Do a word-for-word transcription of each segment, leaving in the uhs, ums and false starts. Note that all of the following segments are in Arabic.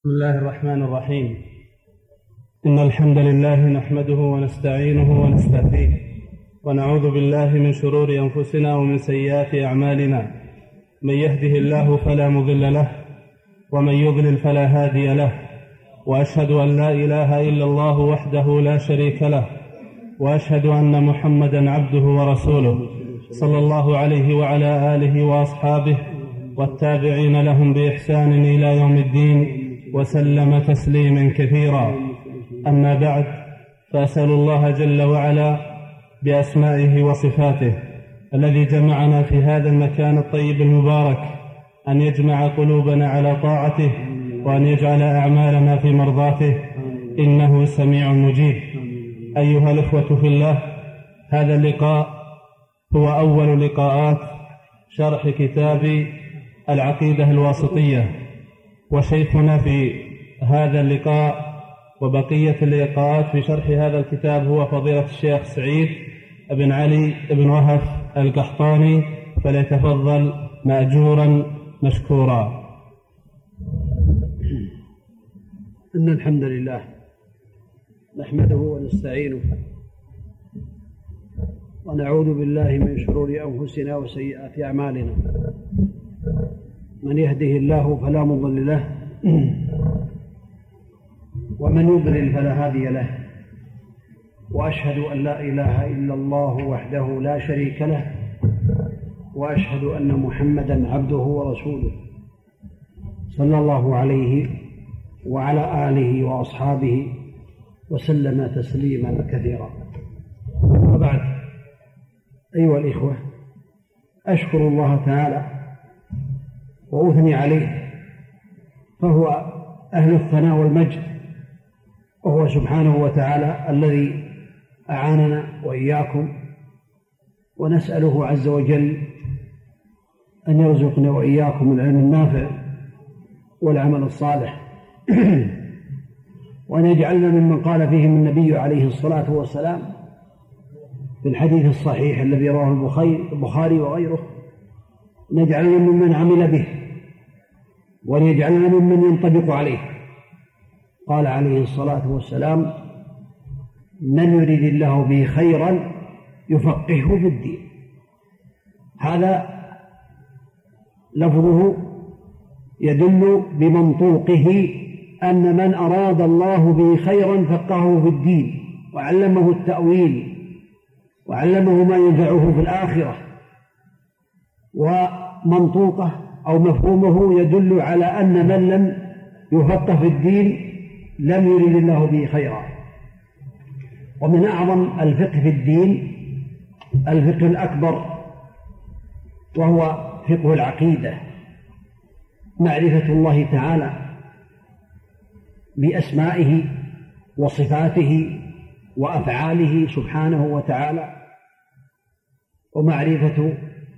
بسم الله الرحمن الرحيم. إن الحمد لله نحمده ونستعينه ونستهديه ونعوذ بالله من شرور أنفسنا ومن سيئات أعمالنا. من يهده الله فلا مضل له ومن يضلل فلا هادي له، وأشهد أن لا إله إلا الله وحده لا شريك له، وأشهد أن محمدا عبده ورسوله صلى الله عليه وعلى آله وأصحابه والتابعين لهم بإحسان إلى يوم الدين وسلم تسليما كثيرا. أما بعد، فأسأل الله جل وعلا بأسمائه وصفاته الذي جمعنا في هذا المكان الطيب المبارك أن يجمع قلوبنا على طاعته، وأن يجعل أعمالنا في مرضاته، إنه سميع مجيب. أيها الإخوة في الله، هذا اللقاء هو أول لقاءات شرح كتاب العقيدة الواسطية، وشيخنا في هذا اللقاء وبقية اللقاءات في شرح هذا الكتاب هو فضيلة الشيخ سعيد بن علي بن وهف القحطاني، فليتفضل مأجورا مشكورا. إن الحمد لله نحمده ونستعينه ونعوذ بالله من شرور أنفسنا وسيئات أعمالنا. من يهده الله فلا مضل له ومن يضلل فلا هادي له، وأشهد أن لا إله إلا الله وحده لا شريك له، وأشهد أن محمدا عبده ورسوله صلى الله عليه وعلى آله وأصحابه وسلم تسليما كثيرا. وبعد، أيها الإخوة، أشكر الله تعالى وأثني عليه، فهو أهل الثناء والمجد، وهو سبحانه وتعالى الذي أعاننا وإياكم، ونسأله عز وجل أن يرزقنا وإياكم العلم النافع والعمل الصالح، وأن يجعلنا ممن قال فيهم النبي عليه الصلاة والسلام في الحديث الصحيح الذي رواه البخاري وغيره: نجعلنا ممن عمل به، وليجعلنا ممن ينطبق عليه. قال عليه الصلاة والسلام: من يريد الله به خيرا يفقهه في الدين. هذا لفظه يدل بمنطوقه أن من أراد الله به خيرا فقهه في الدين، وعلمه التأويل، وعلمه ما ينفعه في الآخرة. ومنطوقه أو مفهومه يدل على أن من لم يفقه في الدين لم يرد الله به خيرا. ومن أعظم الفقه في الدين الفقه الأكبر، وهو فقه العقيدة، معرفة الله تعالى بأسمائه وصفاته وأفعاله سبحانه وتعالى، ومعرفة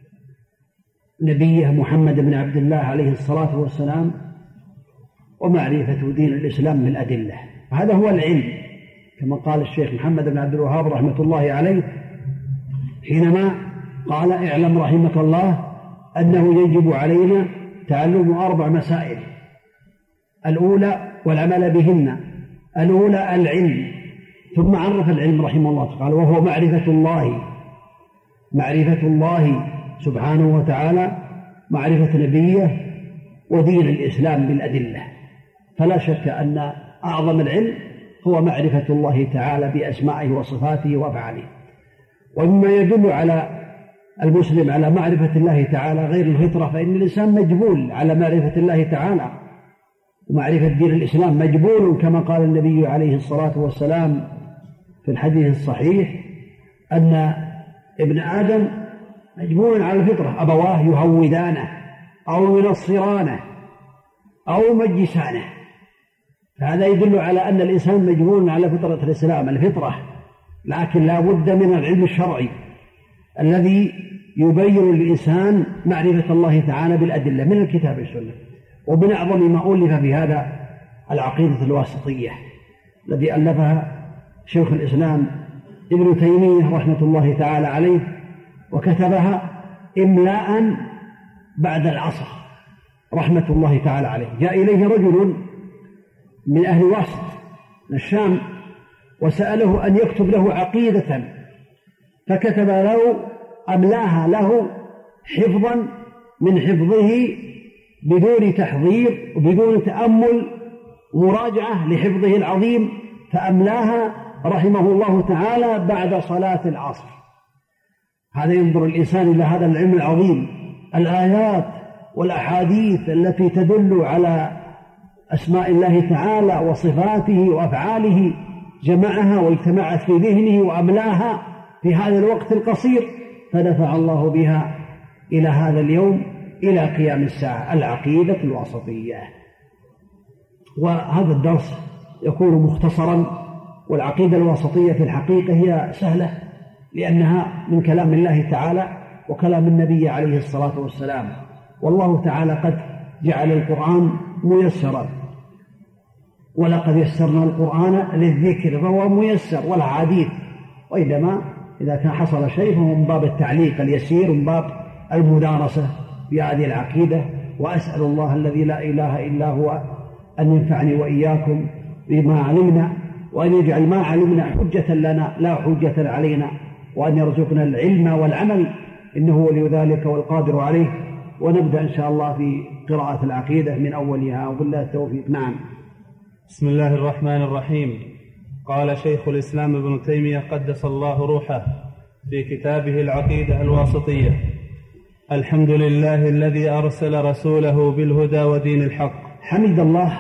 نبيه محمد بن عبد الله عليه الصلاة والسلام، ومعرفة دين الإسلام بالأدلة. هذا هو العلم، كما قال الشيخ محمد بن عبد الوهاب رحمة الله عليه حينما قال: اعلم رحمك الله أنه يجب علينا تعلم أربع مسائل، الأولى والعمل بهن. الأولى العلم، ثم عرف العلم رحمه الله قال: وهو معرفة الله، معرفة الله سبحانه وتعالى، معرفة نبيه، ودين الإسلام بالأدلة. فلا شك أن أعظم العلم هو معرفة الله تعالى بأسمائه وصفاته وأفعاله. ومما يدل على المسلم على معرفة الله تعالى غير الفطرة، فإن الإنسان مجبول على معرفة الله تعالى ومعرفة دين الإسلام، مجبول كما قال النبي عليه الصلاة والسلام في الحديث الصحيح أن ابن آدم مجبول على الفطرة، أبواه يهودانه أو ينصرانه أو مجسانه. فهذا يدل على أن الإنسان مجبول على فطرة الإسلام، الفطرة، لكن لا بد من العلم الشرعي الذي يبين للإنسان معرفة الله تعالى بالأدلة من الكتاب والسنة. ومن أعظم ما ألف في هذا العقيدة الواسطية الذي ألفها شيخ الإسلام ابن تيمية رحمة الله تعالى عليه، وكتبها إملاء بعد العصر رحمة الله تعالى عليه. جاء إليه رجل من أهل واسط من الشام، وسأله أن يكتب له عقيدة، فكتب له أملاها له حفظا من حفظه بدون تحضير وبدون تأمل مراجعة لحفظه العظيم، فأملاها رحمه الله تعالى بعد صلاة العصر. هذا ينظر الإنسان إلى هذا العلم العظيم، الآيات والأحاديث التي تدل على أسماء الله تعالى وصفاته وأفعاله، جمعها واجتمعت في ذهنه وأملاها في هذا الوقت القصير، فدفع الله بها إلى هذا اليوم إلى قيام الساعة، العقيدة الواسطية. وهذا الدرس يكون مختصرا، والعقيدة الواسطية في الحقيقة هي سهلة، لأنها من كلام الله تعالى وكلام النبي عليه الصلاة والسلام، والله تعالى قد جعل القرآن ميسرا، ولقد يسرنا القرآن للذكر فهو ميسر والحديث، وإنما إذا كان حصل شيء فهو من باب التعليق اليسير، من باب المدارسة في هذه العقيدة. وأسأل الله الذي لا إله إلا هو أن ينفعني وإياكم بما علمنا، وأن يجعل ما علمنا حجة لنا لا حجة علينا، وأن يرزقنا العلم والعمل، إنه ولي ذلك والقادر عليه. ونبدأ إن شاء الله في قراءة العقيدة من أولها، وبالله التوفيق. نعم. بسم الله الرحمن الرحيم. قال شيخ الإسلام ابن تيمية قدس الله روحه في كتابه العقيدة الواسطية: الحمد لله الذي أرسل رسوله بالهدى ودين الحق. حمد الله.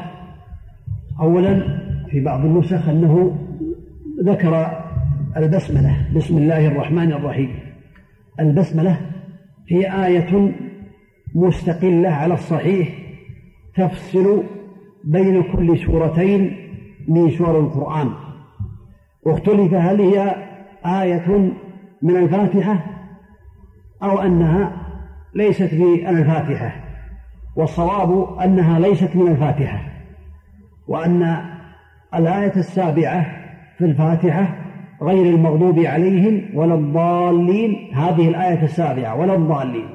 أولا في بعض النسخ أنه ذكر البسملة، بسم الله الرحمن الرحيم. البسملة هي آية مستقلة على الصحيح تفصل بين كل سورتين من سور القرآن، واختلف هل هي آية من الفاتحة أو أنها ليست من الفاتحة، والصواب أنها ليست من الفاتحة، وأن الآية السابعة في الفاتحة غير المغضوب عليهم ولا الضالين، هذه الآية السابعة ولا الضالين،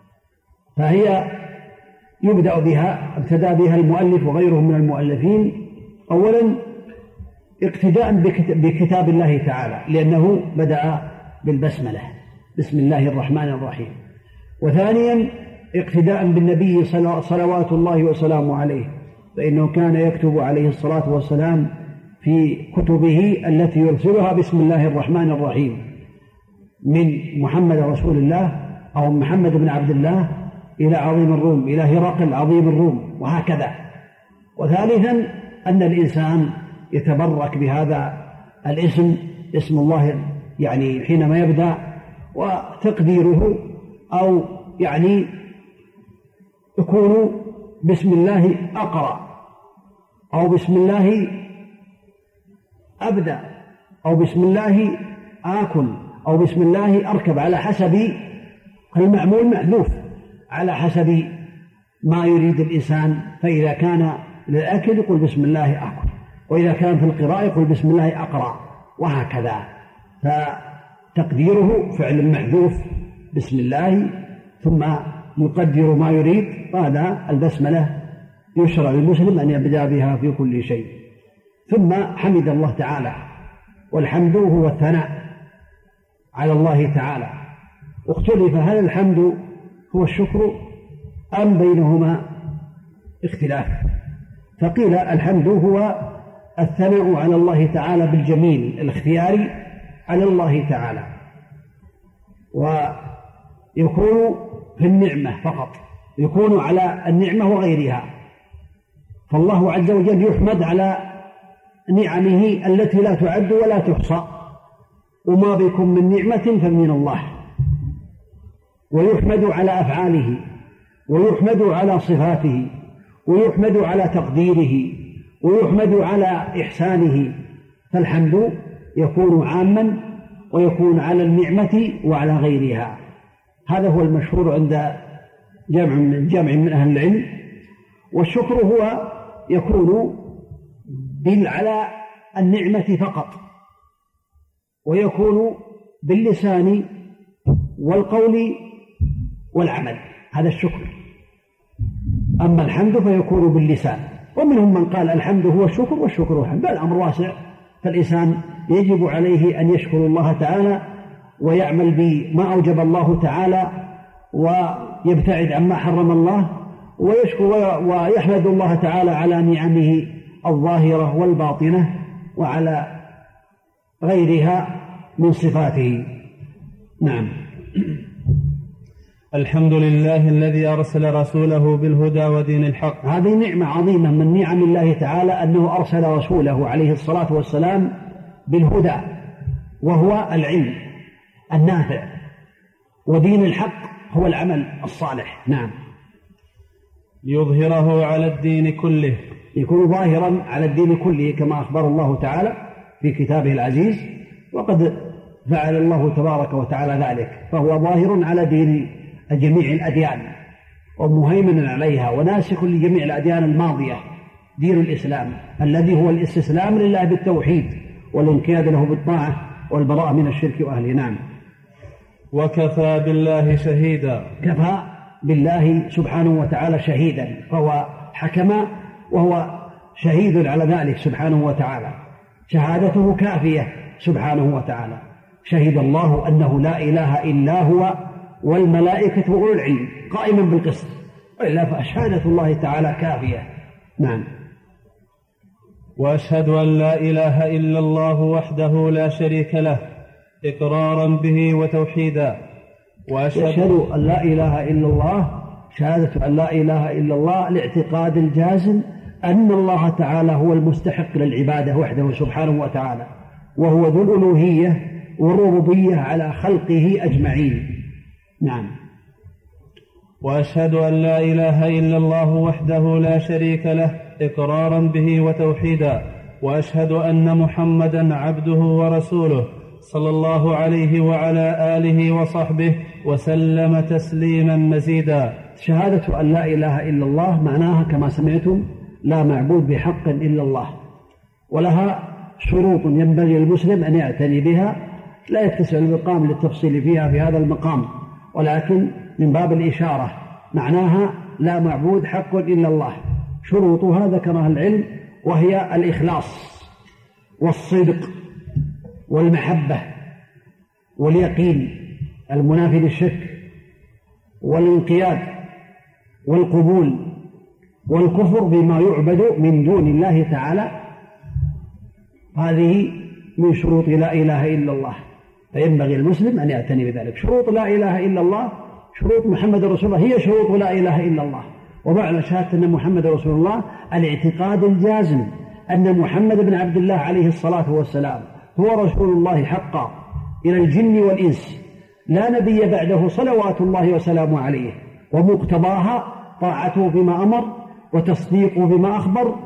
فهي يبدأ بها ابتدأ بها المؤلف وغيرهم من المؤلفين أولا اقتداء بكتاب الله تعالى، لأنه بدأ بالبسملة بسم الله الرحمن الرحيم. وثانيا اقتداء بالنبي صلوات الله وسلامه عليه، فإنه كان يكتب عليه الصلاة والسلام في كتبه التي يرسلها بسم الله الرحمن الرحيم، من محمد رسول الله أو محمد بن عبد الله إلى عظيم الروم، إلى هرقل عظيم الروم، وهكذا. وثالثا أن الإنسان يتبرك بهذا الاسم، اسم الله، يعني حينما يبدأ، وتقديره أو يعني يكون بسم الله أقرأ، أو بسم الله أبدأ، أو بسم الله آكل، أو بسم الله أركب، على حسب المعمول محذوف على حسب ما يريد الإنسان. فإذا كان للأكل يقول بسم الله أكل، وإذا كان في القراءة يقول بسم الله أقرأ، وهكذا. فتقديره فعل محذوف بسم الله، ثم يقدر ما يريد. وهذا البسملة يشرع للمسلم أن يبدأ بها في كل شيء. ثم حمد الله تعالى، والحمد هو الثناء على الله تعالى. واختلف هل الحمد هو الشكر أم بينهما اختلاف، فقيل الحمد هو الثناء على الله تعالى بالجميل الاختياري على الله تعالى، ويكون في النعمة فقط، يكون على النعمة وغيرها. فالله عز وجل يحمد على نعمه التي لا تعد ولا تحصى، وما بكم من نعمة فمن الله. ويحمد على أفعاله، ويحمد على صفاته، ويحمد على تقديره، ويحمد على إحسانه. فالحمد يكون عاما، ويكون على النعمة وعلى غيرها. هذا هو المشهور عند جمع من جمع من أهل العلم. والشكر هو يكون على النعمة فقط، ويكون باللسان والقول والعمل، هذا الشكر. أما الحمد فيكون باللسان ومنهم من قال الحمد هو الشكر والشكر هو الحمد. الأمر واسع، فالإنسان يجب عليه أن يشكر الله تعالى ويعمل بما أوجب الله تعالى ويبتعد عما حرم الله، ويشكر ويحمد الله تعالى على نعمه الظاهرة والباطنة وعلى غيرها من صفاته. نعم. الحمد لله الذي أرسل رسوله بالهدى ودين الحق. هذه نعمة عظيمة من نعم الله تعالى أنه أرسل رسوله عليه الصلاة والسلام بالهدى، وهو العلم النافع، ودين الحق هو العمل الصالح. نعم. ليظهره على الدين كله، يكون ظاهرا على الدين كله كما أخبر الله تعالى في كتابه العزيز، وقد فعل الله تبارك وتعالى ذلك، فهو ظاهر على دين جميع الأديان ومهيمن عليها وناسخ لجميع الأديان الماضية، دين الإسلام الذي هو الاستسلام لله بالتوحيد والانقياد له بالطاعة والبراءة من الشرك وأهله. نعم. وكفى بالله شهيدا، كفى بالله سبحانه وتعالى شهيدا، فهو حكم وهو شهيد على ذلك سبحانه وتعالى، شهادته كافية سبحانه وتعالى. شهد الله أنه لا إله إلا هو والملائكة وأولو العلم قائما بالقسط، وإلا فشهادة الله تعالى كافية. نعم. وأشهد أن لا إله إلا الله وحده لا شريك له إقرارا به وتوحيدا. وأشهد أن لا إله إلا الله، شهادة أن لا إله إلا الله الاعتقاد الجازم أن الله تعالى هو المستحق للعبادة وحده سبحانه وتعالى، وهو ذو الألوهية والربوبية على خلقه أجمعين. نعم. وأشهد أن لا إله إلا الله وحده لا شريك له إقرارا به وتوحيدا. وأشهد أن محمدا عبده ورسوله صلى الله عليه وعلى آله وصحبه وسلم تسليما مزيدا. شهادة أن لا إله إلا الله معناها كما سمعتم لا معبود بحق إلا الله، ولها شروط ينبغي المسلم أن يعتني بها، لا يتسع المقام للتفصيل فيها في هذا المقام، ولكن من باب الإشارة معناها لا معبود حق إلا الله. شروطها ذكرها العلم، وهي الإخلاص والصدق والمحبة واليقين المنافي للشك والانقياد والقبول والكفر بما يعبد من دون الله تعالى. هذه من شروط لا إله إلا الله، فينبغي المسلم أن يعتني بذلك. شروط لا إله إلا الله، شروط محمد رسول الله هي شروط لا إله إلا الله. ومعنى شهادة أن محمد رسول الله الاعتقاد الجازم أن محمد بن عبد الله عليه الصلاة والسلام هو رسول الله حقا إلى الجن والإنس، لا نبي بعده صلوات الله وسلامه عليه، ومقتضاها طاعته بما أمر وتصديقه بما أخبر،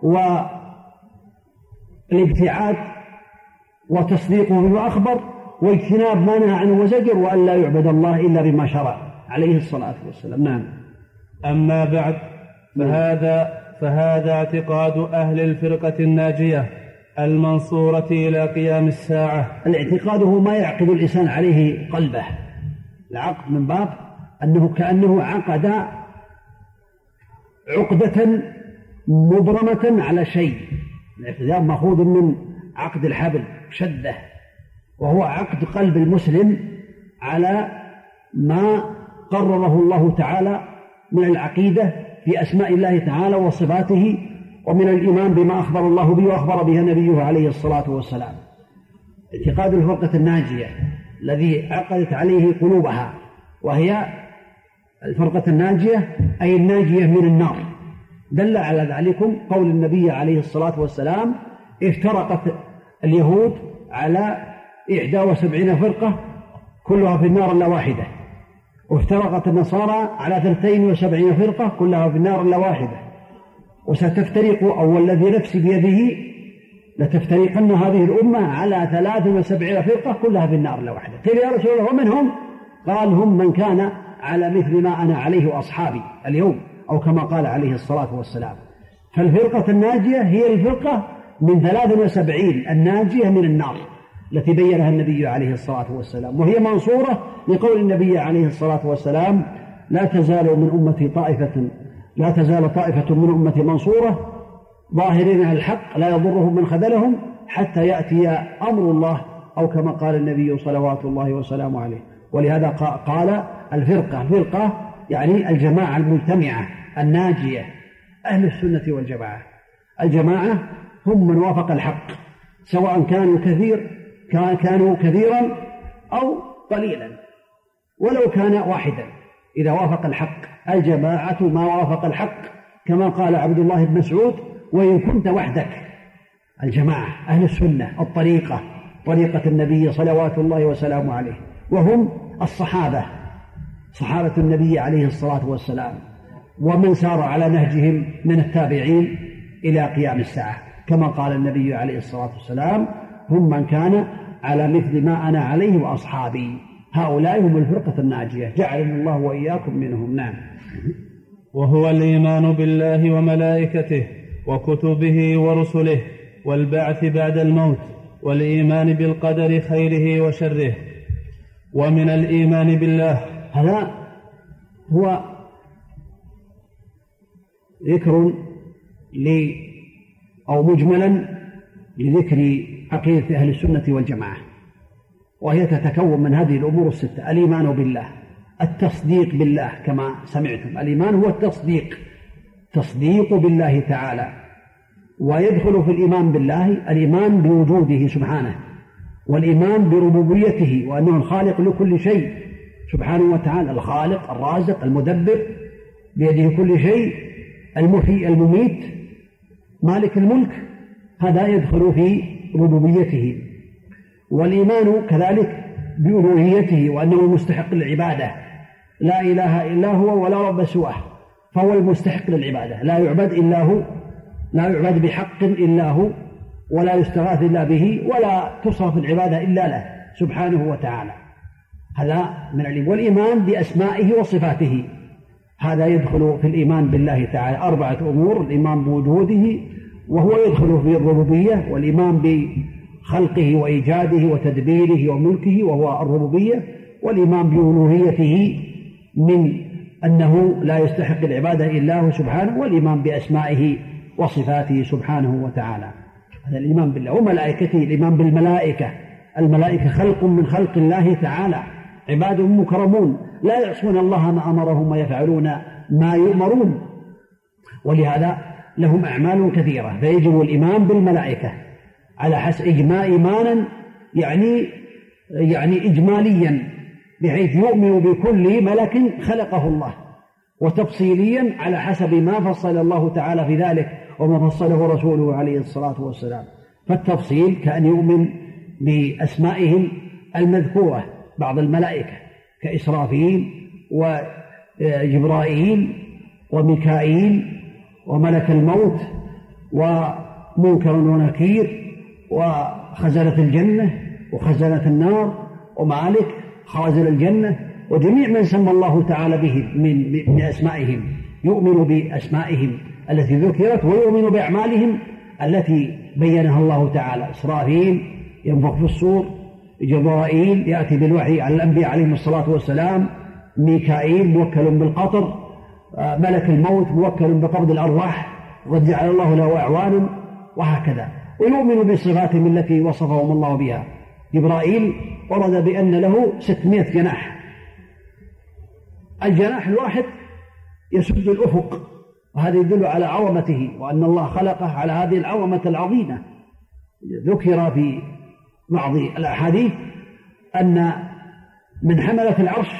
والابتعاد وتصديقه بما أخبر، واجتناب ما نهى عنه وزجر، وأن لا يعبد الله إلا بما شرع عليه الصلاة والسلام. نعم. أما بعد، فهذا فهذا اعتقاد أهل الفرقة الناجية المنصورة إلى قيام الساعة. الاعتقاد هو ما يعقد الإنسان عليه قلبه، العقد من باب أنه كأنه عقد عقدة مبرمة على شيء. الاعتقاد مأخوذ من عقد الحبل شده، وهو عقد قلب المسلم على ما قرره الله تعالى من العقيدة في أسماء الله تعالى وصفاته، ومن الإيمان بما أخبر الله به وأخبر به نبيه عليه الصلاة والسلام. اعتقاد الفرقة الناجية الذي عقدت عليه قلوبها، وهي الفرقة الناجية أي الناجية من النار. دل على ذلكم قول النبي عليه الصلاة والسلام: افترقت اليهود على إحدى وسبعين فرقة كلها في النار إلا واحدة، وافترقت النصارى على ثلاثين وسبعين فرقة كلها في النار إلا واحدة، وستفترق أو الذي نفسي بيده لتفترقن هذه الأمة على ثلاث وسبعين فرقة كلها في النار إلا واحدة. قيل: يا رسول الله ومن هم؟ قال: هم من كان على مثل ما أنا عليه وأصحابي اليوم، أو كما قال عليه الصلاة والسلام. فالفرقة الناجية هي الفرقة من ثلاث وسبعين الناجية من النار التي بينها النبي عليه الصلاة والسلام، وهي منصورة لقول النبي عليه الصلاة والسلام: لا تزال من أمتي طائفة لا تزال طائفة من أمتي منصورة ظاهرين على الحق لا يضرهم من خذلهم حتى يأتي أمر الله، أو كما قال النبي صلوات الله وسلامه عليه. ولهذا قال الفرقة، الفرقة يعني الجماعة المجتمعة الناجية، أهل السنة والجماعة. الجماعة هم من وافق الحق، سواء كانوا كثير كانوا كثيرا أو قليلا، ولو كان واحدا إذا وافق الحق. الجماعة ما وافق الحق، كما قال عبد الله بن مسعود: وإن كنت وحدك. الجماعة أهل السنة، الطريقة، طريقة النبي صلوات الله وسلامه عليه، وهم الصحابة، صحابة النبي عليه الصلاة والسلام، ومن سار على نهجهم من التابعين إلى قيام الساعة، كما قال النبي عليه الصلاة والسلام: هم من كان على مثل ما أنا عليه وأصحابي. هؤلاء هم الفرقة الناجية، جعلنا الله وإياكم منهم. نعم. وهو الإيمان بالله وملائكته وكتبه ورسله والبعث بعد الموت، والإيمان بالقدر خيره وشره. ومن الإيمان بالله، هذا هو ذكر ل أو مجملا لذكر عقيدة أهل السنة والجماعة، وهي تتكون من هذه الأمور الستة: الإيمان بالله، التصديق بالله كما سمعتم. الإيمان هو التصديق، تصديق بالله تعالى. ويدخل في الإيمان بالله الإيمان بوجوده سبحانه، والإيمان بربوبيته، وأنه الخالق لكل شيء سبحانه وتعالى، الخالق الرازق المدبر بيده كل شيء، المحيي المميت مالك الملك، هذا يدخل في ربوبيته. والإيمان كذلك بألوهيته، وأنه المستحق للعبادة، لا إله إلا هو ولا رب سواه، فهو المستحق للعبادة، لا يعبد إلا هو، لا يعبد بحق إلا هو، ولا يستغاث إلا به، ولا تصرف العبادة إلا له سبحانه وتعالى. هذا من الإيمان. والإيمان بأسمائه وصفاته، هذا يدخل في الإيمان بالله تعالى. أربعة أمور: الإيمان بوجوده، وهو يدخل في الربوبية، والإيمان بخلقه وإيجاده وتدبيره وملكه وهو الربوبية، والإيمان بألوهيته من أنه لا يستحق العبادة إلا هو سبحانه، والإيمان بأسمائه وصفاته سبحانه وتعالى. هذا الإيمان بالله. وملائكته، الإيمان بالملائكة، الملائكة خلق من خلق الله تعالى، عباد مكرمون لا يعصون الله ما أمرهم ويفعلون ما يؤمرون، ولهذا لهم أعمال كثيرة. فيجب الإيمان بالملائكة على حسب إجماع إيمانا يعني يعني إجماليا، بحيث يؤمن بكل ملك خلقه الله، وتفصيليا على حسب ما فصل الله تعالى في ذلك وما فصله رسوله عليه الصلاة والسلام. فالتفصيل كأن يؤمن بأسمائهم المذكورة، بعض الملائكة كإسرافيل وجبرائيل وميكائيل وملك الموت ومنكر ونكير وخزنة الجنة وخزنة النار ومالك خازن الجنة، وجميع من سمى الله تعالى به من, من أسمائهم، يؤمن بأسمائهم التي ذكرت، ويؤمن بأعمالهم التي بينها الله تعالى. إسرافيل ينفخ في الصور، جبرائيل يأتي بالوحي على الأنبياء عليهم الصلاة والسلام، ميكائيل موكل بالقطر، ملك الموت موكل بقبض الأرواح وقد جعل الله له أعوانا، وهكذا. ويؤمن بصفاتهم التي وصفهم الله بها. جبرائيل ورد بأن له ستمائة جناح، الجناح الواحد يسد الأفق، وهذا يدل على عظمته وأن الله خلقه على هذه العظمة العظيمة. ذكر في بعض الأحاديث أن من حملة العرش،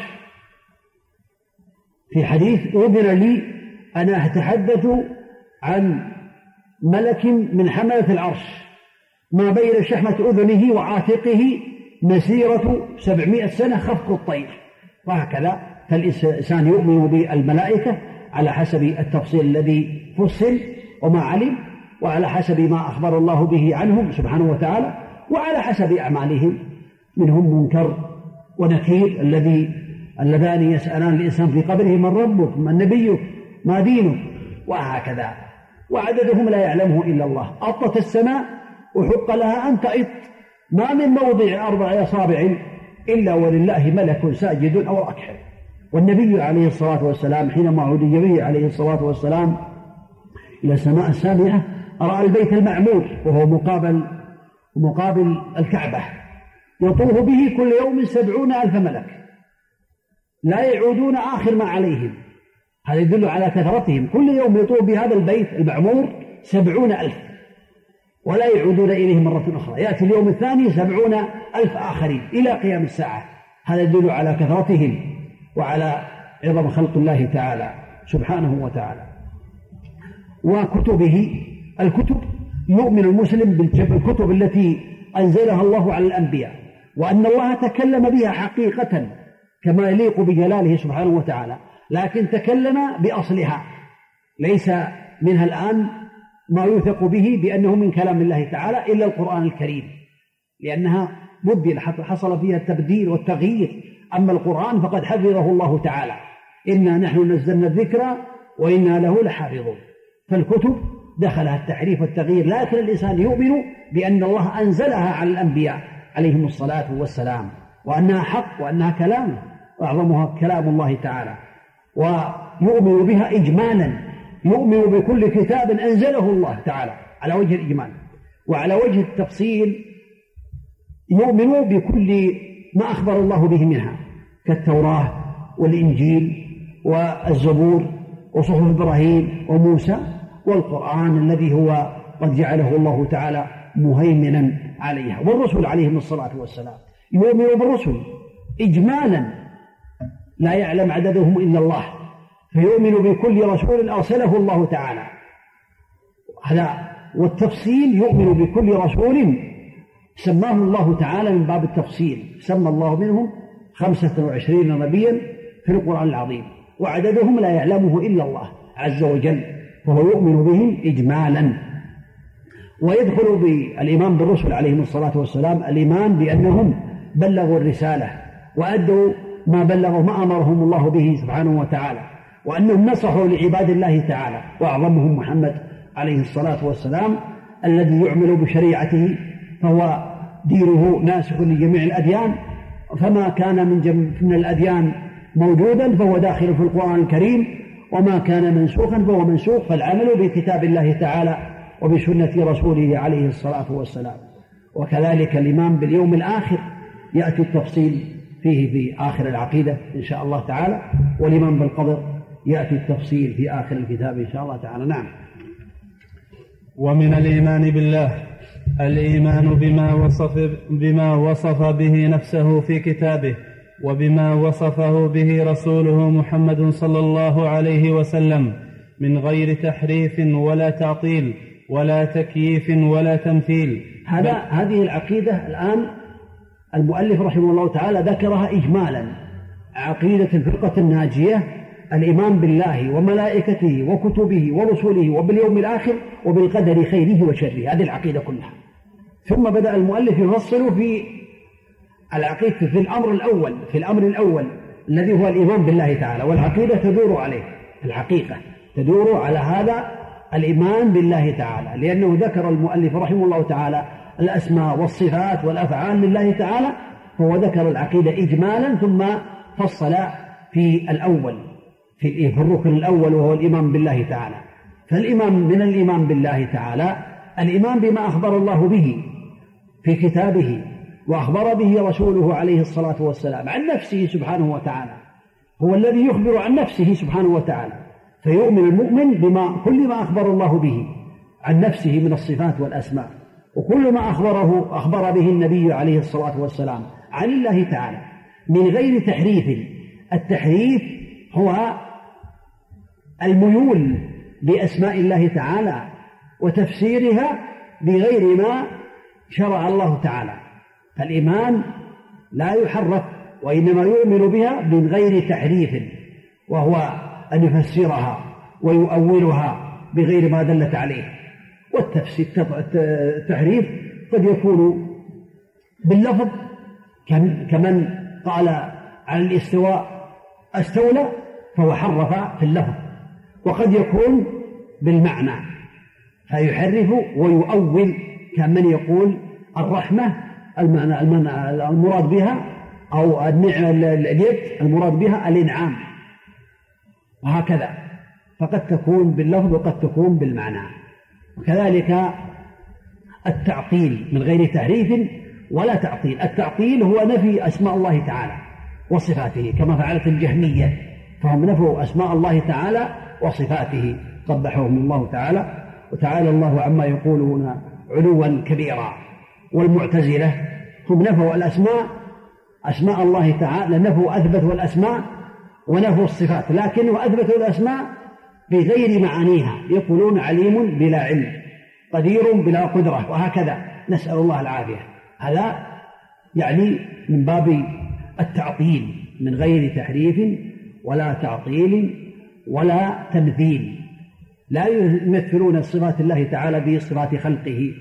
في حديث: أذن لي أنا أتحدث عن ملك من حملة العرش ما بين شحمة أذنه وعاتقه مسيرة سبعمائة سنة خفق الطير، وهكذا. فالإنسان يؤمن بالملائكة على حسب التفصيل الذي فصل وما علم، وعلى حسب ما أخبر الله به عنهم سبحانه وتعالى، وعلى حسب أعمالهم. منهم منكر ونكير الذي اللذان يسألان الإنسان في قبره: من ربك؟ من نبيك؟ ما دينك؟ وهكذا. وعددهم لا يعلمه إلا الله. أطت السماء وحق لها أن تئط، ما من موضع أربع أصابع إلا ولله ملك ساجد أو راكع. والنبي عليه الصلاة والسلام حينما عرج به عليه الصلاة والسلام إلى السماء السابعة رأى البيت المعمور وهو مقابل مقابل الكعبة يطوف به كل يوم سبعون ألف ملك لا يعودون آخر ما عليهم. هذا يدل على كثرتهم، كل يوم يطوف بهذا البيت المعمور سبعون ألف ولا يعودون إليه مرة أخرى، يأتي اليوم الثاني سبعون ألف آخرين إلى قيام الساعة. هذا يدل على كثرتهم وعلى عظم خلق الله تعالى سبحانه وتعالى. وكتبه، الكتب يؤمن المسلم بالكتب التي أنزلها الله على الأنبياء، وأن الله تكلم بها حقيقة كما يليق بجلاله سبحانه وتعالى، لكن تكلم بأصلها، ليس منها الآن ما يوثق به بأنه من كلام الله تعالى إلا القرآن الكريم، لأنها بدل حصل فيها التبديل والتغيير. أما القرآن فقد حفظه الله تعالى، إنا نحن نزلنا الذكر وإنا له لحافظون. فالكتب دخلها التحريف والتغيير، لكن الإنسان يؤمن بأن الله أنزلها على الأنبياء عليهم الصلاة والسلام، وأنها حق وأنها كلام وأعظمها كلام الله تعالى، ويؤمن بها إجمالا، يؤمن بكل كتاب أنزله الله تعالى على وجه الإجمال. وعلى وجه التفصيل يؤمن بكل ما أخبر الله به منها كالتوراة والإنجيل والزبور وصحف إبراهيم وموسى والقرآن الذي هو قد جعله الله تعالى مهيمنا عليها، والرسل عليهم الصلاة والسلام. يؤمن بالرسل إجمالا لا يعلم عددهم إلا الله، فيؤمن بكل رسول أرسله الله تعالى هذا. والتفصيل يؤمن بكل رسول سماه الله تعالى من باب التفصيل، سمى الله منهم خمسة وعشرين نبيا في القرآن العظيم، وعددهم لا يعلمه إلا الله عز وجل، فهو يؤمن بهم إجمالا. ويدخل بالإيمان بالرسل عليهم الصلاة والسلام الإيمان بأنهم بلغوا الرسالة وأدوا ما بلغوا ما أمرهم الله به سبحانه وتعالى، وأنهم نصحوا لعباد الله تعالى، وأعظمهم محمد عليه الصلاة والسلام الذي يعمل بشريعته، فهو دينه ناسخ لجميع الأديان، فما كان من, من الأديان موجودا فهو داخل في القرآن الكريم، وما كان منسوخا فهو منسوخ، فالعمل بكتاب الله تعالى وبسنة رسوله عليه الصلاة والسلام. وكذلك الإيمان باليوم الآخر يأتي التفصيل فيه في آخر العقيدة إن شاء الله تعالى، والإيمان بالقدر يأتي التفصيل في آخر الكتاب إن شاء الله تعالى. نعم. ومن الإيمان بالله الإيمان بما وصف, بما وصف به نفسه في كتابه، وبما وصفه به رسوله محمد صلى الله عليه وسلم من غير تحريف ولا تعطيل ولا تكييف ولا تمثيل. هذا هذه العقيدة الآن المؤلف رحمه الله تعالى ذكرها إجمالا، عقيدة الفرقة الناجية الإيمان بالله وملائكته وكتبه ورسله وباليوم الآخر وبالقدر خيره وشره، هذه العقيدة كلها. ثم بدأ المؤلف يفصل في العقيدة في الأمر الأول في الأمر الأول الذي هو الإيمان بالله تعالى، والعقيدة تدور عليه، الحقيقة تدور على هذا الإيمان بالله تعالى، لأنه ذكر المؤلف رحمه الله تعالى الأسماء والصفات والأفعال لله تعالى، فهو ذكر العقيدة إجمالا ثم فصل في الأول في الركن الأول وهو الإيمان بالله تعالى. فالإيمان من الإيمان بالله تعالى الإيمان بما أخبر الله به في كتابه وأخبر به رسوله عليه الصلاة والسلام عن نفسه سبحانه وتعالى، هو الذي يخبر عن نفسه سبحانه وتعالى، فيؤمن المؤمن بما كل ما أخبر الله به عن نفسه من الصفات والأسماء، وكل ما أخبره أخبر به النبي عليه الصلاة والسلام عن الله تعالى من غير تحريف. التحريف هو الميول بأسماء الله تعالى وتفسيرها بغير ما شرع الله تعالى، فالإيمان لا يحرف وإنما يؤمن بها من غير تحريف، وهو أن يفسرها ويؤولها بغير ما دلت عليه. والتفسير التحريف قد يكون باللفظ كمن قال عن الاستواء استولى فهو حرف في اللفظ، وقد يكون بالمعنى فيحرف ويؤول كمن يقول الرحمة المعنى المراد بها أو النعمة اليد المراد بها الإنعام، وهكذا، فقد تكون باللفظ وقد تكون بالمعنى. وكذلك التعطيل من غير تحريف ولا تعطيل. التعطيل هو نفي أسماء الله تعالى وصفاته كما فعلت الجهمية، فهم نفوا أسماء الله تعالى وصفاته قبحهم الله تعالى وتعالى الله عما يقولون علوا كبيرا. والمعتزلة هم نفوا الأسماء أسماء الله تعالى، نفوا أثبتوا الأسماء ونفوا الصفات، لكنه أثبتوا الأسماء بغير معانيها، يقولون عليم بلا علم، قدير بلا قدرة، وهكذا نسأل الله العافية. هذا يعني من باب التعطيل من غير تحريف ولا تعطيل ولا تمثيل. لا يمثلون صفات الله تعالى بصفات خلقه،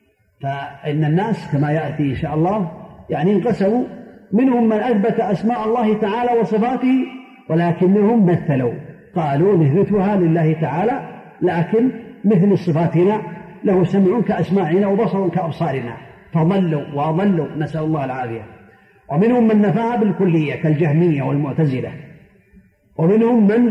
فإن الناس كما يأتي إن شاء الله يعني انقسموا، منهم من أثبت أسماء الله تعالى وصفاته ولكنهم مثلوا، قالوا نثبتها لله تعالى لكن مثل صفاتنا، له سمع كأسماعنا وبصر كأبصارنا، فضلوا وأضلوا نسأل الله العافية. ومنهم من نفاها بالكلية كالجهمية والمعتزلة، ومنهم من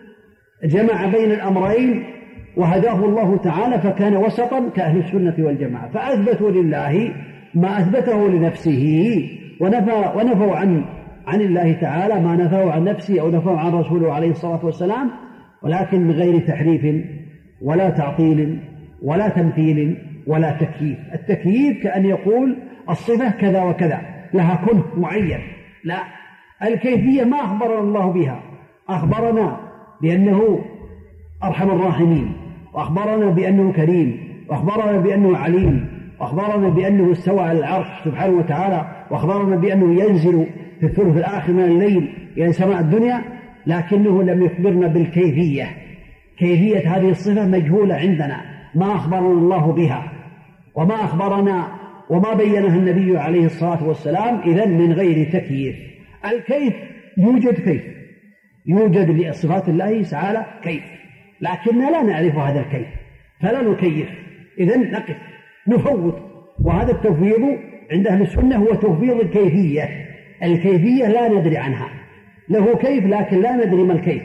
جمع بين الأمرين وهداه الله تعالى فكان وسطا كأهل السنة والجماعة، فأثبتوا لله ما أثبته لنفسه ونفى ونفوا عن عن الله تعالى ما نفوا عن نفسه أو نفوا عن رسوله عليه الصلاة والسلام، ولكن من غير تحريف ولا تعطيل ولا تمثيل ولا تكييف. التكييف كأن يقول الصفة كذا وكذا لها كنه معين، لا، الكيفية ما أخبرنا الله بها، أخبرنا بأنه أرحم الراحمين، وأخبرنا بأنه كريم، وأخبرنا بأنه عليم، وأخبرنا بأنه استوى على العرش سبحانه وتعالى، وأخبرنا بأنه ينزل في الثلث الآخر من الليل إلى سماء الدنيا، لكنه لم يخبرنا بالكيفية. كيفية هذه الصفة مجهولة عندنا، ما أخبرنا الله بها وما أخبرنا وما بينها النبي عليه الصلاة والسلام، إذن من غير تكييف. الكيف يوجد كيف، يوجد لصفات الله تعالى كيف، لكننا لا نعرف هذا الكيف فلا نكيف، إذن نقف نفوض. وهذا التفويض عند أهل السنة هو تفويض الكيفية. الكيفية لا ندري عنها، له كيف لكن لا ندري ما الكيف،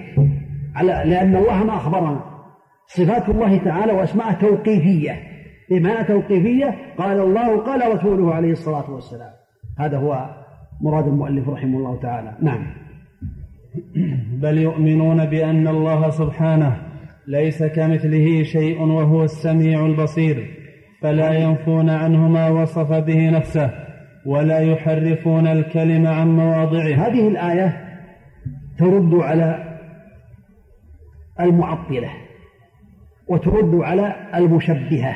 لأن الله ما أخبرنا. صفات الله تعالى وأسماء توقيفية. لماذا توقيفية؟ قال الله قال رسوله عليه الصلاة والسلام. هذا هو مراد المؤلف رحمه الله تعالى. نعم. بل يؤمنون بأن الله سبحانه ليس كمثله شيء وهو السميع البصير، فلا ينفون عنه ما وصف به نفسه ولا يحرفون الكلم عن مواضعه. هذه الآية ترد على المعطلة وترد على المشبهة.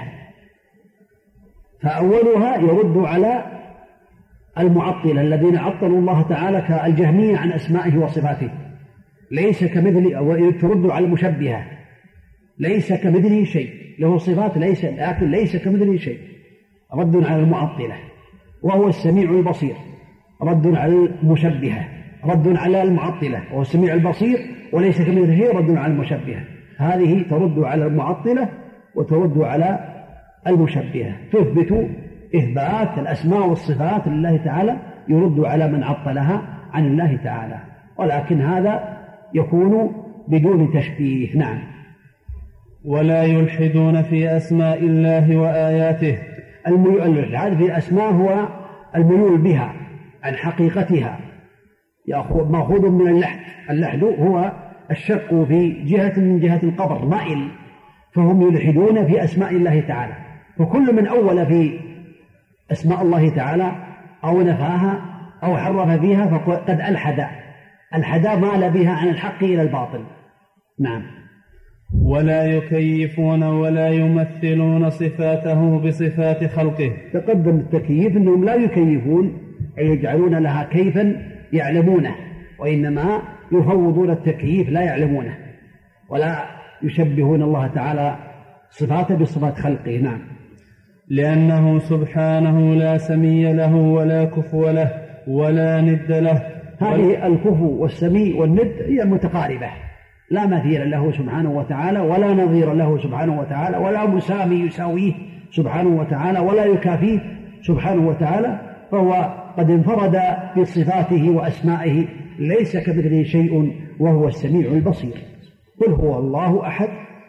فأولها يرد على المعطلة الذين عطلوا الله تعالى كالجهمية عن أسمائه وصفاته، ليس كمثل، أو ترد على المشبهة، ليس كمثله شيء، له صفات ليس لكن ليس كمثله شيء، رد على المعطلة. وهو السميع البصير، رد على المشبهة، رد على المعطلة. وهو السميع البصير وليس كمثله شيء، رد على المشبهة. هذه ترد على المعطلة وترد على المشبهة، تثبت إثبات الأسماء والصفات لله تعالى، يرد على من عطلها عن الله تعالى، ولكن هذا يكون بدون تشبيه. نعم. ولا يلحدون في أسماء الله وآياته. الإلحاد في الأسماء هو الميول بها عن حقيقتها، مأخوذ من اللحد. اللحد هو الشق في جهة من جهة القبر مائل، فهم يلحدون في أسماء الله تعالى. فكل من أول في أسماء الله تعالى أو نفاها أو حرف فيها فقد ألحد، الحد مال بها عن الحق إلى الباطل. نعم. ولا يكيفون ولا يمثلون صفاته بصفات خلقه. تقدم التكييف أنهم لا يكيفون أي يجعلون لها كيفا يعلمونه، وإنما يفوضون التكييف لا يعلمونه، ولا يشبهون الله تعالى صفاته بصفات خلقه. نعم. لأنه سبحانه لا سمي له ولا كفو له ولا ند له. هذه الكفو والسمي والند هي متقاربة، لا مثيل له سبحانه وتعالى ولا نظير له سبحانه وتعالى، ولا مسامي يساويه سبحانه وتعالى ولا يكافيه سبحانه وتعالى، فهو قد انفرد بصفاته وأسمائه، ليس كمثله شيء وهو السميع البصير. قل هو الله أحد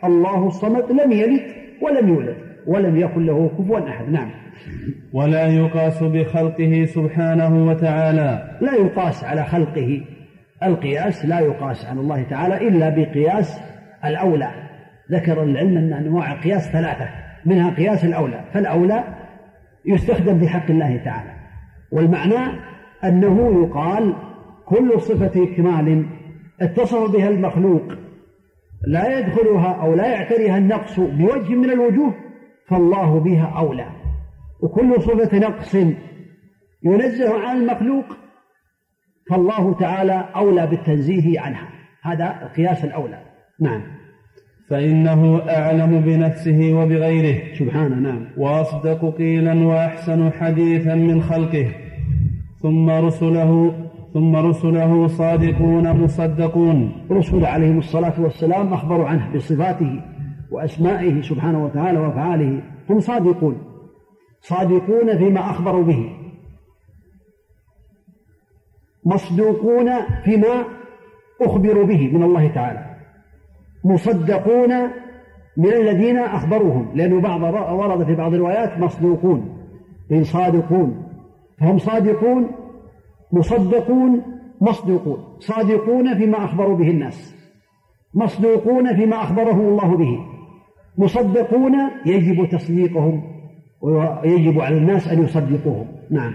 الله الصمد لم يلد ولم يولد ولم يكن له كفوا أحد. نعم. ولا يقاس بخلقه سبحانه وتعالى، لا يقاس على خلقه، القياس لا يقاس على الله تعالى إلا بقياس الأولى. ذكر العلم أن أنواع قياس ثلاثة، منها قياس الأولى، فالأولى يستخدم في حق الله تعالى، والمعنى أنه يقال كل صفة كمال اتصف بها المخلوق لا يدخلها أو لا يعتريها النقص بوجه من الوجوه فالله بها أولى، وكل صفة نقص ينزه عن المخلوق فالله تعالى أولى بالتنزيه عنها. هذا القياس الأولى. نعم. فإنه أعلم بنفسه وبغيره سبحانه. نعم. وأصدق قيلا وأحسن حديثا من خلقه، ثم رسله ثم رسله صادقون مصدقون. رسول عليهم الصلاة والسلام أخبروا عنه بصفاته وأسمائه سبحانه وتعالى وأفعاله، هم صادقون، صادقون فيما أخبروا به، مصدوقون فيما أخبروا به من الله تعالى، مصدقون من الذين أخبروهم، لأنه بعض ورد في بعض الروايات مصدوقون من صادقون، فهم صادقون مصدقون مصدوقون، صادقون فيما أخبروا به الناس، مصدوقون فيما أخبرهم الله به، مصدقون يجب تصديقهم ويجب على الناس أن يصدقوهم. نعم.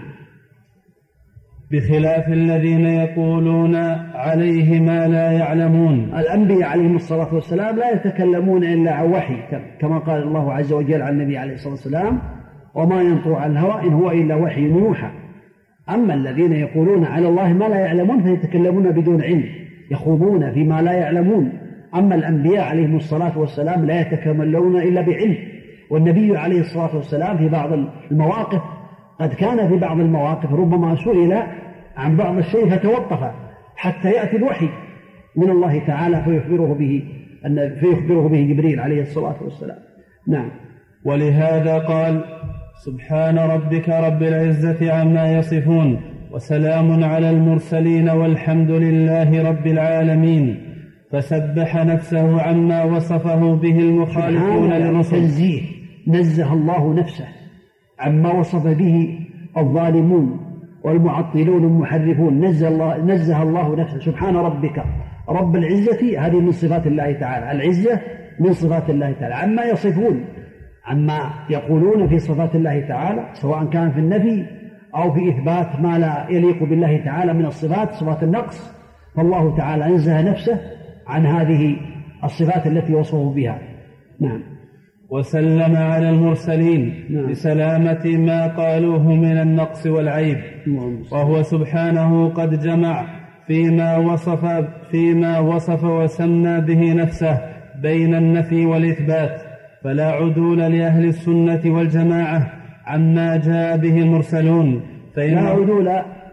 بخلاف الذين يقولون عليه ما لا يعلمون. الأنبياء عليهم الصلاة والسلام لا يتكلمون إلا عن وحي، كما قال الله عز وجل عن النبي عليه الصلاة والسلام وما ينطق عن الهوى إن هو إلا وحي يوحى. أما الذين يقولون على الله ما لا يعلمون فيتكلمون بدون علم، يخوضون فيما لا يعلمون. أما الأنبياء عليهم الصلاة والسلام لا يتكلمون إلا بعلم، والنبي عليه الصلاة والسلام في بعض المواقف قد كان في بعض المواقف ربما سئل عن بعض الشيء فتوقف حتى يأتي الوحي من الله تعالى فيخبره به فيخبره به جبريل عليه الصلاة والسلام. نعم. ولهذا قال سبحان ربك رب العزة عما يصفون وسلام على المرسلين والحمد لله رب العالمين، فسبح نفسه عما وصفه به المخالفون للرسل. تنزيه، نزه الله نفسه عما وصف به الظالمون والمعطلون المحرفون، نزه الله, نزه الله نفسه. سبحان ربك رب العزة، هذه من صفات الله تعالى، العزة من صفات الله تعالى، عما يصفون، عما يقولون في صفات الله تعالى سواء كان في النفي أو في إثبات ما لا يليق بالله تعالى من الصفات، صفات النقص، فالله تعالى أنزه نفسه عن هذه الصفات التي وصفه بها. نعم. وسلم على المرسلين نعم. بسلامة ما قالوه من النقص والعيب، وهو سبحانه قد جمع فيما وصف, فيما وصف وسمى به نفسه بين النفي والإثبات، فلا عدول لأهل السنة والجماعة عما جاء به المرسلون. لا عدول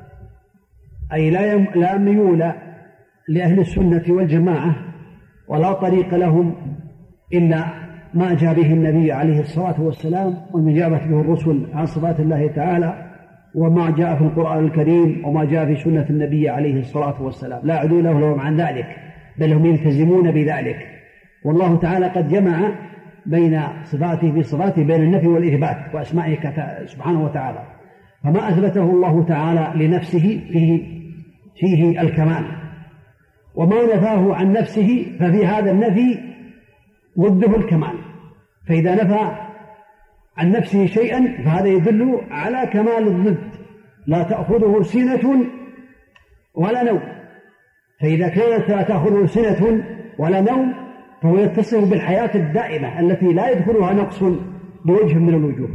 أي لا, لا ميول لأهل السنة والجماعة ولا طريق لهم إلا ما جاء به النبي عليه الصلاة والسلام وما جاءت به الرسل عن صفات الله تعالى، وما جاء في القرآن الكريم وما جاء في سنة النبي عليه الصلاة والسلام، لا عدول لهم عن ذلك، بل هم يلتزمون بذلك. والله تعالى قد جمع بين صفاته في صفاته بين النفي والإثبات وأسمائه سبحانه وتعالى، فما أثبته الله تعالى لنفسه فيه, فيه الكمال، وما نفاه عن نفسه ففي هذا النفي ضده الكمال. فإذا نفى عن نفسه شيئا فهذا يدل على كمال الضد، لا تأخذه سنة ولا نوم، فإذا كانت لا تأخذه سنة ولا نوم فهو يتصف بالحياة الدائمة التي لا يدخلها نقص بوجه من الوجوه،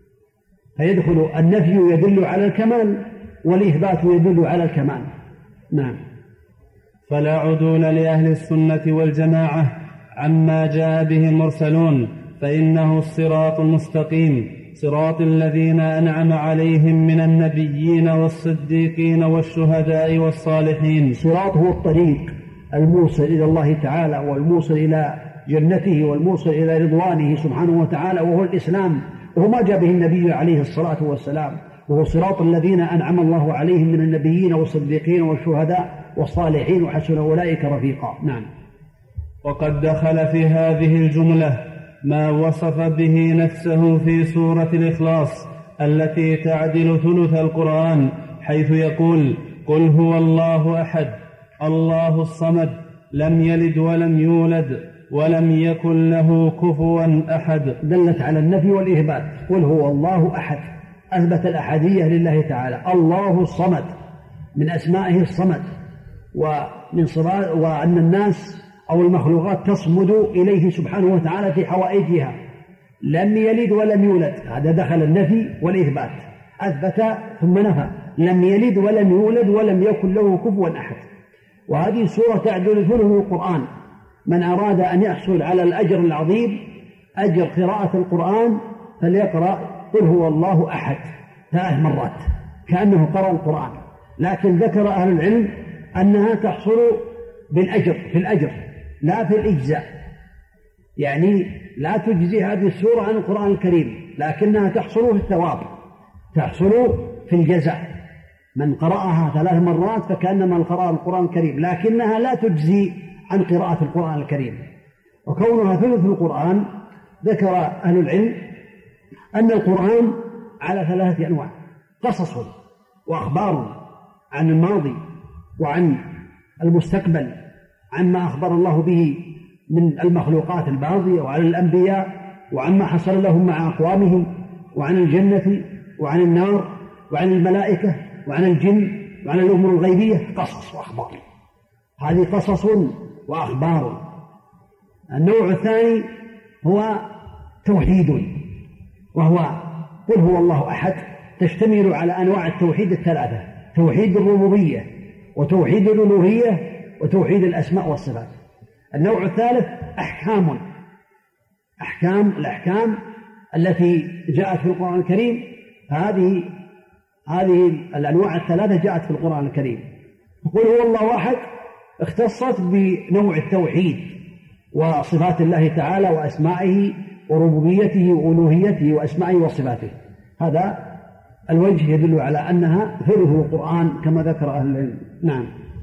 فيدخل النفي يدل على الكمال والإثبات يدل على الكمال. نعم. فلا عدول لأهل السنة والجماعة عما جاء به المرسلون، فإنه الصراط المستقيم، صراط الذين أنعم عليهم من النبيين والصديقين والشهداء والصالحين. صراط هو الطريق الموصل إلى الله تعالى والموصل إلى جنته والموصل إلى رضوانه سبحانه وتعالى، وهو الإسلام، وهو ما جاء به النبي عليه الصلاة والسلام، وهو صراط الذين أنعم الله عليهم من النبيين والصديقين والشهداء والصالحين وحسن أولئك رفيقا. نعم. وقد دخل في هذه الجملة ما وصف به نفسه في سورة الإخلاص التي تعدل ثلث القرآن، حيث يقول: قل هو الله أحد الله الصمد لم يلد ولم يولد ولم يكن له كفوا أحد. دلت على النفي والإثبات. قل هو الله أحد، أثبت الأحدية لله تعالى. الله الصمد، من أسمائه الصمد، ومن صفات، وأن الناس أو المخلوقات تصمد إليه سبحانه وتعالى في حوائجها. لم يلد ولم يولد، هذا دخل النفي والإثبات. أثبت ثم نفى، لم يلد ولم يولد ولم يكن له كفوا أحد. وهذه السورة تعدل ثلث القرآن. من أراد أن يحصل على الأجر العظيم، أجر قراءة القرآن، فليقرأ قل هو الله أحد ثلاث مرات كأنه قرأ القرآن. لكن ذكر أهل العلم أنها تحصل بالأجر، في الأجر لا في الإجزاء، يعني لا تجزي هذه السورة عن القرآن الكريم، لكنها تحصل في الثواب، تحصل في الجزاء. من قرأها ثلاث مرات فكأنما قرأ القرآن الكريم، لكنها لا تجزي عن قراءة القرآن الكريم. وكونها ثلث القرآن، ذكر أهل العلم أن القرآن على ثلاثة أنواع: قصص وأخبار عن الماضي وعن المستقبل، عما أخبر الله به من المخلوقات الماضية وعن الأنبياء وعما حصل لهم مع أقوامهم، وعن الجنة وعن النار وعن الملائكة وعن الجن وعن الأمور الغيبية. قصص وأخبار، هذه قصص وأخبار. النوع الثاني هو توحيد، وهو قل هو الله أحد، تشتمل على أنواع التوحيد الثلاثة: توحيد الربوبية وتوحيد الألوهية وتوحيد الأسماء والصفات. النوع الثالث أحكام، أحكام الأحكام التي جاءت في القرآن الكريم. هذه هذه الأنواع الثلاثة جاءت في القرآن الكريم. قل هو الله أحد اختصت بنوع التوحيد وصفات الله تعالى وأسمائه وربوبيته وألوهيته وأسمائه وصفاته. هذا الوجه يدل على أنها ثلث القرآن كما ذكر أهل العلم. نعم.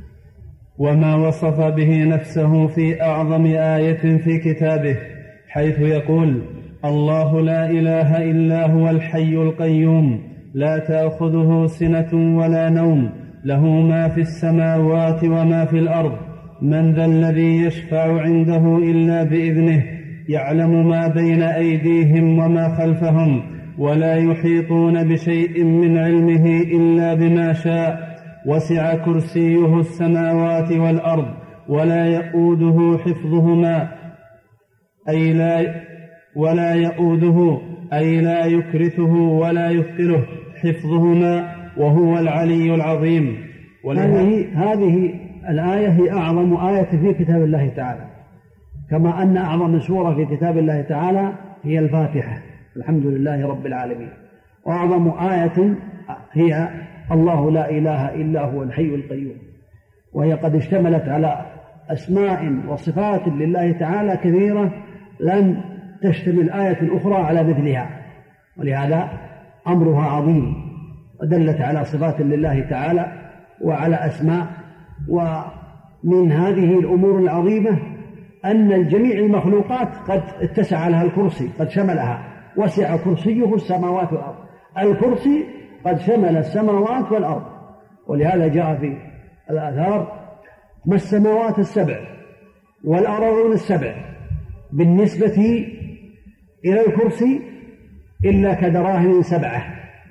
وما وصف به نفسه في أعظم آية في كتابه، حيث يقول: الله لا إله إلا هو الحي القيوم لا تأخذه سنة ولا نوم له ما في السماوات وما في الأرض من ذا الذي يشفع عنده إلا بإذنه يعلم ما بين أيديهم وما خلفهم ولا يحيطون بشيء من علمه إلا بما شاء وسع كرسيه السماوات والأرض ولا يؤوده حفظهما أي لا ولا يؤوده أي لا يكرثه ولا يثقله حفظهما وهو العلي العظيم. هذه هذه الآية هي أعظم آية في كتاب الله تعالى، كما أن أعظم سورة في كتاب الله تعالى هي الفاتحة، الحمد لله رب العالمين. وأعظم آية هي الله لا إله إلا هو الحي القيوم، وهي قد اشتملت على أسماء وصفات لله تعالى كثيرة لن تشتمل آية أخرى على مثلها، ولهذا أمرها عظيم ودلت على صفات لله تعالى وعلى أسماء. ومن هذه الأمور العظيمة أن الجميع المخلوقات قد اتسع لها الكرسي، قد شملها، وسع كرسيه السماوات والأرض. الكرسي قد شمل السماوات والأرض، ولهذا جاء في الآثار: ما السماوات السبع والأرضون السبع بالنسبة إلى الكرسي إلا كدراهم سبعة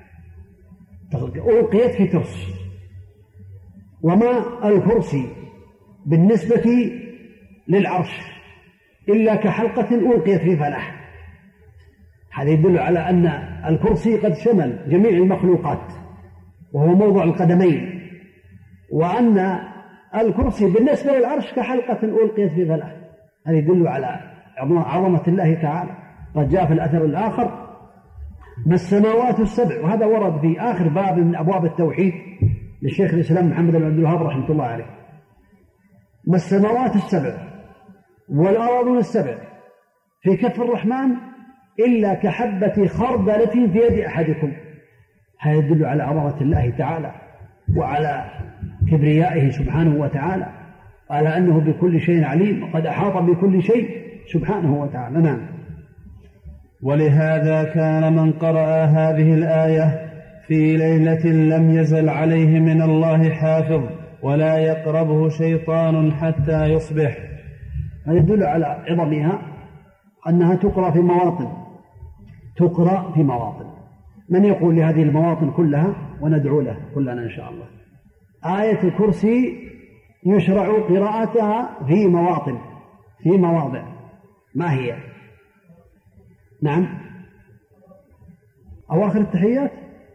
ألقيت في كرسي، وما الكرسي بالنسبة للعرش إلا كحلقة ألقيت في فلاح. هذا يدل على أن الكرسي قد شمل جميع المخلوقات وهو موضع القدمين، وأن الكرسي بالنسبة للعرش كحلقة ألقيت في فلاح. هذا يدل على عظمة الله تعالى. قد جاء في الأثر الآخر: ما السماوات السبع، وهذا ورد في آخر باب من أبواب التوحيد للشيخ الإسلام محمد بن عبد الوهاب رحمة الله عليه: ما السماوات السبع والأرضون السبع في كف الرحمن إلا كحبة خردلة في يد أحدكم. هذا يدل على عظمة الله تعالى وعلى كبريائه سبحانه وتعالى. على أنه بكل شيء عليم وقد أحاط بكل شيء سبحانه وتعالى. نعم. ولهذا كان من قرأ هذه الآية في ليلة لم يزل عليه من الله حافظ ولا يقربه شيطان حتى يصبح. هذا يدل على عظمها أنها تقرأ في مواطن تقرأ في مواطن من يقول لهذه المواطن كلها وندعو له كلنا إن شاء الله. آية الكرسي يشرع قراءتها في مواطن في مواضع. ما هي؟ نعم، أواخر التحيات.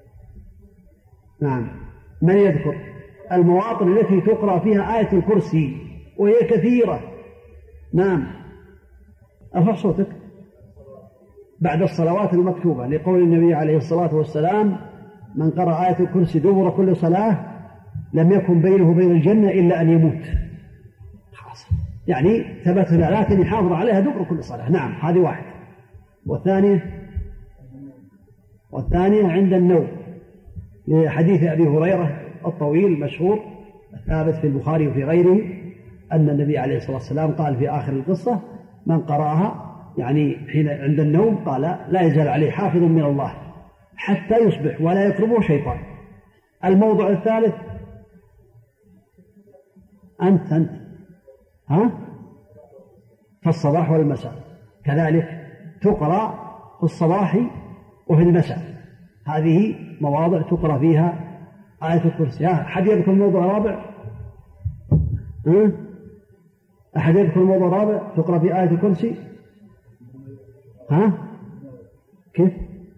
نعم، من يذكر المواطن التي تقرأ فيها آية الكرسي وهي كثيرة؟ نعم، ارفع صوتك. بعد الصلوات المكتوبة لقول النبي عليه الصلاة والسلام من قرأ آية الكرسي دبر كل صلاة لم يكن بينه وبين الجنة إلا أن يموت. خلاص، يعني ثبت لها لكن يحافظ عليها دبر كل صلاة. نعم، هذه واحد. والثانية والثانية عند النوم لحديث أبي هريرة الطويل المشهور الثابت في البخاري وفي غيره أن النبي عليه الصلاة والسلام قال في آخر القصة من قرأها يعني حين عند النوم قال لا يزال عليه حافظ من الله حتى يصبح ولا يقربه شيطان. الموضوع الثالث أنت أنت ها في الصباح والمساء كذلك تقرأ في الصباح وفي المساء. هذه مواضع تقرأ فيها آية الكرسي. أحد يذكر موضوع رابع؟ ها؟ أحد يذكر موضوع رابع تقرأ في آية الكرسي؟ ها؟ كيف؟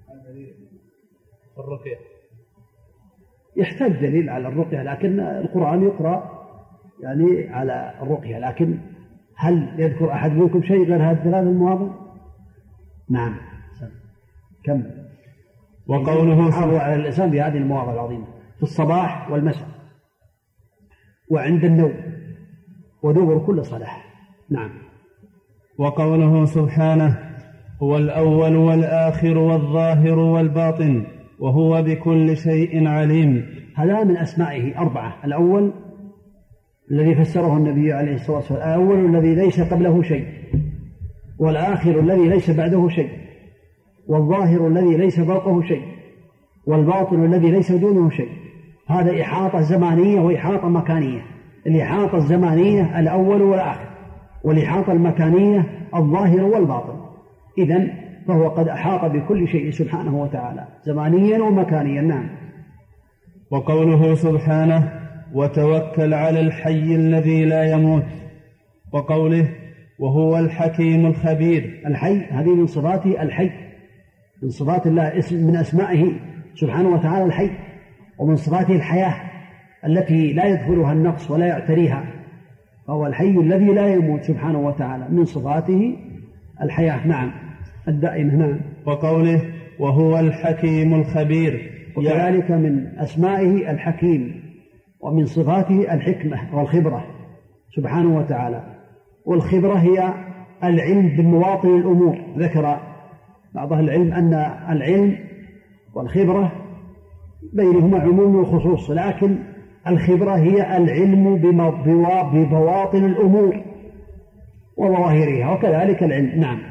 الرقية. يحتاج دليل على الرقية، لكن القرآن يقرأ يعني على الرقية. لكن هل يذكر أحد منكم شيء غير هذه الثلاث المواضع؟ نعم، كم؟ وقوله حافظ على الإنسان بهذه المواضع العظيمة في الصباح والمساء وعند النوم ودبر كل صلاة. نعم. وقوله سبحانه هو الأول والآخر والظاهر والباطن وهو بكل شيء عليم. هذا من أسمائه أربعة. الأول الذي فسره النبي عليه الصلاة والسلام الأول الذي ليس قبله شيء، والآخر الذي ليس بعده شيء، والظاهر الذي ليس فوقه شيء، والباطن الذي ليس دونه شيء. هذا إحاطة زمانية وإحاطة مكانية. الإحاطة الزمانية الأول والآخر، والإحاطة المكانية الظاهر والباطن. إذن فهو قد أحاط بكل شيء سبحانه وتعالى زمانيا ومكانيا. نعم. وقوله سبحانه وتوكل على الحي الذي لا يموت. وقوله وهو الحكيم الخبير. الحي هذه من صفاته الحي، من صفات الله، اسم من أسمائه سبحانه وتعالى الحي، ومن صفاته الحياة التي لا يدخلها النقص ولا يعتريها. فهو الحي الذي لا يموت سبحانه وتعالى، من صفاته الحياة. نعم، الدائمة. نعم. وقوله وهو الحكيم الخبير. وكذلك من أسمائه الحكيم، ومن صفاته الحكمة والخبرة سبحانه وتعالى. والخبرة هي العلم بالمواطن الأمور. ذكر بعض أهل العلم أن العلم والخبرة بينهما عموم وخصوص، لكن الخبرة هي العلم ببواطن الأمور وظواهرها، وكذلك العلم. نعم.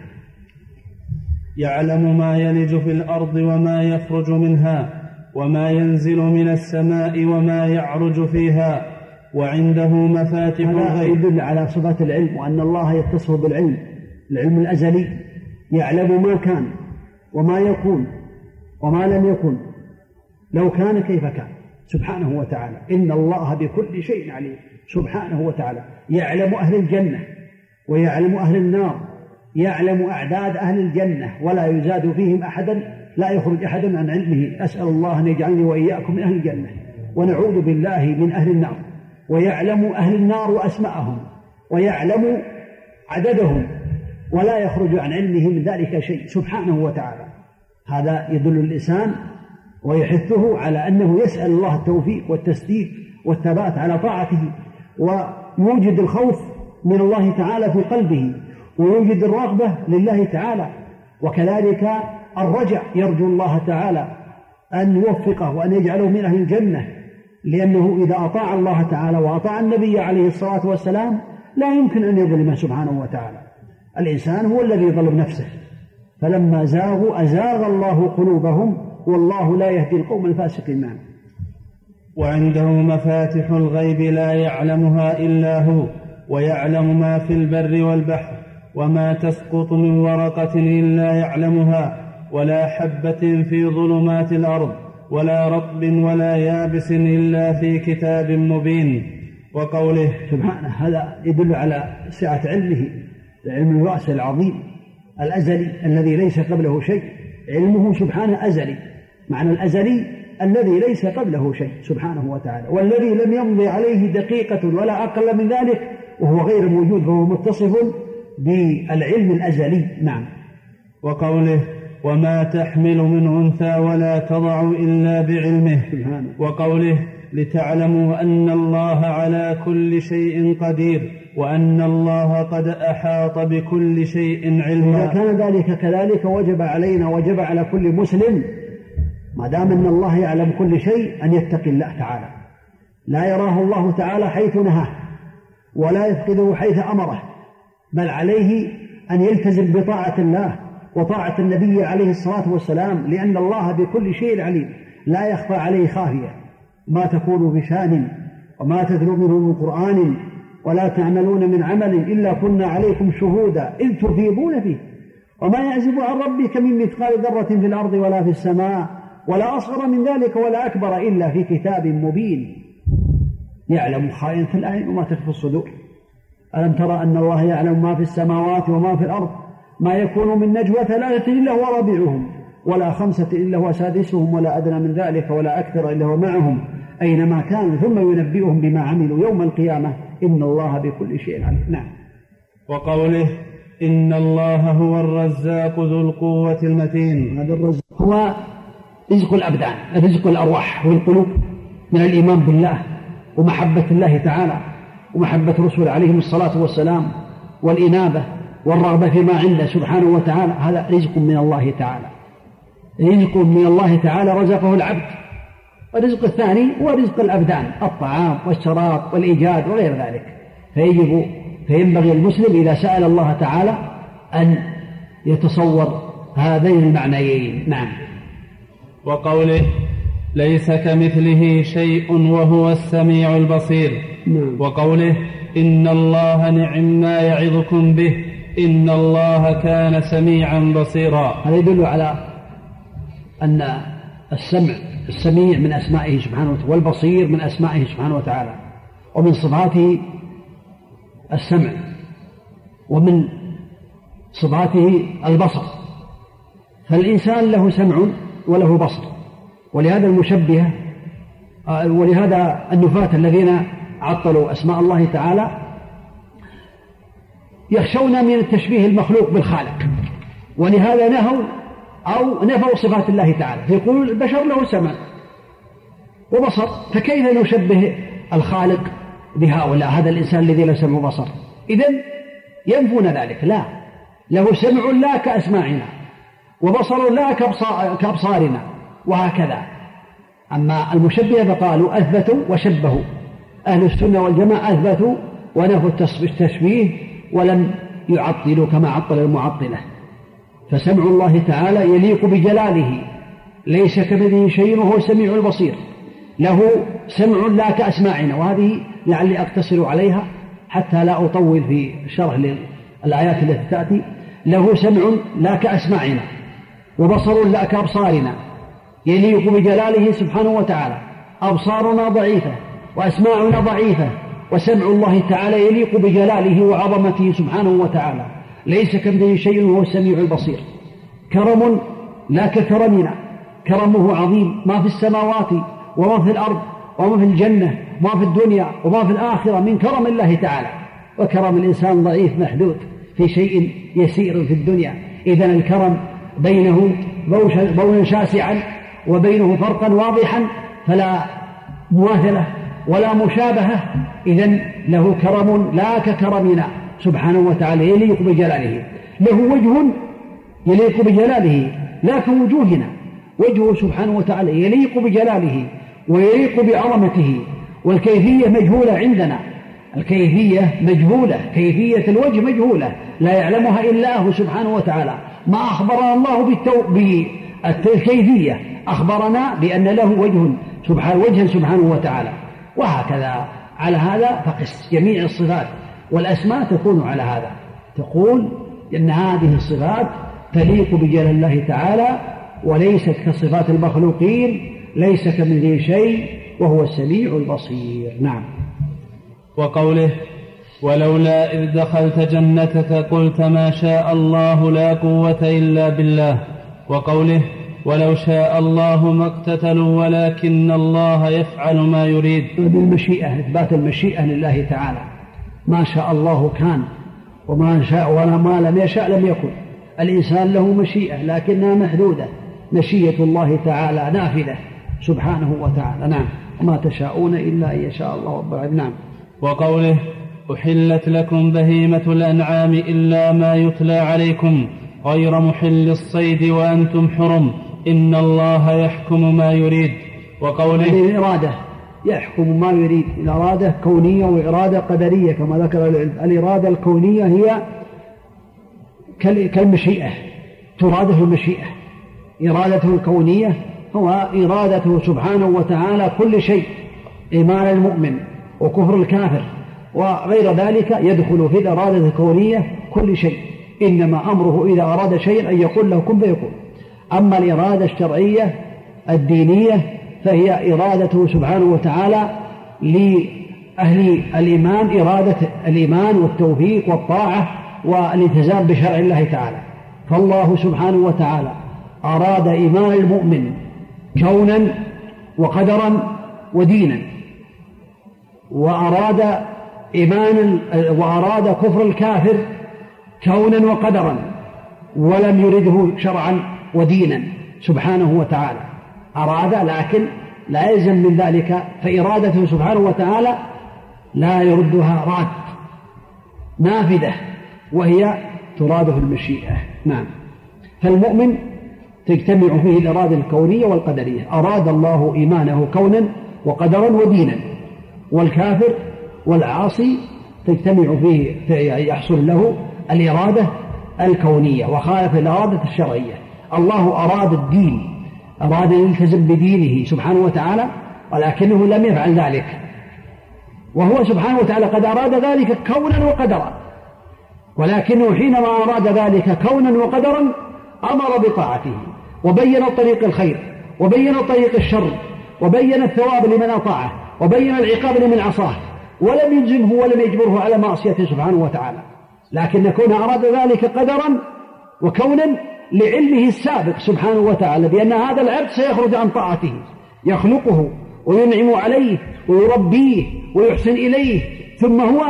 يعلم ما يلج في الأرض وما يخرج منها وما ينزل من السماء وما يعرج فيها وعنده مفاتح الغيب. يدل على صفات العلم، وأن الله يتصف بالعلم، العلم الأزلي، يعلم ما كان وما يكون وما لم يكن، لو كان كيف كان سبحانه وتعالى. إن الله بكل شيء عليم سبحانه وتعالى. يعلم أهل الجنة ويعلم أهل النار، يعلم أعداد أهل الجنة ولا يزاد فيهم أحدا، لا يخرج أحد عن علمه. أسأل الله أن يجعلني وإياكم من أهل الجنة، ونعوذ بالله من أهل النار. ويعلم أهل النار وأسماءهم ويعلم عددهم، ولا يخرج عن علمه من ذلك شيء سبحانه وتعالى. هذا يدل الإنسان ويحثه على أنه يسأل الله التوفيق والتسديد والثبات على طاعته، ويوجد الخوف من الله تعالى في قلبه، ويوجد الرغبة لله تعالى، وكذلك الرجع، يرجو الله تعالى أن يوفقه وأن يجعله من أهل الجنة، لأنه إذا أطاع الله تعالى وأطاع النبي عليه الصلاة والسلام لا يمكن أن يظلمه سبحانه وتعالى. الإنسان هو الذي يظلم نفسه، فلما زاغوا أزاغ الله قلوبهم والله لا يهدي القوم الفاسقين. معه. وعنده مفاتح الغيب لا يعلمها إلا هو، ويعلم ما في البر والبحر، وما تسقط من ورقة إلا يعلمها، ولا حبة في ظلمات الأرض، ولا رطب ولا يابس إلا في كتاب مبين. وقوله سبحانه هذا يدل على سعة علمه، علم الواسع العظيم الأزلي الذي ليس قبله شيء. علمه سبحانه أزلي، معنى الأزلي الذي ليس قبله شيء سبحانه وتعالى، والذي لم يمضي عليه دقيقة ولا أقل من ذلك وهو غير موجود، فهو متصف بالعلم الأزلي. نعم. وقوله وما تحمل من أنثى ولا تضع إلا بعلمه. سبحانه. وقوله لتعلموا أن الله على كل شيء قدير وأن الله قد أحاط بكل شيء علما. إذا كان ذلك كذلك وجب علينا وجب على كل مسلم ما دام أن الله يعلم كل شيء أن يتقي الله تعالى، لا يراه الله تعالى حيث نهاه ولا يفقده حيث أمره، بل عليه أن يلتزم بطاعة الله وطاعة النبي عليه الصلاة والسلام، لأن الله بكل شيء عليم لا يخفى عليه خافية. ما تكون بشان وما تتلو منه من قرآن ولا تعملون من عمل إلا كنا عليكم شهودا إذ تفيضون فيه وما يعزب عن ربك من مثقال ذرة في الأرض ولا في السماء ولا أصغر من ذلك ولا أكبر إلا في كتاب مبين. يعلم خائنة الأعين وما تخفي الصدور. ألم ترى أن الله يعلم ما في السماوات وما في الأرض ما يكون من نجوى ثلاثة إلا هو رابعهم ولا خمسة إلا هو سادسهم ولا أدنى من ذلك ولا أكثر إلا هو معهم أينما كانوا ثم ينبئهم بما عملوا يوم القيامة إن الله بكل شيء عليم. نعم. وقوله إن الله هو الرزاق ذو القوة المتين. هذا الرزاق هو رزق الأبدان، رزق الأرواح والقلوب من الإيمان بالله ومحبة الله تعالى ومحبة رسول عليهم الصلاة والسلام والإنابة والرغبة فيما عنده سبحانه وتعالى. هذا رزق من الله تعالى، رزق من الله تعالى رزقه العبد. والرزق الثاني هو رزق الأبدان، الطعام والشراب والإيجاد وغير ذلك. فيجب فينبغي المسلم إذا سأل الله تعالى أن يتصور هذين المعنيين. نعم. وقوله ليس كمثله شيء وهو السميع البصير. نعم. وقوله إن الله نعم ما يعظكم به إن الله كان سميعا بصيرا. هذا يدل على أن السمع السميع من أسمائه سبحانه وتعالى والبصير من أسمائه سبحانه وتعالى ومن صفاته السمع ومن صفاته البصر. فالإنسان له سمع وله بصر، ولهذا المشبهة ولهذا النفاة الذين عطلوا أسماء الله تعالى يخشون من التشبيه المخلوق بالخالق، ولهذا نهوا أو نفوا صفات الله تعالى، فيقول البشر له سمع وبصر، فكيف نشبه الخالق بهؤلاء؟ هذا الإنسان الذي له سمع وبصر، إذن ينفون ذلك. لا، له سمع لا كأسماعنا وبصر لا كأبصارنا وهكذا. أما المشبهة فقالوا أثبتوا وشبهوا، أهل السنة والجماعة أثبتوا ونفوا التشبيه ولم يعطلوا كما عطل المعطلة. فسمع الله تعالى يليق بجلاله، ليس كمثله شيء وهو السميع البصير. له سمع لا كأسماعنا، وهذه لعلي أقتصر عليها حتى لا أطول في شرح الآيات التي تأتي. له سمع لا كأسماعنا وبصر لا كأبصارنا، يليق بجلاله سبحانه وتعالى. أبصارنا ضعيفة وأسماعنا ضعيفة، وسمع الله تعالى يليق بجلاله وعظمته سبحانه وتعالى، ليس كمثله شيء وهو السميع البصير. كرم لا ككرمنا، كرمه عظيم، ما في السماوات وما في الأرض وما في الجنة وما في الدنيا وما في الآخرة من كرم الله تعالى. وكرم الإنسان ضعيف محدود في شيء يسير في الدنيا. إذن الكرم بينه بونا شاسعا وبينه فرقا واضحا، فلا مماثلة ولا مشابهة. إذن له كرم لا ككرمنا سبحانه وتعالى، يليق بجلاله. له وجه يليق بجلاله لا كوجوهنا، وجهه سبحانه وتعالى يليق بجلاله ويليق بعظمته، والكيفية مجهولة عندنا، الكيفية مجهولة، كيفية الوجه مجهولة لا يعلمها إلا هو سبحانه وتعالى. ما أخبرنا الله بالتو... بالكيفية، أخبرنا بأن له وجه سبحانه وجها سبحانه وتعالى. وهكذا على هذا فقس جميع الصفات والأسماء تكون على هذا، تقول إن هذه الصفات تليق بجلال الله تعالى وليست كصفات المخلوقين، ليس كمثله شيء وهو السميع البصير. نعم. وقوله ولولا إذ دخلت جنتك قلت ما شاء الله لا قوة إلا بالله. وقوله ولو شاء الله ما اقتتلوا ولكن الله يفعل ما يريد. بالمشيئة، إثبات المشيئة لله تعالى، ما شاء الله كان وما شاء ولا ما لم يشاء لم يكن. الإنسان له مشيئة لكنها محدودة، مشيئة الله تعالى نافذة سبحانه وتعالى. نعم. وما تشاءون إلا أن يشاء الله رب العالمين. نعم. وقوله أحلت لكم بهيمة الأنعام إلا ما يتلى عليكم غير محل الصيد وأنتم حرم إن الله يحكم ما يريد. وقوله الإرادة يحكم ما يريد، الإرادة كونية وإرادة قدرية كما ذكر العلم. الإرادة الكونية هي كالمشيئة، تراده المشيئة. إرادته الكونية هو إرادته سبحانه وتعالى كل شيء، إيمان المؤمن وكفر الكافر وغير ذلك يدخل في الإرادة الكونية كل شيء، إنما أمره إذا أراد شيئا أن يقول له كن فيكون. أما الإرادة الشرعية الدينية فهي إرادته سبحانه وتعالى لأهل الإيمان، إرادة الإيمان والتوفيق والطاعة والالتزام بشرع الله تعالى. فالله سبحانه وتعالى أراد إيمان المؤمن كونا وقدرا ودينا، وأراد إيمان وأراد كفر الكافر كونا وقدرا، ولم يرده شرعا ودينا سبحانه وتعالى. أراد لكن لا يلزم من ذلك، فإرادته سبحانه وتعالى لا يردها راد، نافذة، وهي تراده المشيئة. نعم. فالمؤمن تجتمع فيه الإرادة الكونية والقدرية، أراد الله إيمانه كونا وقدرا ودينا، والكافر والعاصي تجتمع فيه يحصل له الإرادة الكونية وخالف الإرادة الشرعية. الله أراد الدين، أراد أن يلتزم بدينه سبحانه وتعالى، ولكنه لم يفعل ذلك، وهو سبحانه وتعالى قد أراد ذلك كونا وقدرا، ولكنه حينما أراد ذلك كونا وقدرا أمر بطاعته وبين طريق الخير وبين طريق الشر وبين الثواب لمن أطاعه وبين العقاب لمن عصاه، ولم يلزمه ولم يجبره على معصيته سبحانه وتعالى، لكن كونه أراد ذلك قدرا وكونا لعلمه السابق سبحانه وتعالى بأن هذا العبد سيخرج عن طاعته، يخلقه وينعم عليه ويربيه ويحسن إليه، ثم هو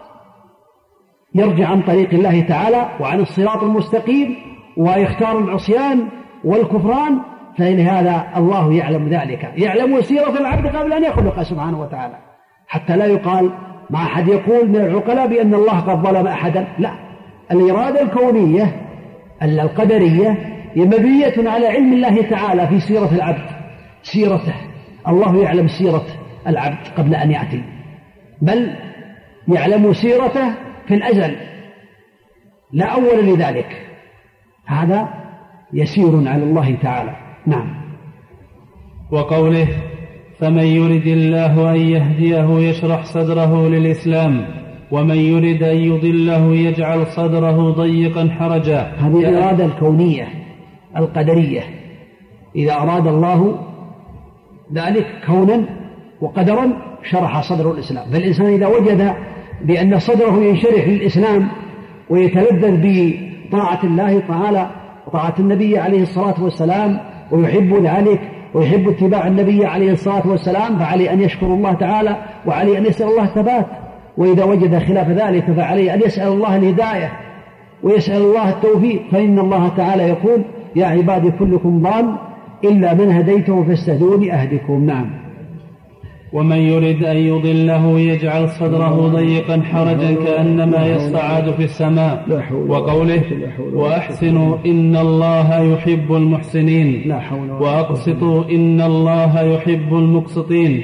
يرجع عن طريق الله تعالى وعن الصراط المستقيم ويختار العصيان والكفران. فلهذا الله يعلم ذلك، يعلم سيرة العبد قبل أن يخلق سبحانه وتعالى، حتى لا يقال ما أحد يقول من العقلاء بأن الله قد ظلم أحدا. لا، الإرادة الكونية القدرية هي مبنية على علم الله تعالى في سيرة العبد، سيرته، الله يعلم سيرة العبد قبل أن يأتي، بل يعلم سيرته في الأزل لا أول لذلك. هذا يسير على الله تعالى. نعم. وقوله فمن يرد الله أن يهديه يشرح صدره للإسلام ومن يرد أن يضله يجعل صدره ضيقا حرجا. هذه الإرادة الكونية القدرية، إذا أراد الله ذلك كونا وقدرا شرح صدر الإسلام. فالإنسان إذا وجد بأن صدره ينشرح للإسلام ويتلذذ بطاعة الله تعالى وطاعة النبي عليه الصلاة والسلام ويحب ذلك ويحب اتباع النبي عليه الصلاة والسلام، فعليه أن يشكر الله تعالى وعليه أن يسأل الله الثبات. وإذا وجد خلاف ذلك فعليه أن يسأل الله الهداية ويسأل الله التوفيق، فإن الله تعالى يقول يا عبادي كلكم ضال إلا من هديته فاستهدوني أهدكم. نعم. ومن يرد أن يضله يجعل صدره ضيقا حرجا كأنما يصعد في السماء. وقوله وأحسنوا إن الله يحب المحسنين وأقسطوا إن الله يحب المقسطين.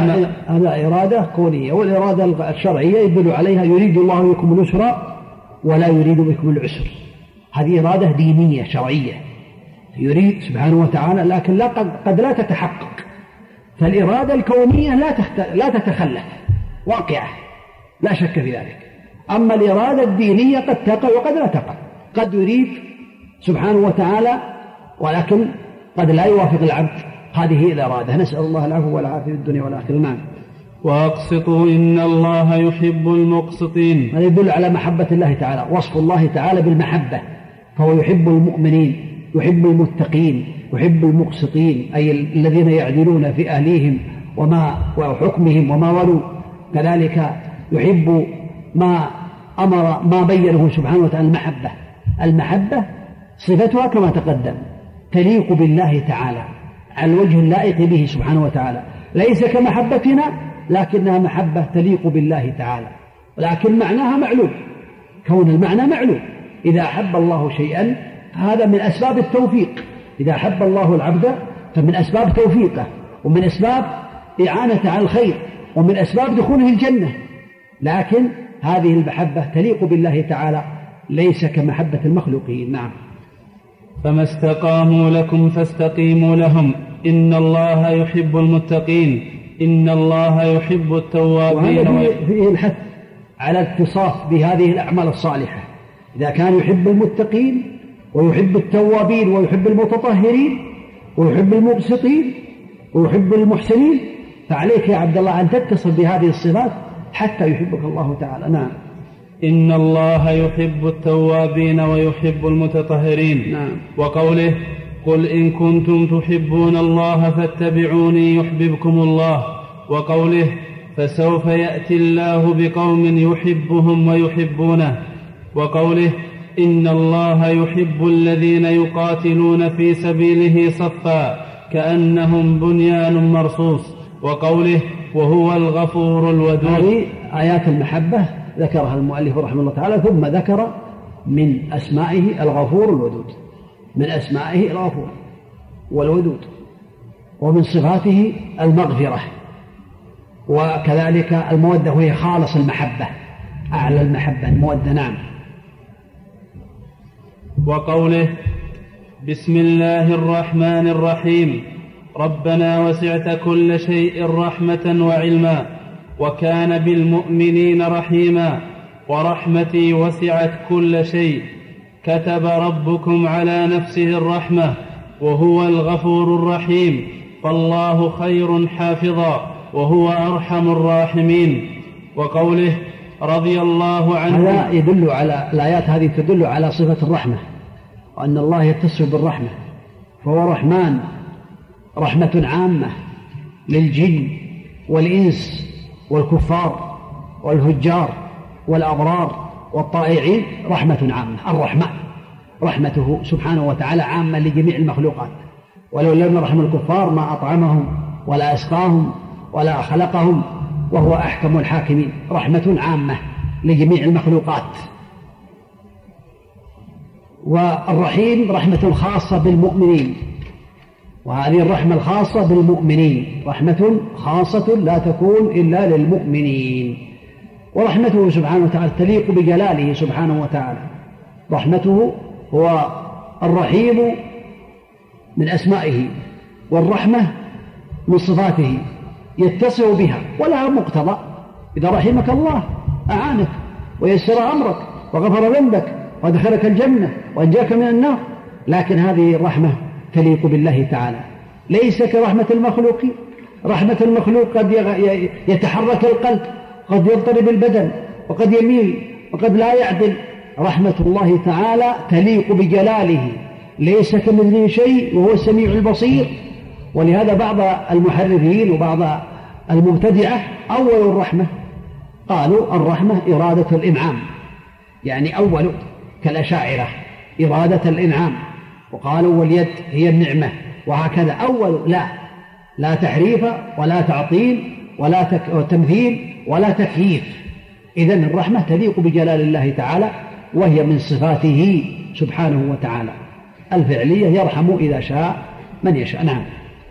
هذا إرادة كونية، والإرادة الشرعية يدل عليها يريد الله بكم اليسر ولا يريد بكم العسر. هذه إرادة دينية شرعية يريد سبحانه وتعالى، لكن لا قد لا تتحقق. فالإرادة الكونية لا لا تتخلف، واقعة لا شك في ذلك. أما الإرادة الدينية قد تقع وقد لا تقع، قد يريد سبحانه وتعالى ولكن قد لا يوافق العبد. هذه الإرادة. نسأل الله العفو والعافية في الدنيا والآخرة. نعم. وأقسطوا إن الله يحب المقسطين. هذا يدل على محبة الله تعالى، وصف الله تعالى بالمحبة، فهو يحب المؤمنين، يحب المتقين، يحب المقسطين، أي الذين يعدلون في أهليهم وما وحكمهم وما ولوا. كذلك يحب ما أمر ما بينه سبحانه وتعالى المحبة. المحبة صفتها كما تقدم تليق بالله تعالى على الوجه اللائق به سبحانه وتعالى، ليس كمحبتنا لكنها محبة تليق بالله تعالى، ولكن معناها معلوم، كون المعنى معلوم. إذا أحب الله شيئا هذا من أسباب التوفيق، إذا أحب الله العبد فمن أسباب توفيقه ومن أسباب إعانة على الخير ومن أسباب دخوله الجنة. لكن هذه المحبة تليق بالله تعالى ليس كمحبة المخلوقين. نعم. فما استقاموا لكم فاستقيموا لهم إن الله يحب المتقين إن الله يحب التوابين. وهذا فيه الحث على الاتصاف بهذه الأعمال الصالحة. إذا كان يحب المتقين ويحب التوابين ويحب المتطهرين ويحب المقسطين ويحب المحسنين، فعليك يا عبد الله أن تتصل بهذه الصفات حتى يحبك الله تعالى. نعم. إن الله يحب التوابين ويحب المتطهرين. نعم. وقوله قل إن كنتم تحبون الله فاتبعوني يحببكم الله. وقوله فسوف يأتي الله بقوم يحبهم ويحبونه. وقوله إن الله يحب الذين يقاتلون في سبيله صفا كأنهم بنيان مرصوص. وقوله وهو الغفور الودود. هذه آيات المحبة ذكرها المؤلف رحمه الله تعالى، ثم ذكر من أسمائه الغفور الودود، من أسمائه الغفور والودود، ومن صفاته المغفرة، وكذلك المودة وهي خالص المحبة، أعلى المحبة المودة. نعم. وقوله بسم الله الرحمن الرحيم ربنا وسعت كل شيء رحمة وعلما وكان بالمؤمنين رحيما ورحمتي وسعت كل شيء كتب ربكم على نفسه الرحمة وهو الغفور الرحيم فالله خير حافظا وهو أرحم الراحمين. وقوله رضي الله عنه. هذا يدل على الآيات هذه تدل على صفة الرحمة، وأن الله يتصف بالرحمة، فهو رحمن، رحمة عامة للجن والإنس والكفار والفجار والأبرار والطائعين، رحمة عامة. الرحمن رحمته سبحانه وتعالى عامة لجميع المخلوقات، ولو لم يرحم الكفار ما أطعمهم ولا أسقاهم ولا خلقهم، وهو أحكم الحاكمين. رحمة عامة لجميع المخلوقات. والرحيم رحمة خاصة بالمؤمنين، وهذه الرحمة الخاصة بالمؤمنين رحمة خاصة لا تكون إلا للمؤمنين. ورحمته سبحانه وتعالى تليق بجلاله سبحانه وتعالى. رحمته هو الرحيم من أسمائه، والرحمة من صفاته يتصل بها ولها مقتضى. إذا رحمك الله أعانك ويسر أمرك وغفر ذنبك ودخلك الجنة وأنجاك من النار. لكن هذه الرحمة تليق بالله تعالى، ليس كرحمة المخلوق. رحمة المخلوق قد يتحرك القلب، قد يضطرب البدن، وقد يميل، وقد لا يعدل. رحمة الله تعالى تليق بجلاله، ليس كمثله شيء وهو السميع البصير. ولهذا بعض المحرفين وبعض المبتدعة أول الرحمة قالوا الرحمة إرادة الإنعام، يعني أول كالأشاعرة إرادة الإنعام، وقالوا واليد هي النعمة، وهكذا أول. لا لا تحريف ولا تعطيل ولا تمثيل ولا تكييف. إذن الرحمة تليق بجلال الله تعالى، وهي من صفاته سبحانه وتعالى الفعلية، يرحم إذا شاء من يشاء. نعم.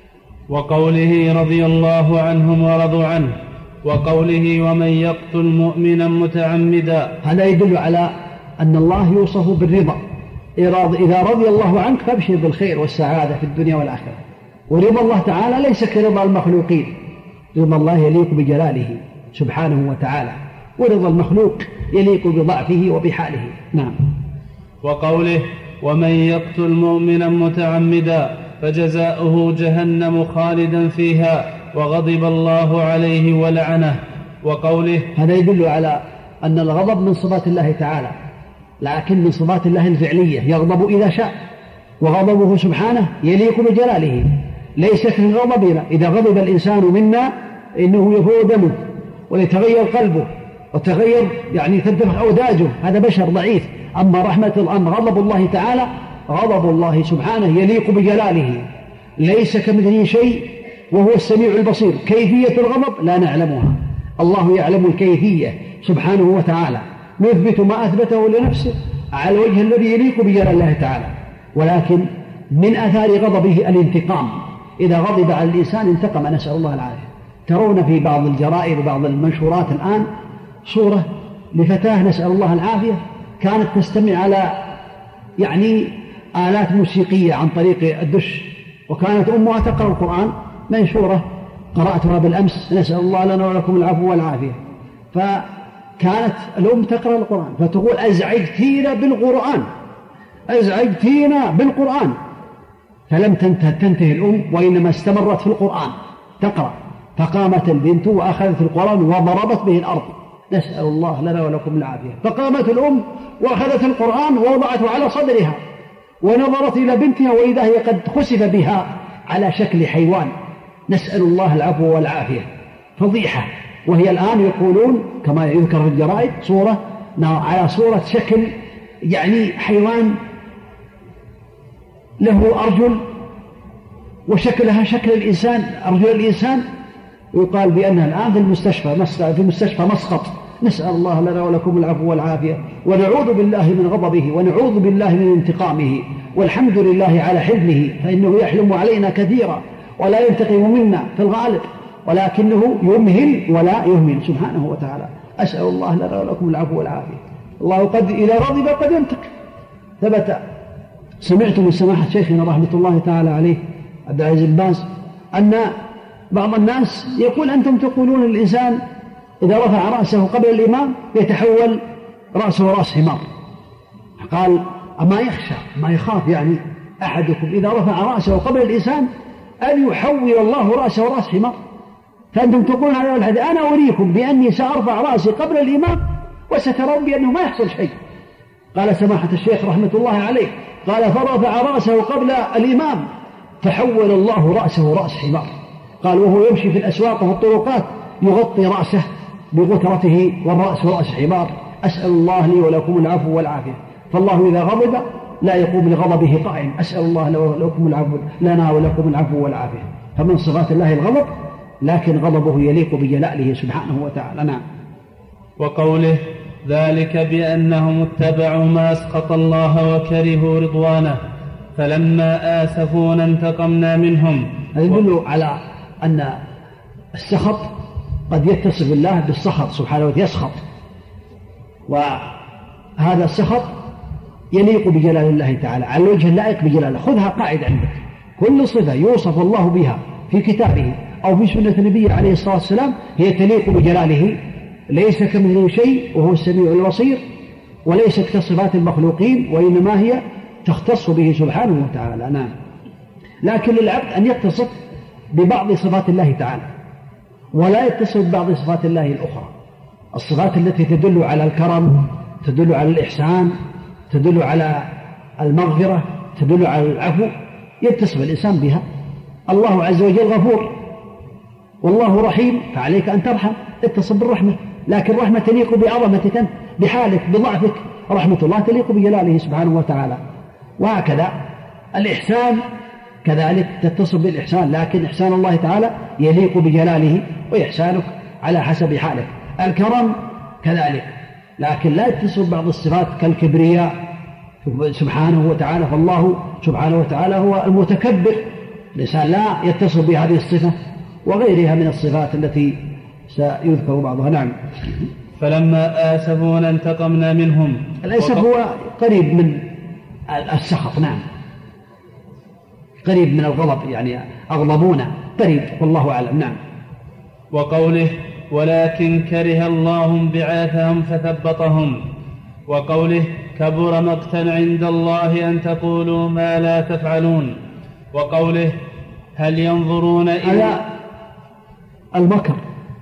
وقوله رضي الله عنهم ورضوا عنه، وقوله ومن يقتل مؤمنا متعمدا، هذا يدل على أن الله يوصف بالرضا. إذا رضي الله عنك فابشر بالخير والسعادة في الدنيا والآخرة. ورضا الله تعالى ليس كرضا المخلوقين، رضا الله يليق بجلاله سبحانه وتعالى، ورضا المخلوق يليق بضعفه وبحاله. نعم. وقوله ومن يقتل مؤمنا متعمدا فجزاؤه جهنم خالدا فيها وغضب الله عليه ولعنه. وقوله، هذا يدل على أن الغضب من صفات الله تعالى، لكن من صفات الله الفعلية، يغضب إذا شاء، وغضبه سبحانه يليق بجلاله، ليس كغضبنا. إذا غضب الإنسان منا إنه يفور دمه ويتغير قلبه وتغير يعني تنتفخ أوداجه، هذا بشر ضعيف. أما رحمة أما غضب الله تعالى، غضب الله سبحانه يليق بجلاله، ليس كمثله شيء وهو السميع البصير. كيفية الغضب لا نعلمها، الله يعلم الكيفية سبحانه وتعالى، نثبت ما أثبته لنفسه على الوجه الذي يليق بجلال الله تعالى. ولكن من أثار غضبه الانتقام، إذا غضب على الإنسان انتقم، نسأل الله العافية. ترون في بعض الجرائد وبعض المنشورات الآن صورة لفتاة نسأل الله العافية كانت تستمع على يعني آلات موسيقية عن طريق الدش، وكانت أمها تقرأ القرآن، منشورة قرأتها بالأمس نسأل الله لنا ولكم العفو والعافية. فكانت الأم تقرأ القرآن فتقول أزعجتينا بالقرآن، أزعجتينا بالقرآن، فلم تنتهي الأم وإنما استمرت في القرآن تقرأ. فقامت البنت وأخذت القرآن وضربت به الأرض، نسأل الله لنا ولكم العافية. فقامت الأم وأخذت القرآن ووضعته على صدرها ونظرت إلى بنتها وإذا هي قد خسف بها على شكل حيوان، نسأل الله العفو والعافية. فضيحة. وهي الآن يقولون كما يذكر في الجرائد صورة على صورة شكل يعني حيوان له أرجل وشكلها شكل الإنسان، أرجل الإنسان، ويقال بأنها الآن في المستشفى في مستشفى مسقط، نسأل الله لنا ولكم العفو والعافية. ونعوذ بالله من غضبه ونعوذ بالله من انتقامه، والحمد لله على حلمه، فإنه يحلم علينا كثيرا ولا ينتقم منا في الغالب، ولكنه يمهل ولا يهمل سبحانه وتعالى. أسأل الله لنا ولكم العفو والعافية. الله قد إذا غضب قد ينتقم. ثبت سمعت من سماحة شيخنا رحمة الله تعالى عليه عبد العزيز بن باز أن بعض الناس يقول أنتم تقولون الإنسان إذا رفع رأسه قبل الإمام يتحول رأسه رأس حمار. قال أما يخشى ما يخاف يعني أحدكم إذا رفع رأسه قبل الإنسان أن يحول الله رأسه رأس حمار؟ فأنتم تقولون على الحديث أنا أريكم بأني سأرفع رأسي قبل الإمام وسترون بأنه ما يحصل شيء. قال سماحة الشيخ رحمة الله عليه قال فرفع رأسه قبل الإمام فحول الله رأسه رأس حمار. قال وهو يمشي في الأسواق والطرقات يغطي رأسه بغترته والرأس رأس حمار. أسأل الله لي ولكم العفو والعافية. فالله إذا غضب لا يقوم لغضبه قائم. أسأل الله لكم العفو لنا ولكم العفو والعافية. فمن صفات الله الغضب، لكن غضبه يليق بجلاله سبحانه وتعالى. نعم. وقوله ذلك بأنهم اتبعوا ما أسخط الله وكرهوا رضوانه فلما آسفونا انتقمنا منهم. هذا يدل على أن السخط قد يتصف الله بالسخط سبحانه وتعالى، يسخط، وهذا السخط يليق بجلال الله تعالى على الوجه اللائق بجلاله. خذها قاعدة عندك، كل صفة يوصف الله بها في كتابه أو في سنة النبي عليه الصلاة والسلام هي تليق بجلاله، ليس كمثله شيء وهو السميع البصير، وليست كصفات المخلوقين، وإنما هي تختص به سبحانه وتعالى. نعم. لكن للعبد أن يتصف ببعض صفات الله تعالى ولا يتصف ببعض صفات الله الأخرى، الصفات التي تدل على الكرم، تدل على الإحسان، تدل على المغفرة، تدل على العفو، يتصف الإنسان بها. الله عز وجل غفور والله رحيم، فعليك أن ترحم، اتصف بالرحمة، لكن رحمة تليق بعظمتك أنت بحالك بضعفك، رحمة الله تليق بجلاله سبحانه وتعالى. وهكذا الإحسان كذلك تتصف بالإحسان، لكن إحسان الله تعالى يليق بجلاله، وإحسانك على حسب حالك. الكرم كذلك، لكن لا يتصف بعض الصفات كالكبرياء سبحانه وتعالى، فالله سبحانه وتعالى هو المتكبر، الإنسان لا يتصف بهذه الصفة وغيرها من الصفات التي سيذكر بعضها. نعم. فلما آسفونا انتقمنا منهم. الأسف هو قريب من السخط، نعم، قريب من الغضب، يعني أغضبونا، قريب، والله أعلم. نعم. وقوله ولكن كره الله بعاثهم فثبطهم. وقوله كبر مقتا عند الله أن تقولوا ما لا تفعلون. وقوله هل ينظرون إلى المكر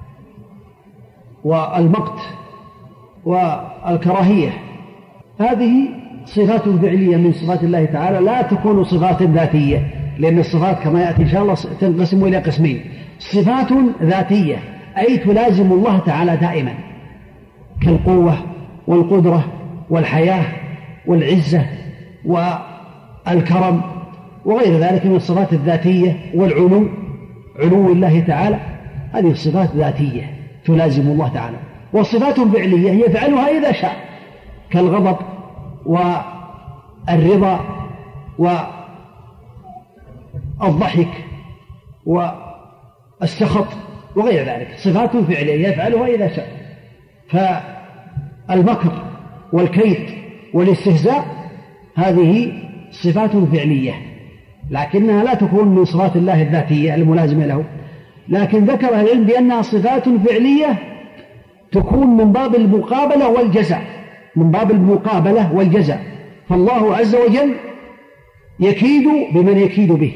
والمقت والكراهية، هذه صفات فعلية من صفات الله تعالى، لا تكون صفات ذاتية، لأن الصفات كما يأتي إن شاء الله تنقسم إلى قسمين: صفات ذاتية أي تلازم الله تعالى دائما، كالقوة والقدرة والحياة والعزة والكرم وغير ذلك من الصفات الذاتية، والعلو، علو الله تعالى، هذه الصفات ذاتية تلازم الله تعالى. والصفات فعلية هي يفعلها إذا شاء، كالغضب والرضا والضحك والسخط وغير ذلك، صفات فعلية يفعلها إذا شاء. فالمكر والكيد والاستهزاء هذه صفات فعلية، لكنها لا تكون من صفات الله الذاتية الملازمة له، لكن ذكر العلم بأنها صفات فعلية تكون من باب المقابلة والجزاء، من باب المقابلة والجزاء. فالله عز وجل يكيد بمن يكيد به،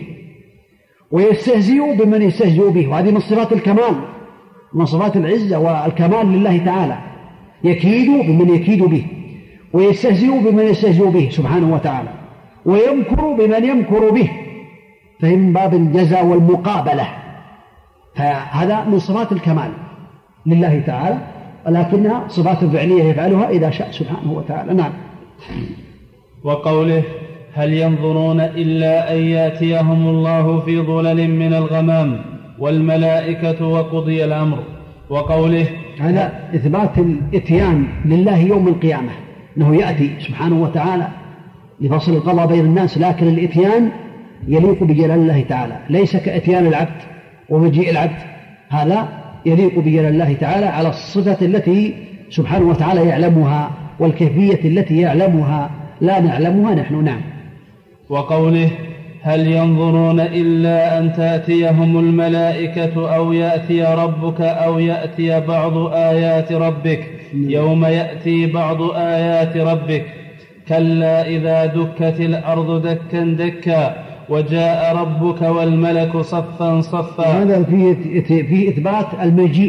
ويستهزئ بمن يستهزئ به، وهذه من صفات الكمال، من صفات العزة والكمال لله تعالى، يكيد بمن يكيد به، ويستهزئ بمن يستهزئ به سبحانه وتعالى، ويمكر بمن يمكر به، فهي من باب الجزاء والمقابلة. فهذا من صفات الكمال لله تعالى، ولكنها صفات فعلية يفعلها إذا شاء سبحانه وتعالى. نعم. وقوله هل ينظرون إلا أن يأتيهم الله في ظلل من الغمام والملائكة وقضي الأمر. وقوله هذا إثبات الإتيان لله يوم القيامة، أنه يأتي سبحانه وتعالى لفصل القضاء بين الناس، لكن الإتيان يليق بجلال الله تعالى، ليس كإتيان العبد ومجيء العبد، هذا يليق بجلال الله تعالى على الصفة التي سبحانه وتعالى يعلمها، والكيفية التي يعلمها لا نعلمها نحن. نعم. وقوله هل ينظرون إلا أن تأتيهم الملائكة أو يأتي ربك أو يأتي بعض آيات ربك يوم يأتي بعض آيات ربك كلا إذا دكت الأرض دكا دكا وجاء ربك والملك صفا صفا. هذا في إثبات المجيء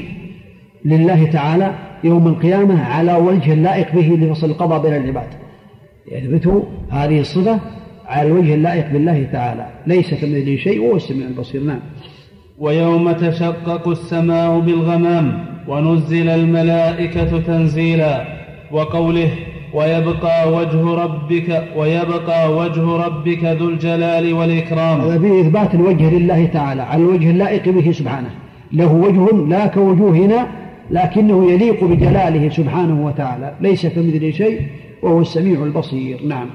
لله تعالى يوم القيامة على وجه اللائق به لفصل القضاء بين العباد، يثبت هذه الصفة على الوجه اللائق بالله تعالى، ليس كمثله شيء وهو السميع البصير. نعم. ويوم تشقق السماء بالغمام ونزل الملائكة تنزيلا. وقوله ويبقى وجه ربك ويبقى وجه ربك ذو الجلال والإكرام. هذا في إثبات الوجه لله تعالى على الوجه اللائق به سبحانه، له وجه لا كوجوهنا لكنه يليق بجلاله سبحانه وتعالى، ليس كمثله شيء وهو السميع البصير. نعم.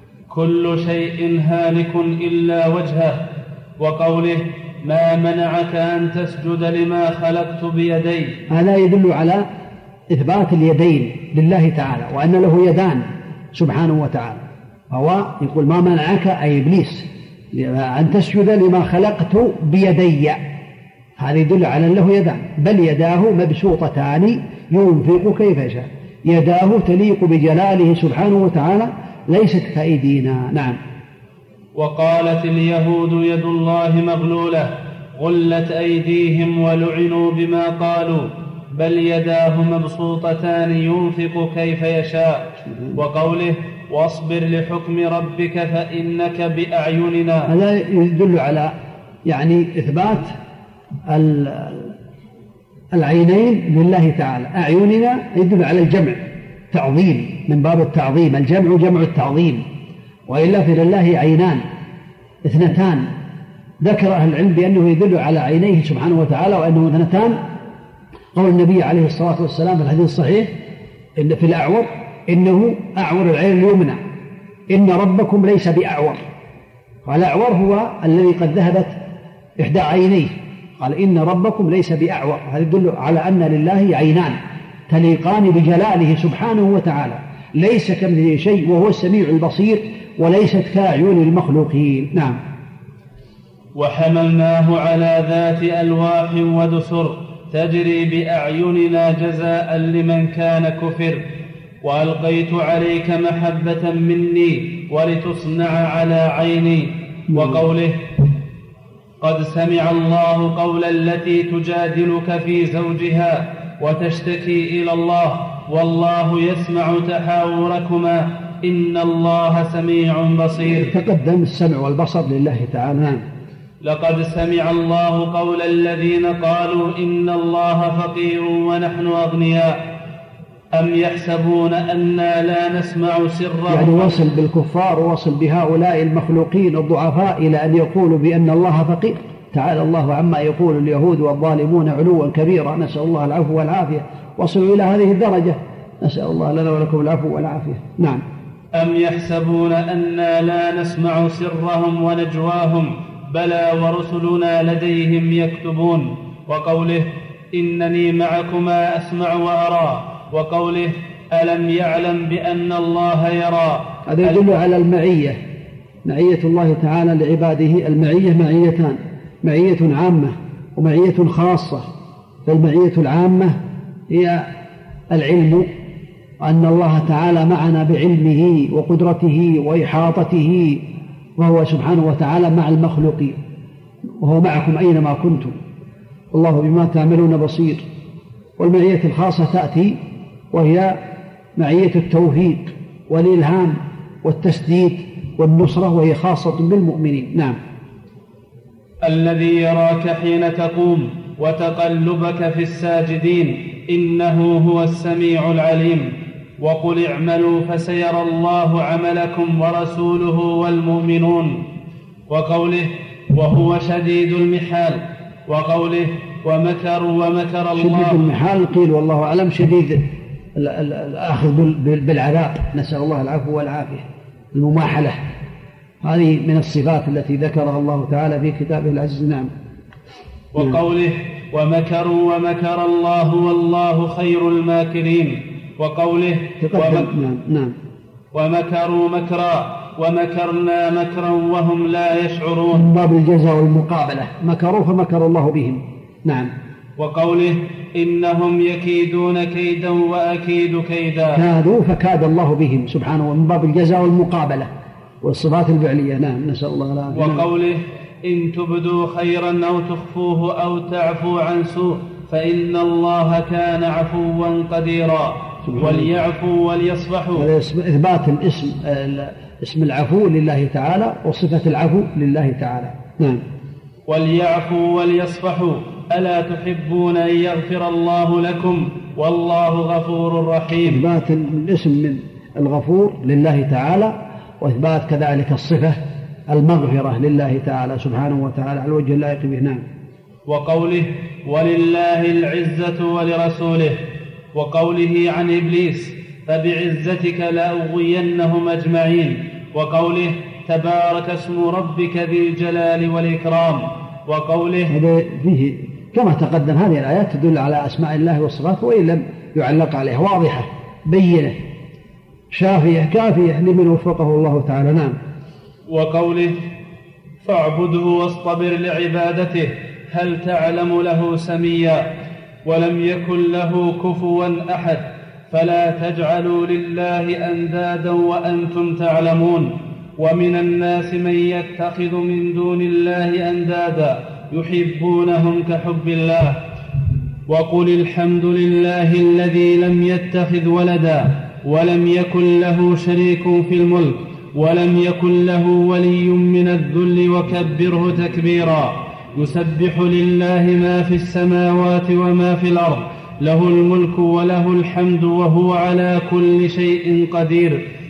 كل شيء هالك إلا وجهه. وقوله ما منعك أن تسجد لما خلقت بيدي. هذا يدل على إثبات اليدين لله تعالى، وأن له يدان سبحانه وتعالى، فهو يقول ما منعك أي إبليس أن تسجد لما خلقت بيدي، هذا يدل على أن له يدان، بل يداه مبسوطتان ينفق كيف يشاء، يداه تليق بجلاله سبحانه وتعالى ليست كأيدينا. نعم. وقالت اليهود يد الله مغلولة غلت أيديهم ولعنوا بما قالوا بل يداه مبسوطتان ينفق كيف يشاء. وقوله واصبر لحكم ربك فإنك بأعيننا. هذا يدل على يعني إثبات العينين لله تعالى، أعيننا يدل على الجمع، تعظيم من باب التعظيم، الجمع جمع التعظيم، وإلا في لله عينان اثنتان ذكر أهل العلم بأنه يدل على عينيه سبحانه وتعالى وأنه اثنتان. قول النبي عليه الصلاة والسلام في الحديث الصحيح إن في الأعور إنه أعور العين اليمنى، إن ربكم ليس بأعور. والأعور هو الذي قد ذهبت إحدى عينيه، قال إن ربكم ليس بأعور. هذا يدل على أن لله عينان تليقان بجلاله سبحانه وتعالى، ليس كمثله شيء وهو السميع البصير، وليست كأعين المخلوقين. نعم. وحملناه على ذات ألواح ودسر تجري بأعيننا جزاء لمن كان كفر، وألقيت عليك محبة مني ولتصنع على عيني. وقوله قد سمع الله قول التي تجادلك في زوجها وتشتكي إلى الله والله يسمع تحاوركما إن الله سميع بصير. تقدم السمع والبصر لله تعالى. لقد سمع الله قول الذين قالوا إن الله فقير ونحن أغنياء أم يحسبون أنا لا نسمع سرهم. يعني وصل بالكفار ووصل بهؤلاء المخلوقين الضعفاء إلى أن يقولوا بأن الله فقير. تعالى الله عما يقول اليهود والظالمون علوا كبيرا، نسأل الله العفو والعافية. وصلوا إلى هذه الدرجة، نسأل الله لنا ولكم العفو والعافية. نعم. أم يحسبون أنا لا نسمع سرهم ونجواهم بلى ورسلنا لديهم يكتبون. وقوله إنني معكما أسمع وأرى. وقوله ألم يعلم بأن الله يرى. هذا يدل على المعية، معية الله تعالى لعباده. المعية معيتان، معية عامة ومعية خاصة. فالمعية العامة هي العلم، أن الله تعالى معنا بعلمه وقدرته وإحاطته، وهو سبحانه وتعالى مع المخلوقين، وهو معكم أينما كنتم والله بما تعملون بصير. والمعية الخاصة تأتي وهي معية التوفيق والإلهام والتسديد والنصرة، وهي خاصة بالمؤمنين. نعم. الذي يراك حين تقوم وتقلبك في الساجدين إنه هو السميع العليم. وقل اعملوا فسيرى الله عملكم ورسوله والمؤمنون. وقوله وهو شديد المحال. وقوله ومكروا ومكر الله. شديد المحال قيل والله أعلم شديد الأخذ بالعذاب، نسأل الله العفو والعافية. المماحلة هذه من الصفات التي ذكرها الله تعالى في كتابه العزيز. نعم. وقوله ومكروا ومكر الله والله خير الماكرين. وقوله نعم. نعم. ومكروا مكرا ومكرنا مكرا وهم لا يشعرون. من باب الجزاء والمقابلة، مكروا فمكر الله بهم. نعم. وقوله إنهم يكيدون كيدا وأكيد كيدا. كادوا فكاد الله بهم سبحانه، من باب الجزاء والمقابلة والصفات الفعلية. نعم. نسأل الله العافية. وقوله إن تبدوا خيرا أو تخفوه أو تعفو عن سوء فإن الله كان عفوا قديرا. وليعفوا وليصفحوا. هذا إثبات الاسم اسم العفو لله تعالى وصفة العفو لله تعالى. نعم. وليعفوا وليصفحوا ألا تحبون أن يغفر الله لكم والله غفور رحيم. إثبات الاسم من الغفور لله تعالى، وإثبات كذلك الصفة المغفرة لله تعالى سبحانه وتعالى على الوجه اللائق به. نعم. وقوله ولله العزة ولرسوله. وقوله عن إبليس فبعزتك لأغوينهم أجمعين. وقوله تبارك اسم ربك ذي الجلال والإكرام. وقوله هذا فيه كما تقدم هذه الآيات تدل على أسماء الله والصفات، وإن لم يعلق عليها، واضحة بينة شافية كافية لمن وفقه الله تعالى. نعم. وقوله فاعبده واصطبر لعبادته هل تعلم له سميا ولم يكن له كفوا أحد فلا تجعلوا لله أندادا وأنتم تعلمون. ومن الناس من يتخذ من دون الله أندادا يحبونهم كحب الله. وقل الحمد لله الذي لم يتخذ ولدا ولم يكن له شريك في الملك ولم يكن له ولي من الذل وكبره تكبيرا. يسبح لله ما في السماوات وما في الأرض له الملك وله الحمد وهو على كل شيء قدير.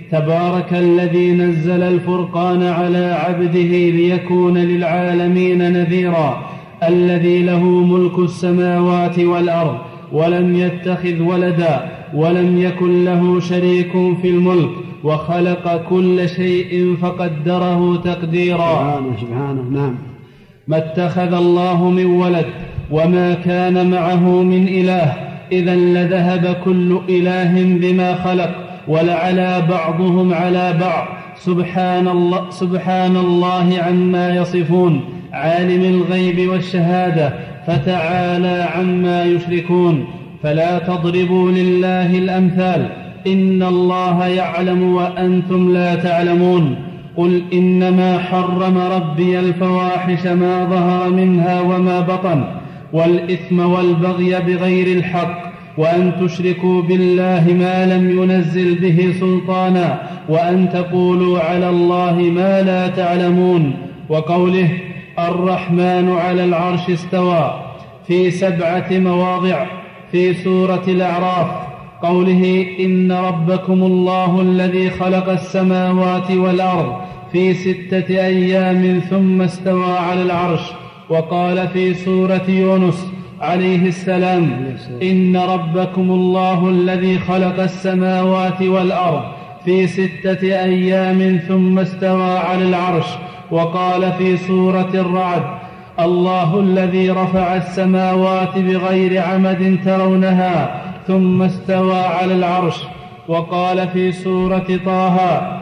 تبارك الذي نزل الفرقان على عبده ليكون للعالمين نذيرا الذي له ملك السماوات والأرض ولم يتخذ ولدا ولم يكن له شريك في الملك وخلق كل شيء فقدره تقديرا. سبحانه سبحانه. نعم. ما اتخذ الله من ولد وما كان معه من إله إذن لذهب كل إله بما خلق ولعلى بعضهم على بعض سبحان الله, سبحان الله عما يصفون عالم الغيب والشهادة فتعالى عما يشركون. فلا تضربوا لله الأمثال إن الله يعلم وأنتم لا تعلمون. قل إنما حرم ربي الفواحش ما ظهر منها وما بطن والإثم والبغي بغير الحق وأن تشركوا بالله ما لم ينزل به سلطانا وأن تقولوا على الله ما لا تعلمون. وقوله الرحمن على العرش استوى في سبعة مواضع في سورة الأعراف. قوله إن ربكم الله الذي خلق السماوات والأرض في ستة أيام ثم استوى على العرش. وقال في سورة يونس عليه السلام إن ربكم الله الذي خلق السماوات والأرض في ستة أيام ثم استوى على العرش. وقال في سورة الرعد الله الذي رفع السماوات بغير عمد ترونها ثم استوى على العرش. وقال في سورة طه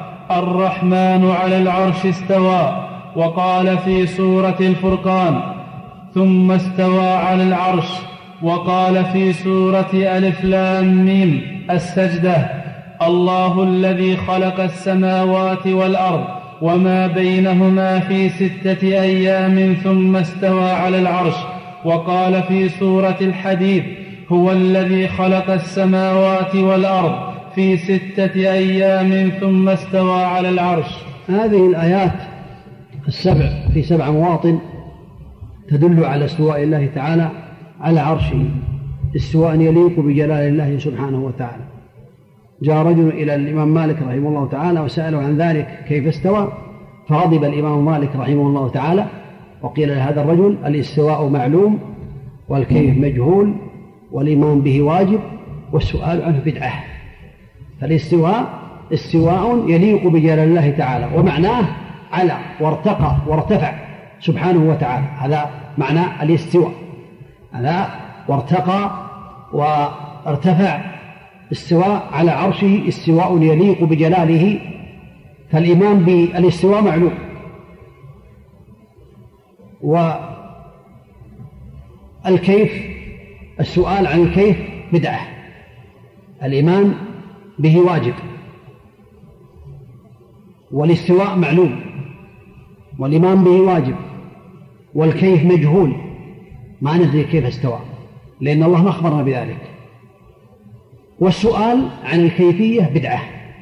الرحمن على العرش استوى. وقال في سورة الفرقان ثم استوى على العرش. وقال في سورة ألف لام ميم السجدة الله الذي خلق السماوات والأرض وما بينهما في ستة أيام ثم استوى على العرش. وقال في سورة الحديد هو الذي خلق السماوات والأرض في ستة أيام ثم استوى على العرش. هذه الآيات السبع في سبع مواطن تدل على استواء الله تعالى على عرشه استواء يليق بجلال الله سبحانه وتعالى. جاء رجل إلى الإمام مالك رحمه الله تعالى وسأله عن ذلك كيف استوى، فغضب الإمام مالك رحمه الله تعالى وقيل لهذا الرجل الاستواء معلوم والكيف مجهول والإيمان به واجب والسؤال عنه بدعة. فالاستواء استواء يليق بجلال الله تعالى ومعناه على وارتقى وارتفع سبحانه وتعالى، هذا معنى الاستواء، هذا وارتقى وارتفع استواء على عرشه استواء يليق بجلاله. فالإيمان بالاستواء معلوم والكيف السؤال عن الكيف بدعة. الإيمان به واجب والاستواء معلوم والإيمان به واجب والكيف مجهول، ما ندري كيف استوى لأن الله ما أخبرنا بذلك. والسؤال عن الكيفية بدعة،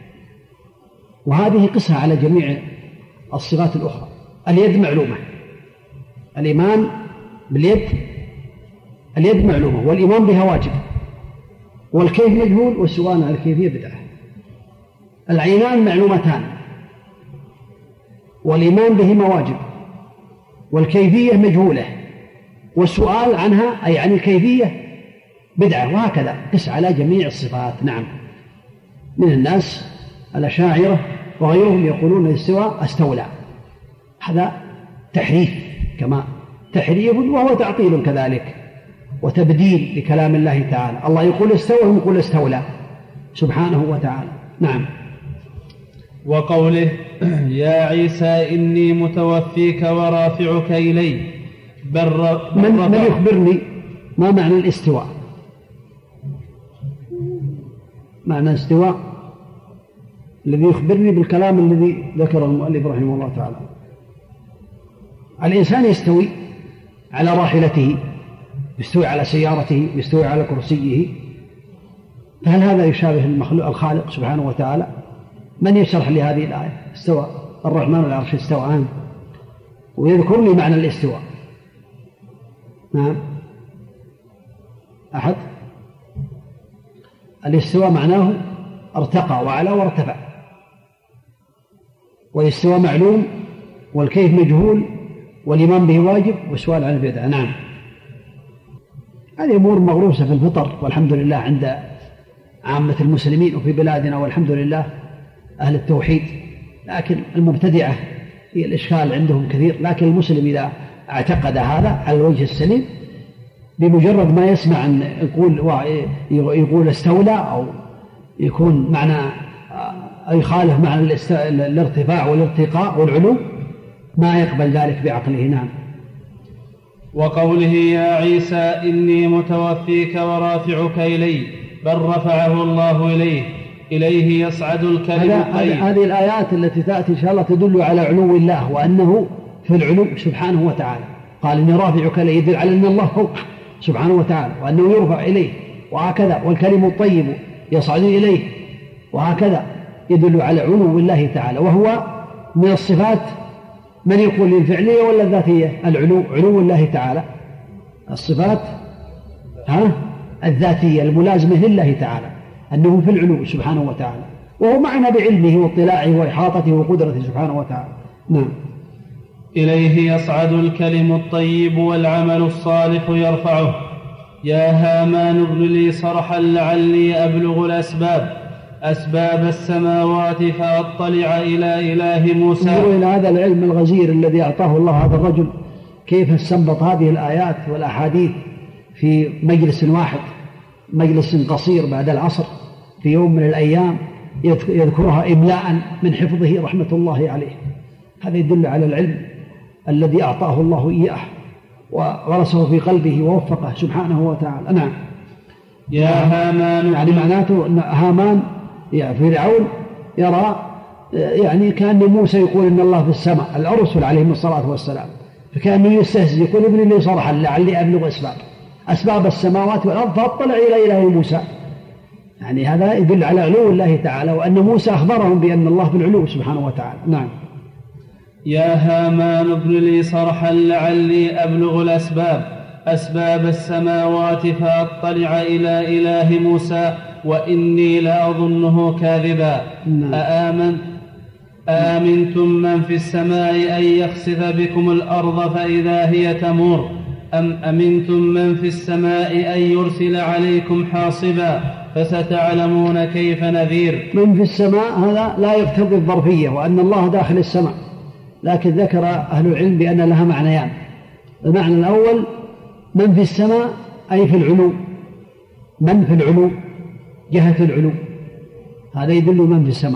وهذه قصة على جميع الصفات الأخرى. اليد معلومة، الإيمان باليد اليد معلومة والإيمان بها واجب والكيف مجهول والسؤال عن الكيفية بدعة. العينان معلومتان والإيمان بهما واجب والكيفية مجهولة والسؤال عنها أي عن الكيفية بدعة، وهكذا قس على جميع الصفات. نعم، من الناس الأشاعرة وغيرهم يقولون الاستواء استولى، هذا تحريف كما تحريف وهو تعطيل كذلك وتبديل لكلام الله تعالى. الله يقول استوى وهم يقول استولى سبحانه وتعالى. نعم. وقوله يا عيسى إني متوفيك ورافعك إلي بر من, من يخبرني ما معنى الاستواء؟ معنى استواء الذي يخبرني بالكلام الذي ذكر المؤلف رحمه الله تعالى. الإنسان يستوي على راحلته، يستوي على سيارته، يستوي على كرسيه، فهل هذا يشابه المخلوق الخالق سبحانه وتعالى؟ من يشرح لي هذه الآية؟ استوى الرحمن على العرش استوى ويذكر لي معنى الاستواء. نعم، أحد؟ الاستواء معناه ارتقى وعلى وارتفع، والاستواء معلوم والكيف مجهول والإيمان به واجب والسؤال عن البدعة. نعم، هذه أمور مغروسة في الفطر والحمد لله عند عامة المسلمين وفي بلادنا والحمد لله أهل التوحيد، لكن المبتدعة هي الإشكال عندهم كثير. لكن المسلم إذا اعتقد هذا على الوجه السليم بمجرد ما يسمع أن يقول يقول استولى أو يكون معنى يخالف معنى الارتفاع والارتقاء والعلو ما يقبل ذلك بعقله. نعم. وقوله يا عيسى إني متوفيك ورافعك إلي، بل رفعه الله إليه، إليه يصعد الكلم الطيب. هذه الآيات التي تأتي إن شاء الله تدل على علو الله وأنه في العلو سبحانه وتعالى. قال إني رافعك إليه يدل على أن الله فوق سبحانه وتعالى وأنه يرفع إليه، وهكذا والكلم الطيب يصعد إليه، وهكذا يدل على علو الله تعالى. وهو من الصفات من يقول للفعلية ولا الذاتية؟ العلو، علو الله تعالى. الصفات ها الذاتية الملازمة لله تعالى أنه في العلو سبحانه وتعالى، وهو معنا بعلمه واطلاعه وإحاطته وقدرته سبحانه وتعالى. نعم. إليه يصعد الكلم الطيب والعمل الصالح يرفعه. يا هامان ابن لي صرحا لعلي أبلغ الأسباب أسباب السماوات فأطلع إلى إله موسى. انظروا إلى هذا العلم الغزير الذي أعطاه الله هذا الرجل، كيف استنبط هذه الآيات والأحاديث في مجلس واحد، مجلس قصير بعد العصر في يوم من الأيام يذكرها إملاء من حفظه رحمة الله عليه. هذا يدل على العلم الذي أعطاه الله إياه وغرسه في قلبه ووفقه سبحانه وتعالى. نعم. يا هامان، يعني معناته أن هامان يعني فرعون يرى يعني كأن موسى يقول إن الله في السماء، الرسل عليهم الصلاة والسلام، فكأنه يستهزئ يقول ابن لي صرحا لعلي أبلغ أسباب أسباب السماوات والأرض فأطلع إلى إله موسى. يعني هذا يدل على علو الله تعالى وأن موسى أخبرهم بأن الله في العلو سبحانه وتعالى. نعم. يا هامان ابن لي صرحا لعلي أبلغ الأسباب أسباب السماوات فأطلع إلى إله موسى وإني لأظنه كاذبا. نعم. أآمن آمنتم من في السماء أن يخسف بكم الأرض فإذا هي تمور أم أمنتم من في السماء أن يرسل عليكم حاصبا فستعلمون كيف نذير. من في السماء هذا لا يقتضي الظرفية وأن الله داخل السماء، لكن ذكر أهل العلم بأن لها معنيان. المعنى الأول من في السماء أي في العلو، من في العلو جهة العلو، هذا يدل من في السماء.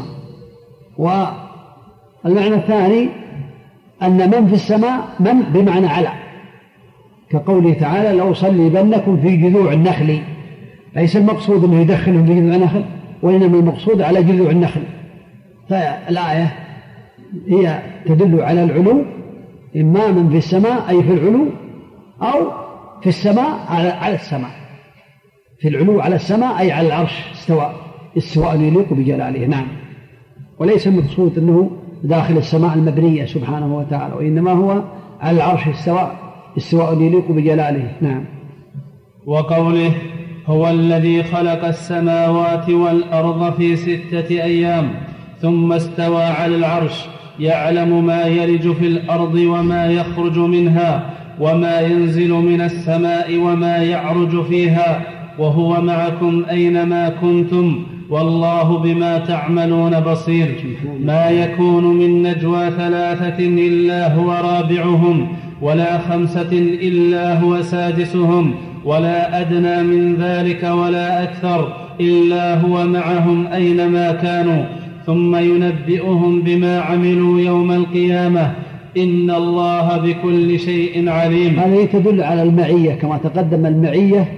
والمعنى الثاني أن من في السماء من بمعنى على، كقوله تعالى لأصلبنكم في جذوع النخل، ليس المقصود أنه يدخلهم في جذوع النخل وإنما المقصود على جذوع النخل. فالآية هي تدل على العلو، إما من في السماء أي في العلو أو في السماء على السماء، في العلو على السماء أي على العرش استواء استواء يليق بجلاله. نعم. وليس المقصود أنه داخل السماء المبنية سبحانه وتعالى، وإنما هو على العرش استواء استواء يليق بجلاله. نعم. وقوله هو الذي خلق السماوات والأرض في ستة أيام ثم استوى على العرش يعلم ما يلج في الأرض وما يخرج منها وما ينزل من السماء وما يعرج فيها وهو معكم أينما كنتم والله بما تعملون بصير. ما يكون من نجوى ثلاثة إلا هو رابعهم ولا خمسة إلا هو سادسهم ولا أدنى من ذلك ولا أكثر إلا هو معهم أينما كانوا ثم ينبئهم بما عملوا يوم القيامة إن الله بكل شيء عليم. هذه تدل على المعية كما تقدم، المعية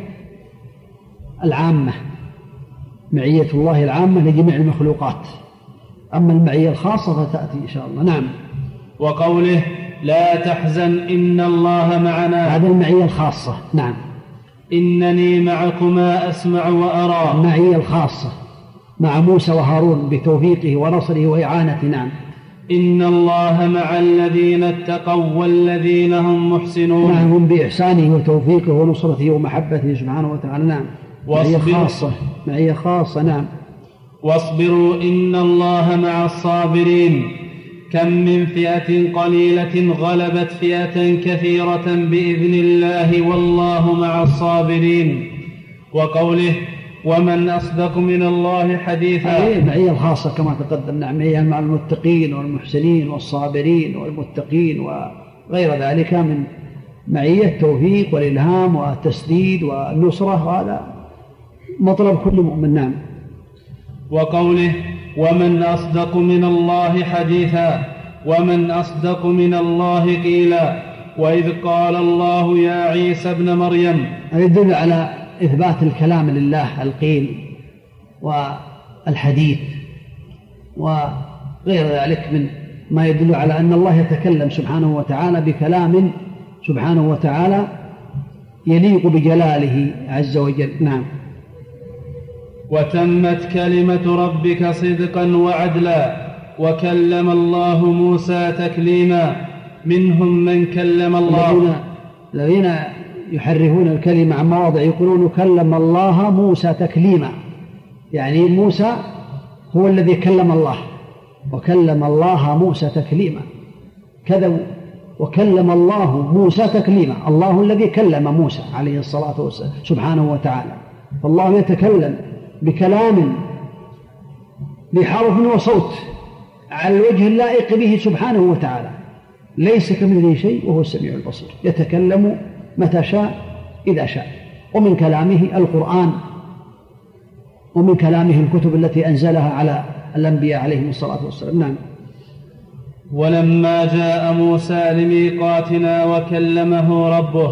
العامة، معية الله العامة لجميع المخلوقات، أما المعية الخاصة فتأتي إن شاء الله. نعم. وقوله لا تحزن إن الله معنا، هذه المعية الخاصة. نعم. إنني معكما أسمع وأرى، المعية الخاصة مع موسى وهارون بتوفيقه ونصره وإعانته. نعم. إن الله مع الذين اتقوا والذين هم محسنون، معهم بإحسانه وتوفيقه ونصرته ومحبته سبحانه وتعالى. نعم. معية خاصة، معية خاصة. نعم. واصبروا إن الله مع الصابرين كم من فئة قليلة غلبت فئة كثيرة بإذن الله والله مع الصابرين. وقوله ومن أصدق من الله حديثا. هذه المعية الخاصة كما تقدم، معية مع المتقين والمحسنين والصابرين والمتقين وغير ذلك من معية التوفيق والإلهام والتسديد والنصرة، وهذا مطلب كل مؤمن. نعم. وقوله ومن أصدق من الله حديثا ومن أصدق من الله قيلا. وإذ قال الله يا عيسى ابن مريم. يدل على إثبات الكلام لله، القيل والحديث وغير ذلك من ما يدل على أن الله يتكلم سبحانه وتعالى بكلام سبحانه وتعالى يليق بجلاله عز وجل. نعم. وتمت كلمة ربك صدقا وعدلا وكلم الله موسى تكليما. منهم من كلم الله. الذين يحرفون الكلمة عن مواضع يقولون كلم الله موسى تكليما، يعني موسى هو الذي كلم الله، وكلم الله موسى تكليما كذا، وكلم الله موسى تكليما، الله الذي كلم موسى عليه الصلاة والسلام سبحانه وتعالى. فالله يتكلم بكلام بحرف وصوت على الوجه اللائق به سبحانه وتعالى، ليس كمثله شيء وهو السميع البصير، يتكلم متى شاء إذا شاء. ومن كلامه القرآن، ومن كلامه الكتب التي أنزلها على الأنبياء عليهم الصلاة والسلام. نعم. ولما جاء موسى لميقاتنا وكلمه ربه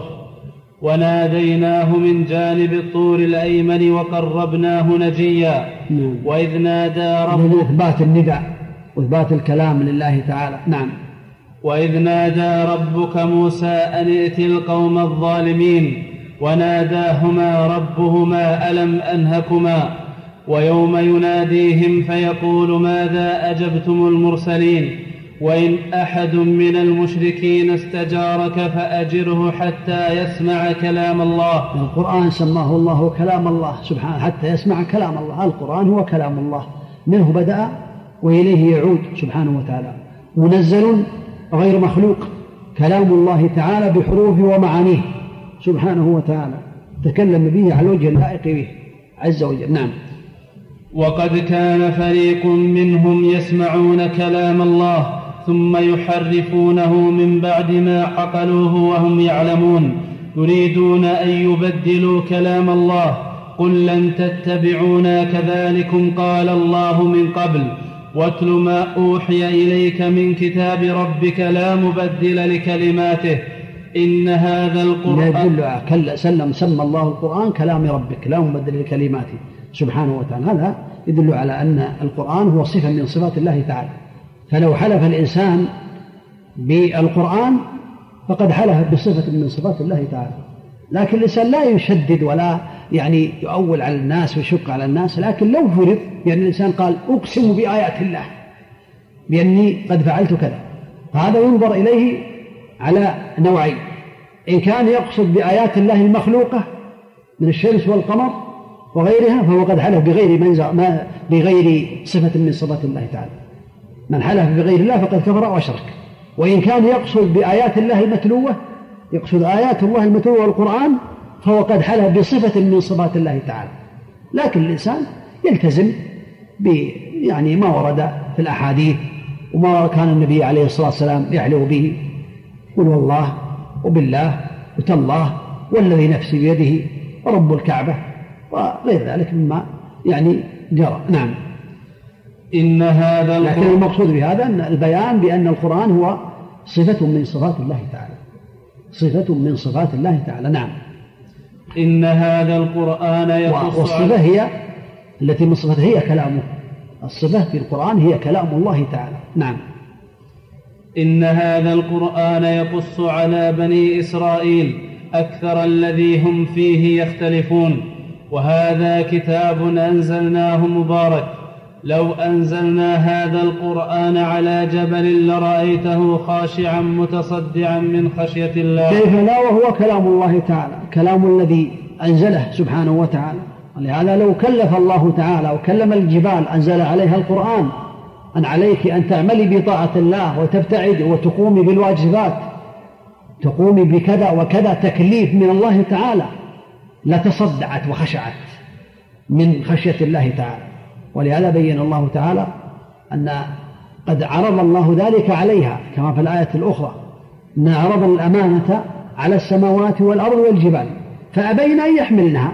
وناديناه من جانب الطور الأيمن وقربناه نجيا. نعم. وإذ نادى ربه إثبات النداء وإثبات الكلام لله تعالى. نعم. وإذ نادى ربك موسى أن ائت القوم الظالمين وناداهما ربهما ألم أنهكما. ويوم يناديهم فيقول ماذا أجبتم المرسلين. وإن أحد من المشركين استجارك فأجره حتى يسمع كلام الله. القرآن سماه الله كلام الله سبحانه حتى يسمع كلام الله. القرآن هو كلام الله، منه بدأ وإليه يعود سبحانه وتعالى، منزل غير مخلوق، كلام الله تعالى بحروفه ومعانيه سبحانه وتعالى، تكلم به على الوجه اللائق به عز وجل. نعم. وقد كان فريق منهم يسمعون كلام الله ثم يحرفونه من بعد ما عقلوه وهم يعلمون، يريدون أن يبدلوا كلام الله. قل لن تتبعونا كذلكم قال الله من قبل واتل ما أوحي إليك من كتاب ربك لا مبدل لكلماته إن هذا القرآن. يدل سلم سمى الله القرآن كلام ربك لا مبدل لكلماته سبحانه وتعالى. هذا يدل على أن القرآن هو صفة من صفات الله تعالى، فلو حلف الإنسان بالقرآن فقد حلف بصفة من صفات الله تعالى. لكن الإنسان لا يشدد ولا يعني يؤول على الناس ويشق على الناس، لكن لو فرض يعني الإنسان قال أقسم بآيات الله بأني قد فعلت كذا، هذا ينظر إليه على نوعين: إن كان يقصد بآيات الله المخلوقة من الشمس والقمر وغيرها فهو قد حلف بغير منزع ما بغير صفة من صفات الله تعالى. من حلف بغير الله فقد كفر وأشرك. وإن كان يقصد بآيات الله المتلوة، يقصد آيات الله المتلوة والقرآن، فهو قد حلف بصفة من صفات الله تعالى. لكن الإنسان يلتزم ب يعني ما ورد في الأحاديث وما كان النبي عليه الصلاة والسلام يحلف به، قل والله وبالله وتالله والذي نفسي بيده ورب الكعبة وغير ذلك مما يعني جرى. نعم. إن هذا لكن المقصود بهذا أن البيان بأن القرآن هو صفة من صفات الله تعالى، صفة من صفات الله تعالى. نعم. إن هذا القرآن يقص والصفة هي التي من صفته هي كلامه، الصفة في القرآن هي كلام الله تعالى. نعم. إن هذا القرآن يقص على بني إسرائيل أكثر الذي هم فيه يختلفون، وهذا كتاب أنزلناه مبارك لو أنزلنا هذا القرآن على جبل لرأيته خاشعا متصدعا من خشية الله. كيف لا وهو كلام الله تعالى، كلام الذي أنزله سبحانه وتعالى. ولهذا لو كلف الله تعالى وكلم الجبال أنزل عليها القرآن أن عليك أن تعملي بطاعة الله وتبتعد وتقومي بالواجبات، تقومي بكذا وكذا تكليف من الله تعالى، لتصدعت وخشعت من خشية الله تعالى. ولهذا بين الله تعالى أن قد عرض الله ذلك عليها كما في الآية الأخرى، أن عرض الأمانة على السماوات والأرض والجبال فأبين أن يحملنها.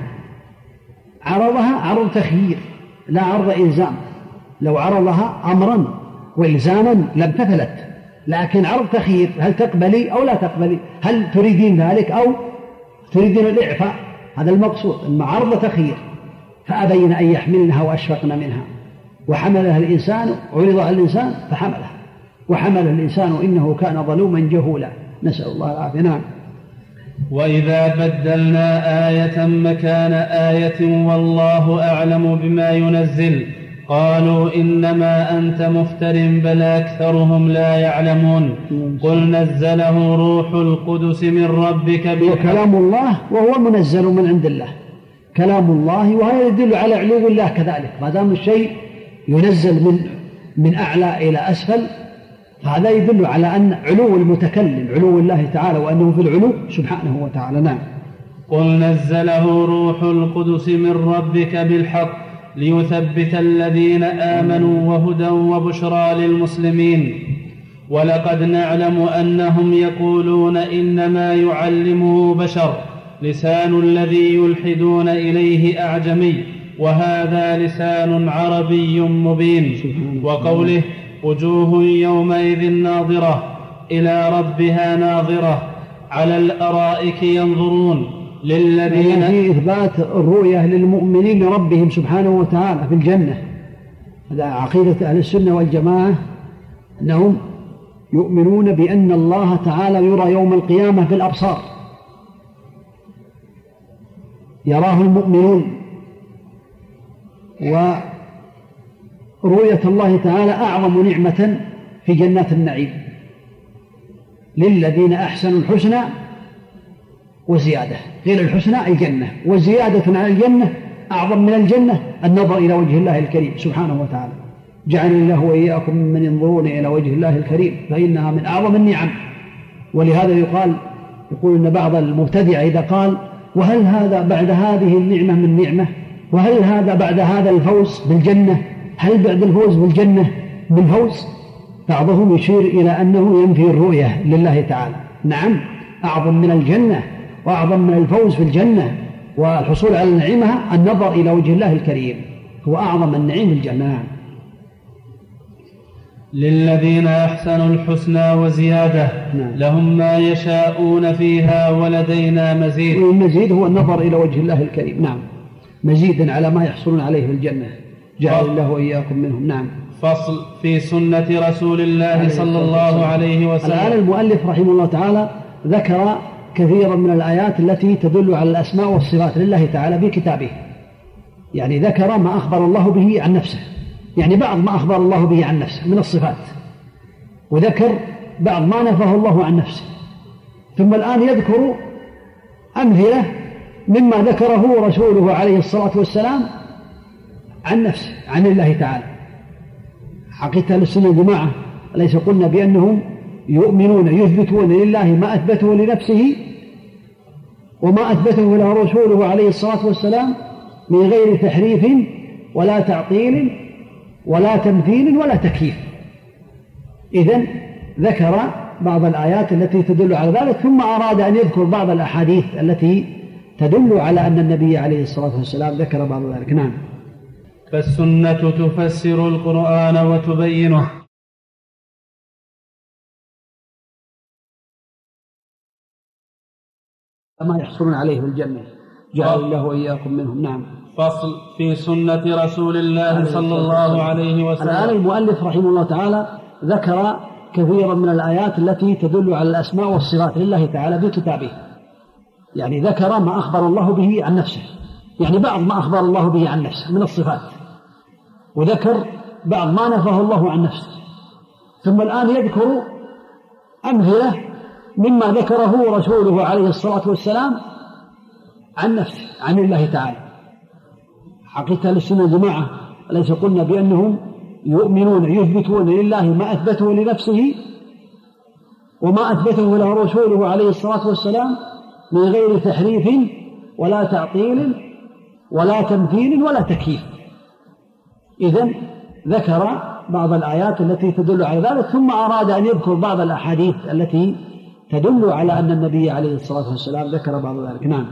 عرضها عرض تخيير لا عرض إلزام، لو عرضها أمرا وإلزاما لم تفلت، لكن عرض تخيير، هل تقبلي أو لا تقبلي، هل تريدين ذلك أو تريدين الإعفاء، هذا المقصود، أن عرض تخيير. فأبين أن يحملنها وأشفقن منها وحملها الإنسان، عرض على الإنسان فحملها وحمل الإنسان إنه كان ظلوما جهولا، نسأل الله العافية. نعم. وإذا بدلنا آية مكان آية والله أعلم بما ينزل قالوا إنما أنت مفتر بل أكثرهم لا يعلمون قل نزله روح القدس من ربك بالحق. كلام الله وهو منزل من عند الله، كلام الله، وهذا يدل على علو الله كذلك. ما دام الشيء ينزل من من أعلى إلى أسفل فهذا يدل على أن علو المتكلم علو الله تعالى، وأنه في العلو سبحانه وتعالى. نعم. قل نزله روح القدس من ربك بالحق ليثبت الذين آمنوا وهدى وبشرى للمسلمين ولقد نعلم أنهم يقولون إنما يعلمه بشر لسان الذي يلحدون إليه أعجمي وهذا لسان عربي مبين. وقوله وجوه يومئذ ناظرة إلى ربها ناظرة على الأرائك ينظرون للذين في إثبات الرؤية للمؤمنين لربهم سبحانه وتعالى في الجنة. هذا عقيدة أهل السنة والجماعة، أنهم يؤمنون بأن الله تعالى يرى يوم القيامة بالأبصار، يراه المؤمنون. ورؤية الله تعالى أعظم نعمة في جنات النعيم للذين أحسنوا الحسنى وزيادة، غير الحسنى الجنة، وزيادة على الجنة أعظم من الجنة النظر إلى وجه الله الكريم سبحانه وتعالى. جعلني الله وإياكم من ينظرون إلى وجه الله الكريم فإنها من أعظم النعم. ولهذا يقال يقول أن بعض المبتدع إذا قال وهل هذا بعد هذه النعمة من نعمة، وهل هذا بعد هذا الفوز بالجنة، هل بعد الفوز بالجنة من فوز، بعضهم يشير إلى أنه ينفي الرؤية لله تعالى. نعم، أعظم من الجنة وأعظم من الفوز في الجنة والحصول على نعيمها النظر إلى وجه الله الكريم، هو أعظم النعيم الجنة. للذين أحسنوا الحسنى وزيادة. نعم. لهم ما يشاءون فيها ولدينا مزيد. والمزيد هو النظر إلى وجه الله الكريم. نعم، مزيدا على ما يحصلون عليه في الجنة، جعل الله وإياكم منهم. نعم. فصل في سنة رسول الله صلى الله عليه وسلم. الآن المؤلف رحمه الله تعالى ذكر كثيرا من الآيات التي تدل على الأسماء والصفات لله تعالى في كتابه، يعني ذكر ما أخبر الله به عن نفسه، يعني بعض ما أخبر الله به عن نفسه من الصفات، وذكر بعض ما نفاه الله عن نفسه، ثم الآن يذكر أمثلة مما ذكره رسوله عليه الصلاة والسلام عن نفسه عن الله تعالى. حقيقة للسنة الجماعة أليس قلنا بأنهم يؤمنون يثبتون لله ما أثبته لنفسه وما أثبته له رسوله عليه الصلاة والسلام من غير تحريف ولا تعطيل ولا تمثيل ولا تكييف. إذن ذكر بعض الآيات التي تدل على ذلك، ثم أراد أن يذكر بعض الأحاديث التي تدل على أن النبي عليه الصلاة والسلام ذكر بعض ذلك. نعم. فالسنة تفسر القرآن وتبينه. ما يحصلون عليه في الجنة، جعل الله وإياكم منهم. نعم. فصل في سنة رسول الله صلى الله عليه وسلم. الآن المؤلف رحمه الله تعالى ذكر كثيرا من الآيات التي تدل على الأسماء والصفات لله تعالى في كتابه، يعني ذكر ما أخبر الله به عن نفسه، يعني بعض ما أخبر الله به عن نفسه من الصفات، وذكر بعض ما نفاه الله عن نفسه، ثم الآن يذكر أمثلة مما ذكره رسوله عليه الصلاة والسلام عن نفسه عن الله تعالى. حقيقة للسنة الجماعة أليس قلنا بأنهم يؤمنون يثبتون لله ما أثبته لنفسه وما أثبته له رسوله عليه الصلاة والسلام من غير تحريف ولا تعطيل ولا تمثيل ولا تكييف. إذن ذكر بعض الآيات التي تدل على ذلك، ثم أراد أن يذكر بعض الأحاديث التي تدل على أن النبي عليه الصلاة والسلام ذكر بعض ذلك. نعم.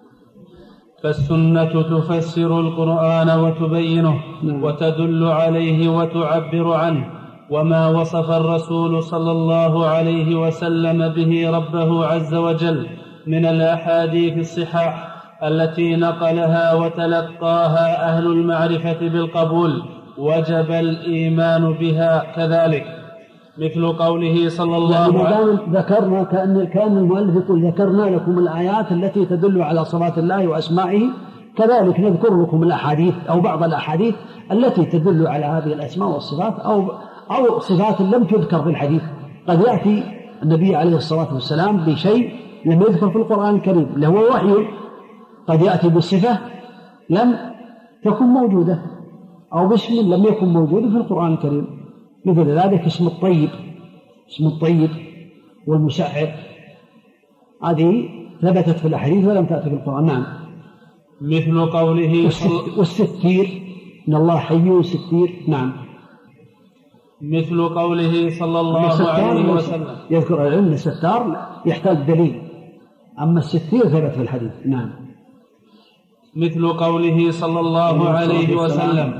فالسنة تفسر القرآن وتبينه نعم. وتدل عليه وتعبر عنه، وما وصف الرسول صلى الله عليه وسلم به ربه عز وجل من الأحاديث الصحاح التي نقلها وتلقاها أهل المعرفة بالقبول وجب الإيمان بها كذلك، مثل قوله صلى الله عليه وسلم. ذكرنا كأن كان المؤلف يقول ذكرنا لكم الآيات التي تدل على صفات الله وأسمائه، كذلك نذكر لكم الأحاديث أو بعض الأحاديث التي تدل على هذه الأسماء والصفات أو أو صفات لم تذكر في الحديث. قد يأتي النبي عليه الصلاة والسلام بشيء لم يذكر في القرآن الكريم اللي هو وحي، قد يأتي بالصفة لم تكن موجودة أو باسم لم يكن موجود في القرآن الكريم، مثل ذلك اسم الطيب اسم الطيب والمسعر، هذه ثبتت في الأحاديث ولم تأتي في القرآن. نعم. مثل قوله والستير إن الله حي ستير. نعم. مثل قوله صلى الله عليه وسلم. يذكر العلم الستار يحتاج دليل، أما الستير ثبت في الحديث. نعم. مثل قوله صلى الله عليه وسلم: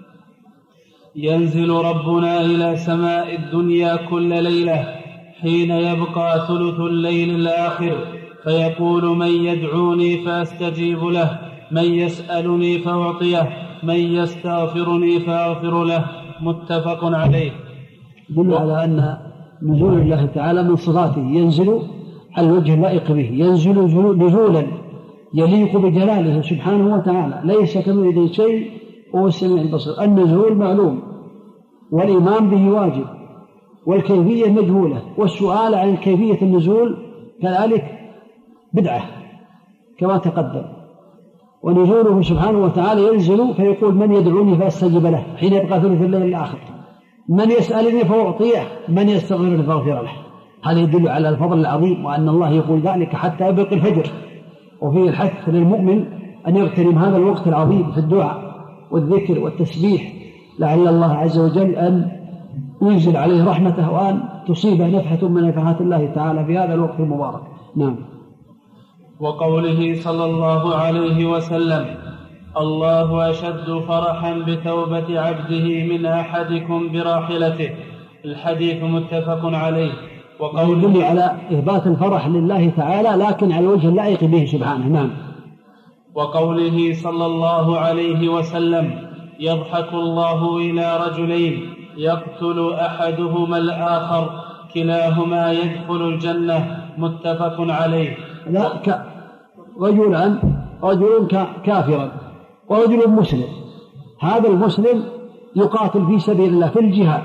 ينزل ربنا إلى سماء الدنيا كل ليلة حين يبقى ثلث الليل الآخر فيقول: من يدعوني فأستجيب له، من يسألني فأعطيه، من يستغفرني فأغفر له. متفق عليه. دل على أن نزول الله تعالى من صفاته، ينزل على الوجه اللائق به، ينزل نزولا يليق بجلاله سبحانه وتعالى، ليس كمثله شيء وهو السميع البصير. النزول معلوم والإيمان به واجب والكيفية مجهولة، والسؤال عن كيفية النزول كذلك بدعة كما تقدم. ونزوله سبحانه وتعالى ينزل فيقول: من يدعوني فأستجيب له حين يبقى ثلث الليل الآخر، من يسألني فأعطيه، من يستغفرني فأغفر له. هذا يدل على الفضل العظيم وأن الله يقول ذلك حتى يبقى الفجر. وفيه الحث للمؤمن أن يغتنم هذا الوقت العظيم في الدعاء والذكر والتسبيح، لعل الله عز وجل أن ينزل عليه رحمته وأن تصيب نفحة من نفحات الله تعالى في هذا الوقت المبارك. نعم. وقوله صلى الله عليه وسلم: الله أشد فرحا بتوبة عبده من أحدكم براحلته. الحديث متفق عليه. وقوله يدل على إثبات الفرح لله تعالى لكن على الوجه اللائق به سبحانه. نعم. وقوله صلى الله عليه وسلم: يضحك الله إلى رجلين يقتل أحدهما الآخر كلاهما يدخل الجنة. متفق عليه. لا ك... رجل عن رجل كافرا ورجل مسلم، هذا المسلم يقاتل في سبيل الله في الجهاد،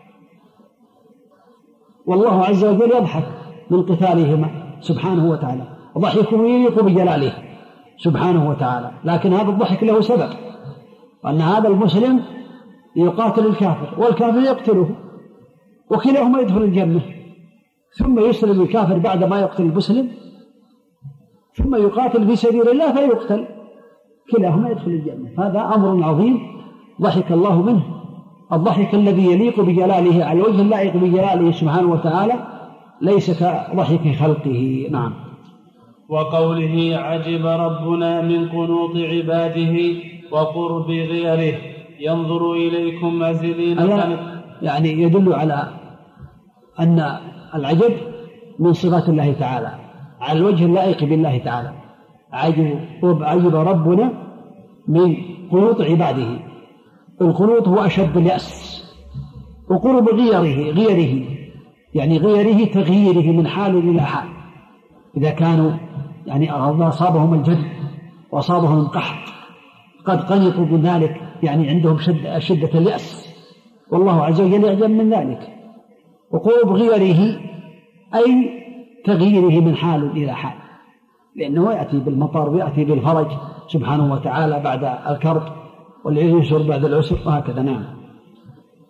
والله عز وجل يضحك من قتالهما سبحانه وتعالى، ضحكه يليق بجلاله سبحانه وتعالى، لكن هذا الضحك له سبب، وأن هذا المسلم يقاتل الكافر والكافر يقتله وكلاهما يدخل الجنة، ثم يسلم الكافر بعد ما يقتل المسلم، ثم يقاتل في سبيل الله فيقتل، كلاهما يدخل الجنة. هذا أمر عظيم ضحك الله منه، الضحك الذي يليق بجلاله على الوجه اللائق بجلاله سبحانه وتعالى، ليس كضحك خلقه. نعم. وقوله: عجب ربنا من قنوط عباده وقرب غيره ينظر إليكم مازلين. يعني يدل على أن العجب من صفات الله تعالى على الوجه اللائق بالله تعالى. عجب, عجب ربنا من قنوط عباده. القنوط هو أشد اليأس، وقرب غيره غيره يعني غيره تغييره من حال إلى حال، إذا كانوا يعني أصابهم الجد وأصابهم القحط قد قنطوا من ذلك، يعني عندهم شدة, شدة اليأس، والله عز وجل يعجب من ذلك. وقرب غيره أي تغييره من حال إلى حال، لأنه يأتي بالمطر ويأتي بالفرج سبحانه وتعالى بعد الكرب، واليسر بعد العسر وهكذا. نعم.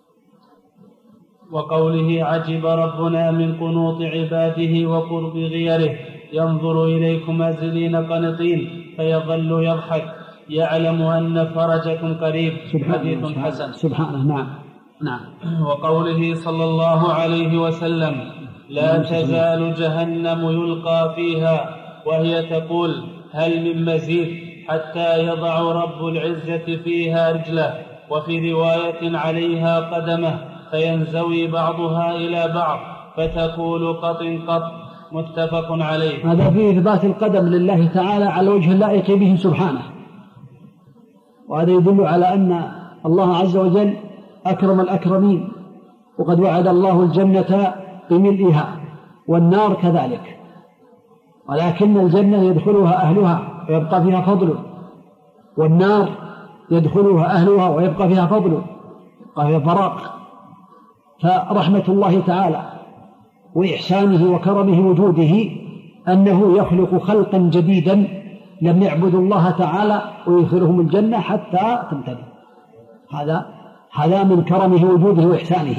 وقوله عجب ربنا من قنوط عباده وقرب غيره ينظر إليكم أزلين قنطين فيظل يضحك يعلم أن فرجكم قريب. حديث حسن. سبحانه. نعم نعم. وقوله صلى الله عليه وسلم لا تزال جهنم يلقى فيها وهي تقول هل من مزيد حتى يضع رب العزة فيها رجله وفي رواية عليها قدمه فينزوي بعضها إلى بعض فتقول قط قط. متفق عليه. هذا فيه إثبات القدم لله تعالى على وجه اللائق به سبحانه، وهذا يدل على أن الله عز وجل أكرم الأكرمين، وقد وعد الله الجنة بملئها والنار كذلك، ولكن الجنة يدخلها أهلها ويبقى فيها فضل، والنار يدخلها أهلها ويبقى فيها فضل، يبقى فيها فراغ. فرحمة الله تعالى وإحسانه وكرمه وجوده أنه يخلق خلقا جديدا لم يعبدوا الله تعالى ويدخلهم الجنة حتى تمتلئ. هذا هذا من كرمه وجوده وإحسانه،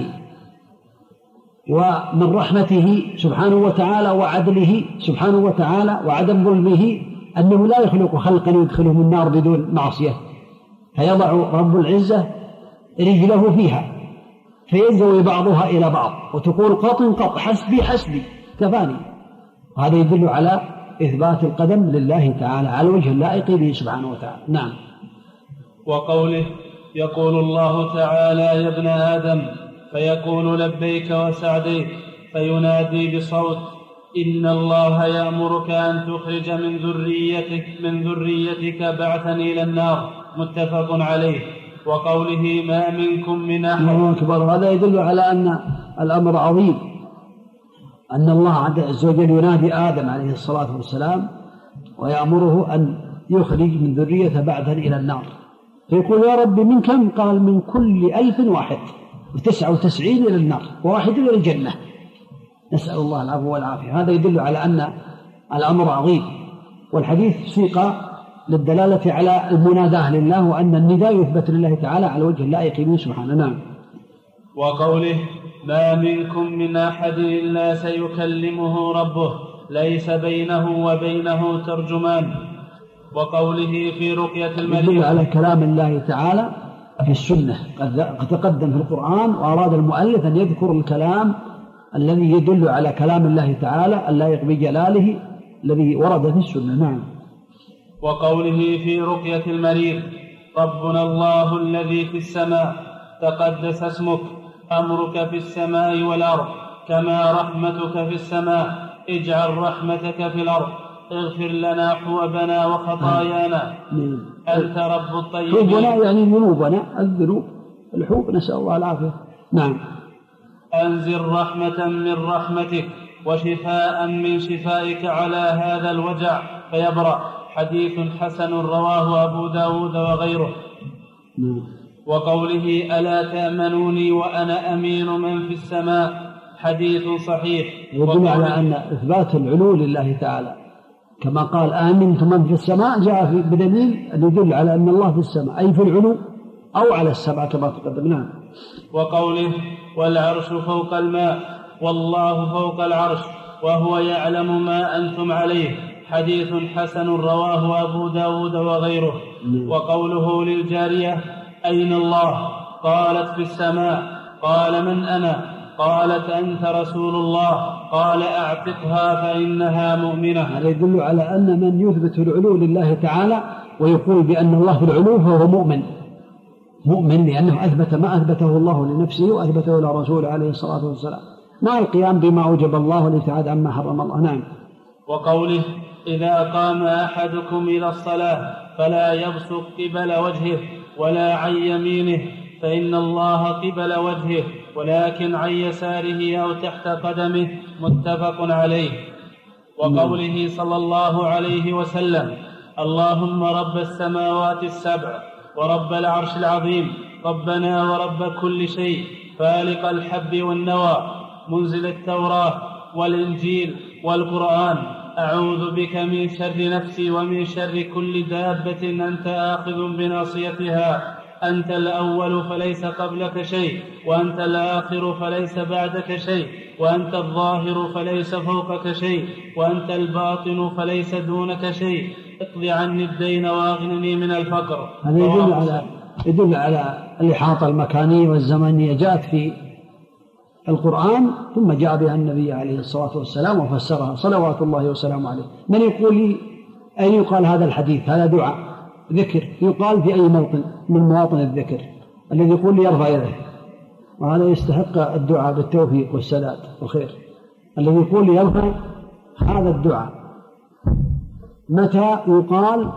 ومن رحمته سبحانه وتعالى وعدله سبحانه وتعالى وعدم ظلمه أنه لا يخلق خلقا يدخلهم النار بدون معصية، فيضع رب العزة رجله فيها فينزوي بعضها إلى بعض وتقول قط قط حسبي حسبي كفاني. وهذا يدل على إثبات القدم لله تعالى على وجه اللائق به سبحانه وتعالى. نعم. وقوله يقول الله تعالى يا ابن آدم فيقول لبيك وسعديك فينادي بصوت إن الله يأمرك أن تخرج من ذريتك من ذريتك بعثا إلى النار. متفق عليه. وقوله ما منكم من أحد. الله أكبر. هذا يدل على أن الأمر عظيم، أن الله عز وجل ينادي آدم عليه الصلاة والسلام ويأمره أن يخرج من ذريته بعثا إلى النار، فيقول يا رب من كم؟ قال من كل ألف واحد وتسعة وتسعين إلى النار وواحد إلى الجنة، نسأل الله العفو والعافية. هذا يدل على أن الأمر عظيم، والحديث سيق للدلالة على المناداة لله وأن النداء يثبت لله تعالى على وجه اللائق به سبحانه. نعم. وقوله ما منكم من أحد إلا سيكلمه ربه ليس بينه وبينه ترجمان. وقوله في رقية المريض يدل على كلام الله تعالى في السنة، قد تقدم في القرآن، وأراد المؤلف أن يذكر الكلام الذي يدل على كلام الله تعالى اللائق بجلاله الذي ورد في السنة. نعم. وقوله في رقية المريض ربنا الله الذي في السماء تقدس اسمك أمرك في السماء والأرض كما رحمتك في السماء اجعل رحمتك في الأرض اغفر لنا حوبنا وخطايانا أنت رب الطيبين. حوبنا يعني ذنوبنا، الذنوب الحوب، نسأل الله العافية. نعم. أنزل رحمة من رحمتك وشفاء من شفائك على هذا الوجع فيبرأ. حديث حسن رواه أبو داود وغيره. نعم. وقوله ألا تأمنوني وأنا أمين من في السماء حديث صحيح. يدل على أن إثبات العلو لله تعالى كما قال آمنت من في السماء، جاء في بدليل أن يدل على أن الله في السماء أي في العلو أو على السماء كما تقدم. نعم. وقوله والعرش فوق الماء والله فوق العرش وهو يعلم ما أنتم عليه حديث حسن رواه أبو داود وغيره. وقوله للجارية أين الله؟ قالت في السماء. قال من أنا؟ قالت أنت رسول الله. قال أعتقها فإنها مؤمنة. هذا يدل على أن من يثبت العلو لله تعالى ويقول بأن الله في العلو فهو مؤمن، مؤمن لأنه أثبت ما أثبته الله لنفسه وأثبته لرسوله عليه الصلاة والسلام مع القيام بما أوجب الله والابتعاد عما حرم الله. نعم. وقوله إذا قام أحدكم إلى الصلاة فلا يبصق قبل وجهه ولا عن يمينه فإن الله قبل وجهه ولكن عن يساره أو تحت قدمه. متفق عليه. وقوله صلى الله عليه وسلم اللهم رب السماوات السبع ورب العرش العظيم ربنا ورب كل شيء فالق الحب والنوى منزل التوراة والإنجيل والقرآن أعوذ بك من شر نفسي ومن شر كل دابة أنت آخذ بناصيتها أنت الأول فليس قبلك شيء، وأنت الآخر فليس بعدك شيء، وأنت الظاهر فليس فوقك شيء، وأنت الباطن فليس دونك شيء، اقض عني الدين واغنني من الفقر. هذا يدل على يدل على الإحاطة المكانية والزمنية، جاءت في القرآن ثم جاء بها النبي عليه الصلاة والسلام وفسرها صلوات الله وسلامه عليه. من يقول لي أين يقال هذا الحديث؟ هذا دعاء ذكر يقال في أي موطن من مواطن الذكر. الذي يقول لي يرفع يده، وهذا يستحق الدعاء بالتوفيق والسداد والخير. الذي يقول لي يرفع هذا الدعاء متى يقال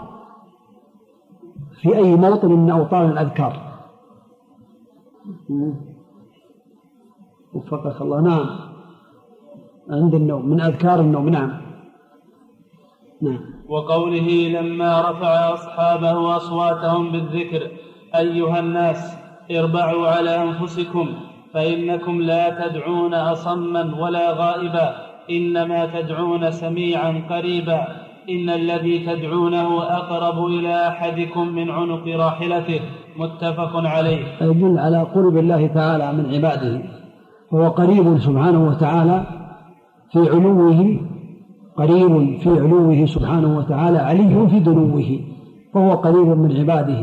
في أي موطن من أوطان الأذكار؟ وفقك الله. نعم، عند النوم، من أذكار النوم. نعم نعم. وقوله لما رفع أصحابه أصواتهم بالذكر: أيها الناس اربعوا على أنفسكم فإنكم لا تدعون أصما ولا غائبا، إنما تدعون سميعا قريبا، إن الذي تدعونه أقرب إلى أحدكم من عنق راحلته. متفق عليه. يدل على قرب الله تعالى من عباده، فهو قريب سبحانه وتعالى في علوه، قريب في علوه سبحانه وتعالى، علي في دنوه، فهو قريب من عباده.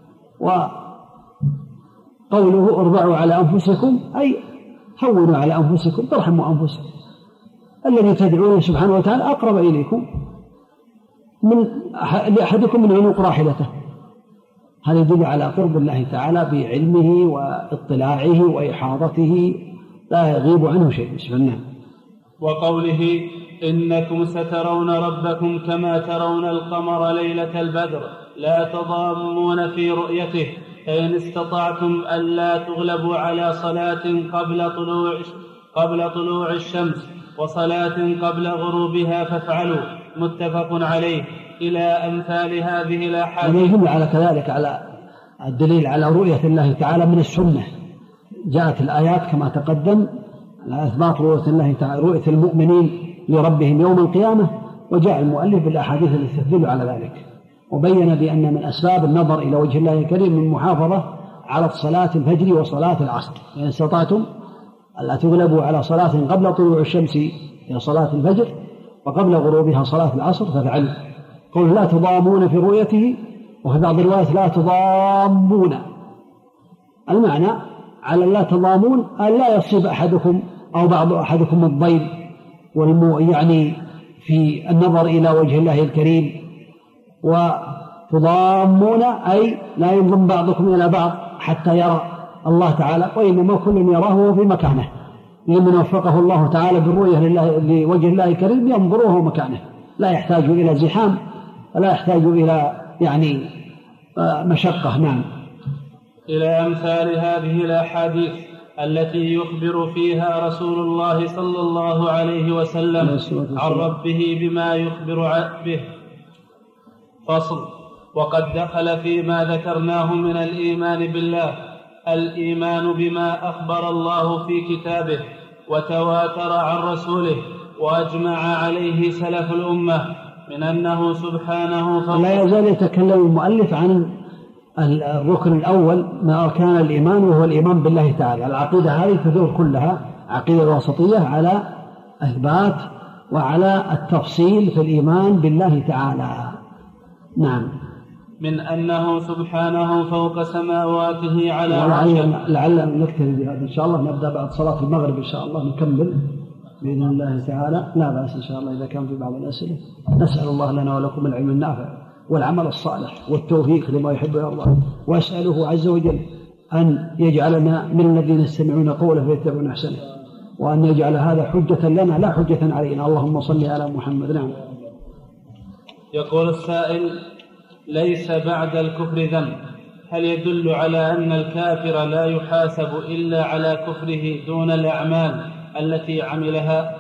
وقوله اربعوا على أنفسكم أي هونوا على أنفسكم، ترحموا أنفسكم. الذي تدعونه سبحانه وتعالى أقرب إليكم من لأحدكم من عنق راحلته. هذا يدل على قرب الله تعالى بعلمه واطلاعه وإحاطته، لا يغيب عنه شيء سبحانه. وقوله إنكم سترون ربكم كما ترون القمر ليلة البدر لا تضامون في رؤيته، فإن استطعتم ألا تغلبوا على صلاة قبل طلوع قبل طلوع الشمس وصلاة قبل غروبها فافعلوا. متفق عليه. إلى أمثال هذه الأحاديث. يدل على كذلك على الدليل على رؤية الله تعالى من السنة. جاءت الآيات كما تقدم على إثبات رؤية الله تعالى، رؤية المؤمنين لربهم يوم القيامة، وجاء المؤلف بالأحاديث التي تدل على ذلك، وبين بأن من أسباب النظر إلى وجه الله الكريم من محافظة على صلاة الفجر وصلاة العصر. إن استطعتم ألا تغلبوا على صلاة قبل طلوع الشمس هي صلاة الفجر وقبل غروبها صلاة العصر فافعلوا. قول لا تضامون في رؤيته، وفي بعض الروايات لا تضامون، المعنى على لا تضامون أن لا يصيب أحدكم أو بعض أحدكم الضيم والمو يعني في النظر إلى وجه الله الكريم. وتضامون أي لا ينضم بعضكم إلى بعض حتى يرى الله تعالى، وإنما كل يراه في مكانه. لمن وفقه الله تعالى بالرؤية لوجه الله الكريم ينظره مكانه، لا يحتاج إلى زحام ولا يحتاج إلى يعني مشقة. نعم. إلى أمثال هذه الأحاديث التي يخبر فيها رسول الله صلى الله عليه وسلم عن ربه بما يخبر به. فصل. وقد دخل فيما ذكرناه من الإيمان بالله الإيمان بما أخبر الله في كتابه وتواتر عن رسوله وأجمع عليه سلف الأمة من أنه سبحانه فوق. لا يزال يتكلم المؤلف عن الركن الأول ما أركان الإيمان، وهو الإيمان بالله تعالى. العقيدة هذه تدور كلها عقيدة الوسطية على إثبات وعلى التفصيل في الإيمان بالله تعالى. نعم. من أنه سبحانه فوق سماواته على عرشه. لعل نكتفي بهذا إن شاء الله، نبدأ بعد صلاة المغرب إن شاء الله نكمل بإذن الله تعالى. لا بأس إن شاء الله إذا كان في بعض الأسئلة. نسأل الله لنا ولكم العلم النافع والعمل الصالح والتوفيق لما يحب الله، وأسأله عز وجل أن يجعلنا من الذين يستمعون قوله فيتبعون أحسنه، وأن يجعل هذا حجة لنا لا حجة علينا. اللهم صل على محمد. نعم. يقول السائل: ليس بعد الكفر ذنب، هل يدل على أن الكافر لا يحاسب إلا على كفره دون الأعمال التي عملها؟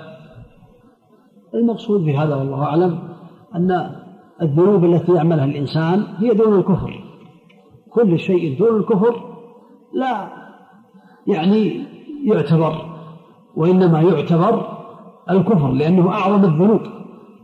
المقصود بهذا والله أعلم أن الذنوب التي يعملها الإنسان هي دون الكفر. كل شيء دون الكفر لا يعني يعتبر، وإنما يعتبر الكفر لأنه أعظم الذنوب.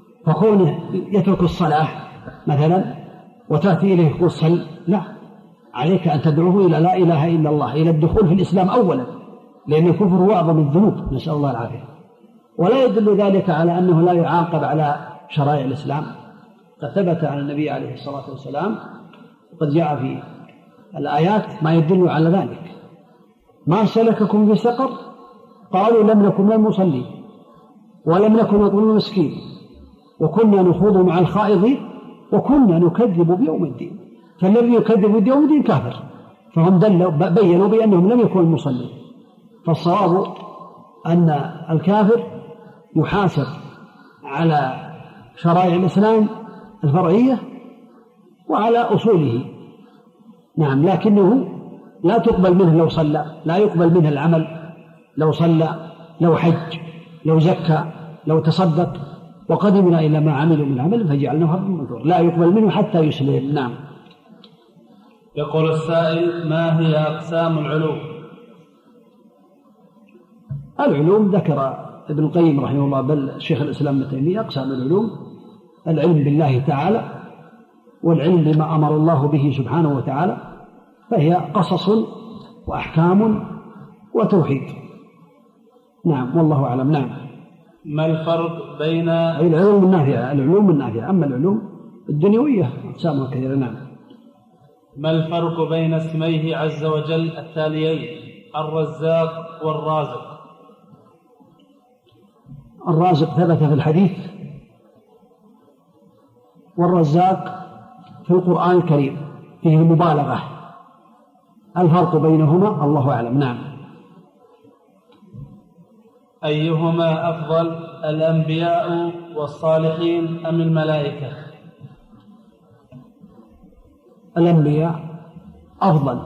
فكونه يترك الصلاة مثلا وتأتي إليه يقول صل، لا، عليك أن تدعوه إلى لا إله إلا الله، إلى الدخول في الإسلام أولا، لأن الكفر هو أعظم الذنوب، نسأل الله العافية. ولا يدل ذلك على أنه لا يعاقب على شرائع الإسلام. قد ثبت عن النبي عليه الصلاة والسلام وقد جاء في الآيات ما يدل على ذلك. ما سلككم في سقر؟ قالوا لم نكن من المصلين ولم نكن نطعم المسكين وكنا نخوض مع الخائضين وكنا نكذب بيوم الدين. فالذي يكذب بيوم الدين كافر، فهم دلوا بينوا بأنهم لم يكونوا المصلين. فالصواب أن الكافر يحاسب على شرائع الإسلام الفرعية وعلى أصوله، نعم، لكنه لا تقبل منه لو صلى، لا يقبل منه العمل لو صلى، لو حج، لو زكى، لو تصدق، وقدمنا إلى ما عملوا من عمل فجعلناه هباء منثورا، لا يقبل منه حتى يسلم. نعم. يقول السائل: ما هي أقسام العلوم؟ العلوم ذكر ابن القيم رحمه الله بل شيخ الإسلام ابن تيمية أقسام العلوم: العلم بالله تعالى، والعلم بما أمر الله به سبحانه وتعالى، فهي قصص وأحكام وتوحيد. نعم، والله أعلم. نعم. ما الفرق بين العلوم النافعة؟ العلوم النافعة. أما العلوم الدنيوية أقسامها كثيرة. نعم. ما الفرق بين اسميه عز وجل التاليين الرزاق والرازق؟ الرازق ثبت في الحديث، والرزاق في القرآن الكريم فيه المبالغة. الفرق بينهما الله أعلم. نعم. أيهما أفضل، الأنبياء والصالحين أم الملائكة؟ الأنبياء أفضل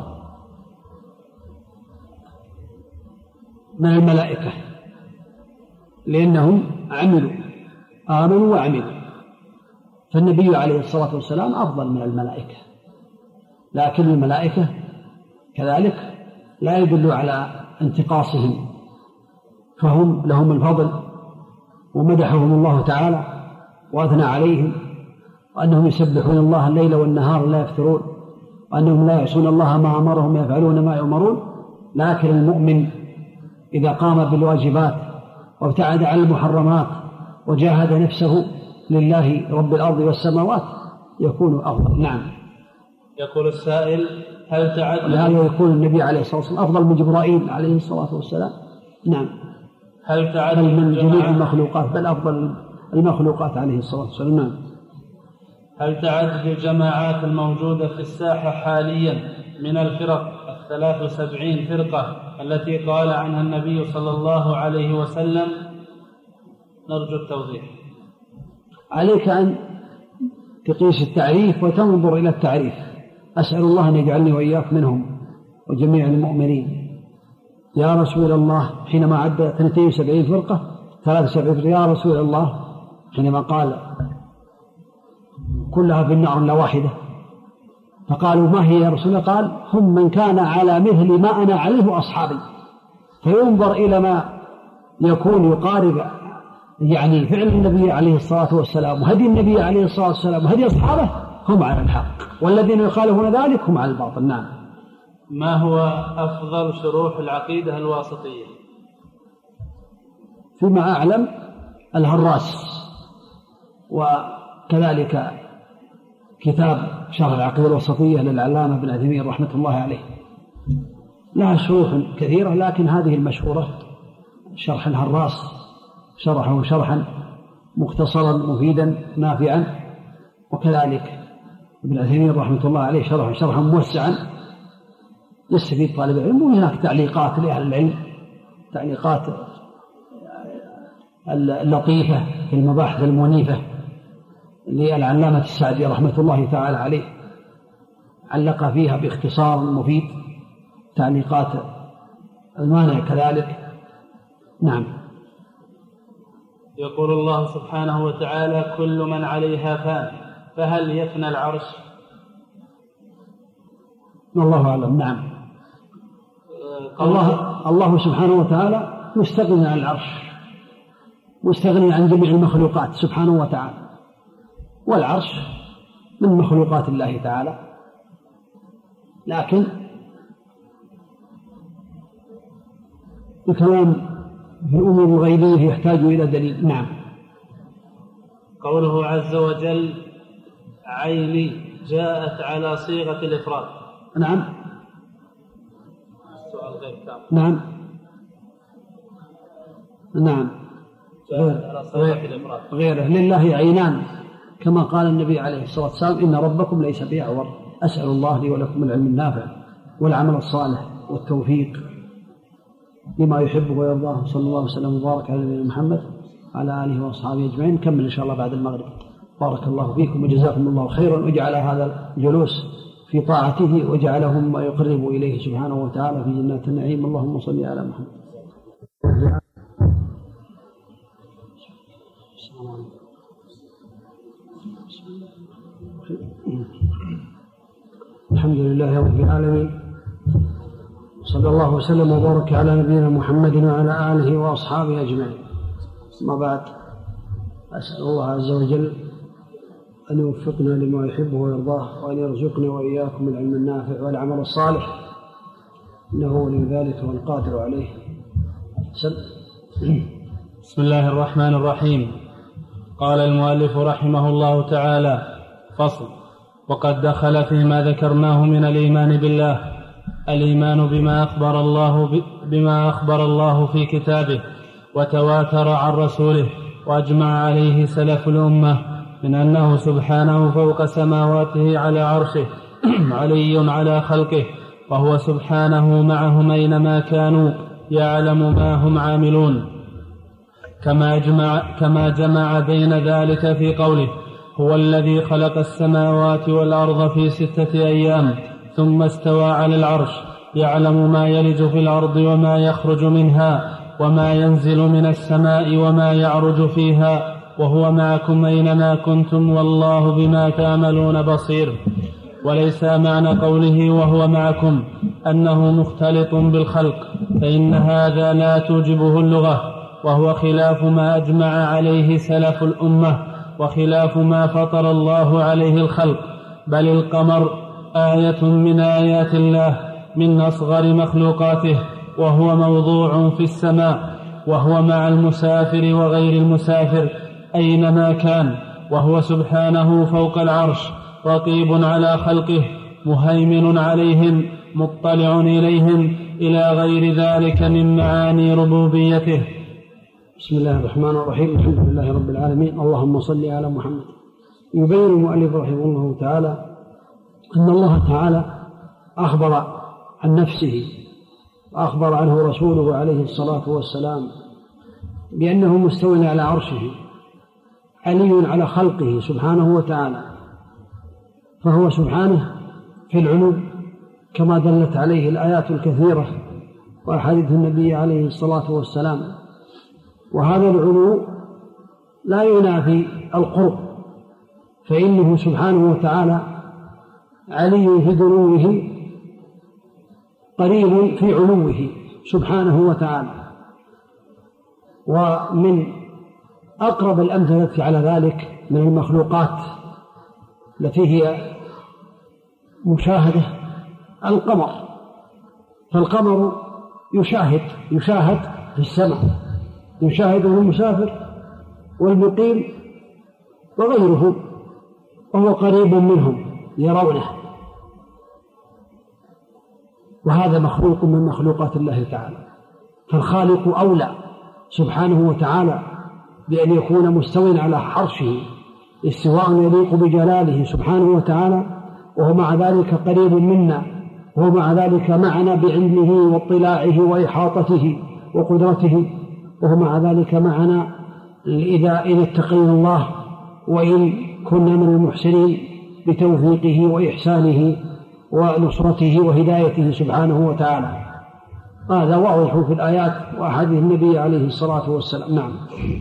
من الملائكة، لأنهم عملوا آمنوا وعملوا، فالنبي عليه الصلاة والسلام أفضل من الملائكة. لكن الملائكة كذلك لا يدل على انتقاصهم، فهم لهم الفضل، ومدحهم الله تعالى وأثنى عليهم، وأنهم يسبحون الله الليل والنهار لا يفترون، وأنهم لا يعصون الله ما أمرهم يفعلون ما يؤمرون. لكن المؤمن إذا قام بالواجبات وابتعد عن المحرمات وجاهد نفسه لله رب الأرض والسماوات يكون أفضل. نعم. يقول السائل: هل تعد لهذا يكون النبي عليه الصلاة والسلام أفضل من جبرائيل عليه الصلاة والسلام. نعم. هل تعد من جميع المخلوقات، بل أفضل المخلوقات عليه الصلاة والسلام. نعم. هل تعدد الجماعات الموجودة في الساحة حاليا من الفرق الثلاث وسبعين فرقة التي قال عنها النبي صلى الله عليه وسلم؟ نرجو التوضيح. عليك أن تقيس التعريف وتنظر إلى التعريف. أسأل الله أن يجعلني وإياك منهم وجميع المؤمنين. يا رسول الله حينما عد اثنتين وسبعين فرقة ثلاث وسبعين فرقة، يا رسول الله حينما قال كلها في النار إلا واحدة، فقالوا ما هي يا رسول الله؟ قال هم من كان على مثل ما أنا عليه أصحابي. فينظر إلى ما يكون يقارب يعني فعل النبي عليه الصلاة والسلام وهدي النبي عليه الصلاة والسلام وهدي أصحابه، هم على الحق، والذين يخالفون ذلك هم على الباطل. نعم. ما هو أفضل شروح العقيدة الواسطية؟ فيما أعلم الهراس، وكذلك كتاب شرح العقيدة الواسطية للعلامة ابن عثيمين رحمة الله عليه، لها شروح كثيرة، لكن هذه المشهورة شرح الهراس، شرحه شرحا مختصرا مفيدا نافعا، وكذلك ابن عثيمين رحمة الله عليه شرح شرحا موسعا يستفيد طالب العلم. وهناك تعليقات لأهل العلم، تعليقات اللطيفة في المباحث المنيفة للعلامة السعدي رحمة الله تعالى عليه، علق فيها باختصار مفيد. تعليقات المانع كذلك. نعم. يقول الله سبحانه وتعالى: كل من عليها فان، فهل يفنى العرش؟ الله أعلم. نعم. الله, الله سبحانه وتعالى مستغني عن العرش، مستغني عن جميع المخلوقات سبحانه وتعالى، والعرش من مخلوقات الله تعالى، لكن الكلام في الأمور الغيبية يحتاج إلى دليل. نعم. قوله عز وجل عيني جاءت على صيغة الإفراد. نعم. السؤال غير كامل. نعم نعم جاءت على صيغة الإفراد. غيره. لله عينان كما قال النبي عليه الصلاة والسلام إن ربكم ليس بأعور. أسأل الله لي ولكم العلم النافع والعمل الصالح والتوفيق لما يحبه ويرضاه. صلى الله وسلم وبارك على نبينا محمد على آله وأصحابه أجمعين. نكمل إن شاء الله بعد المغرب. بارك الله فيكم وجزاكم الله خيرا، وجعل هذا الجلوس في طاعته وجعله ما يقرب إليه سبحانه وتعالى في جنات النعيم. اللهم صل على محمد. الحمد لله رب العالمين، صلى الله وسلم وبارك على نبينا محمد وعلى آله وأصحابه أجمعين. ما بعد، أسأل الله عز وجل أن يوفقنا لما يحبه ويرضاه، وأن يرزقنا وإياكم العلم النافع والعمل الصالح، إنه ولي ذلك والقادر عليه. سل. بسم الله الرحمن الرحيم. قال المؤلف رحمه الله تعالى: فصل. وقد دخل فيما ذكرناه من الإيمان بالله الإيمان بما أخبر الله بما أخبر الله في كتابه وتواتر عن رسوله وأجمع عليه سلف الأمة من أنه سبحانه فوق سماواته على عرشه علي على خلقه، وهو سبحانه معهم أينما كانوا يعلم ما هم عاملون، كما جمع, كما جمع بين ذلك في قوله: هو الذي خلق السماوات والأرض في ستة أيام ثم استوى على العرش يعلم ما يلج في الأرض وما يخرج منها وما ينزل من السماء وما يعرج فيها وهو معكم أينما كنتم والله بما تعملون بصير. وليس معنى قوله وهو معكم أنه مختلط بالخلق، فإن هذا لا توجبه اللغة، وهو خلاف ما أجمع عليه سلف الأمة وخلاف ما فطر الله عليه الخلق. بل القمر آية من آيات الله من أصغر مخلوقاته، وهو موضوع في السماء، وهو مع المسافر وغير المسافر أينما كان، وهو سبحانه فوق العرش رقيب على خلقه مهيمن عليهم مطلع إليهم إلى غير ذلك من معاني ربوبيته. بسم الله الرحمن الرحيم. الحمد لله رب العالمين. اللهم صل على محمد. يبين المؤلف رحمه الله تعالى أن الله تعالى أخبر عن نفسه وأخبر عنه رسوله عليه الصلاة والسلام بأنه مستوٍ على عرشه علي على خلقه سبحانه وتعالى، فهو سبحانه في العلو كما دلت عليه الآيات الكثيرة وأحاديث النبي عليه الصلاة والسلام. وهذا العلو لا ينافي القرب، فإنه سبحانه وتعالى علي في دنوه قريب في علوه سبحانه وتعالى. ومن أقرب الأمثلة على ذلك من المخلوقات التي هي مشاهدة القمر، فالقمر يشاهد يشاهد في السماء، يشاهده المسافر والمقيم وغيره، وهو قريب منهم يرونه، وهذا مخلوق من مخلوقات الله تعالى. فالخالق أولى سبحانه وتعالى بأن يكون مستوٍ على عرشه استواء يليق بجلاله سبحانه وتعالى، وهو مع ذلك قريب منا، وهو مع ذلك معنا بعلمه واطلاعه وإحاطته وقدرته، وهو مع ذلك معنا إذا إن اتقينا الله وإن كنا من المحسنين بتوفيقه وإحسانه ونصرته وهدايته سبحانه وتعالى. هذا واضح في الآيات وأحاديث النبي عليه الصلاة والسلام. نعم.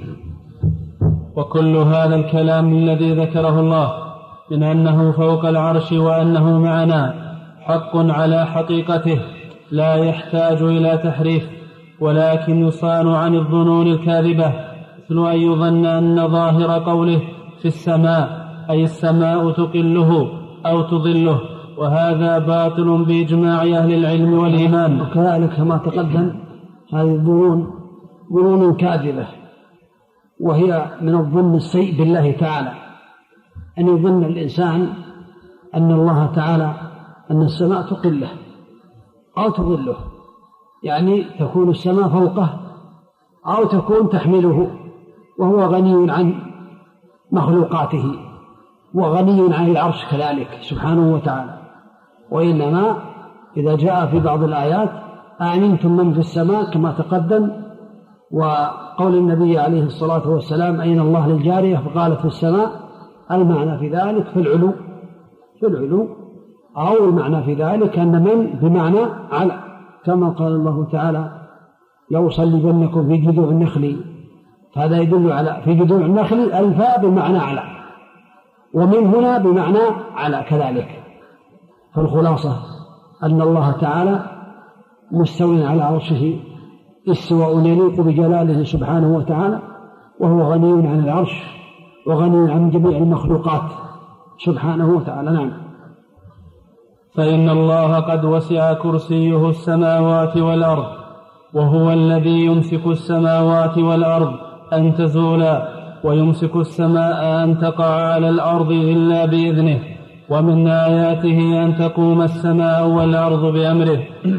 وكل هذا الكلام الذي ذكره الله من أنه فوق العرش وأنه معنا حق على حقيقته لا يحتاج إلى تحريف، ولكن يصان عن الظنون الكاذبة، مثل أن يظن أن ظاهر قوله في السماء أي السماء تقله أو تظله، وهذا باطل بإجماع أهل العلم والإيمان. وكذلك كما تقدم هذه الظنون ظنون كاذبة، وهي من الظن السيء بالله تعالى، أن يظن الإنسان أن الله تعالى أن السماء تقله أو تظله، يعني تكون السماء فوقه أو تكون تحمله، وهو غني عن مخلوقاته وغني عن العرش كذلك سبحانه وتعالى. وإنما إذا جاء في بعض الآيات أأمنتم من في السماء كما تقدم، وقول النبي عليه الصلاة والسلام أين الله للجارية فقالت في السماء، المعنى في ذلك في العلو في العلو أو المعنى في ذلك أن من بمعنى على، كما قال الله تعالى لأصلبنكم في جذوع النخل، فهذا يدل على في جذوع النخل الفاء بمعنى على، ومن هنا بمعنى على كذلك. فالخلاصة أن الله تعالى مستوٍ على عرشه استواء يليق بجلاله سبحانه وتعالى، وهو غني عن العرش وغني عن جميع المخلوقات سبحانه وتعالى. نعم. فإن الله قد وسع كرسيه السماوات والأرض، وهو الذي يمسك السماوات والأرض أن تزولا، ويمسك السماء أن تقع على الأرض إلا بإذنه، ومن آياته أن تقوم السماء والأرض بأمره.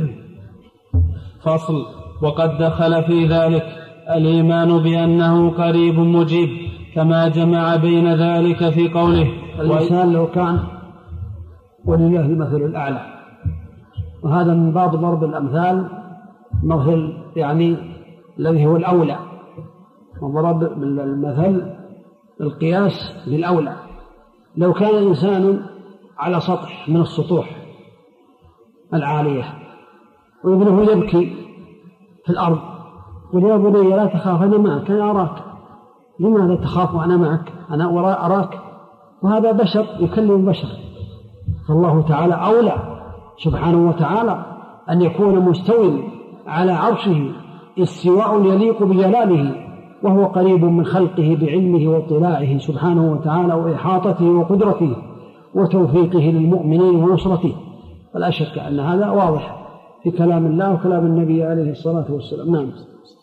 فصل. وقد دخل في ذلك الإيمان بأنه قريب مجيب، كما جمع بين ذلك في قوله الإنسان لو كان ولله المثل الأعلى، وهذا من باب ضرب الأمثال، مثل يعني الذي هو الأولى، وضرب المثل القياس بالأولى. لو كان إنسان على سطح من السطوح العالية وابنه يبكي في الأرض، قل يا بني لا تخاف أنا معك أنا أراك، لماذا تخاف وأنا معك أنا أراك؟ وهذا بشر يكلم بشر، فالله تعالى أولى سبحانه وتعالى أن يكون مستوٍ على عرشه استواء يليق بجلاله، وهو قريب من خلقه بعلمه واطلاعه سبحانه وتعالى وإحاطته وقدرته وتوفيقه للمؤمنين ونصرته. فلا شك أن هذا واضح في كلام الله وكلام النبي عليه الصلاة والسلام. نعم.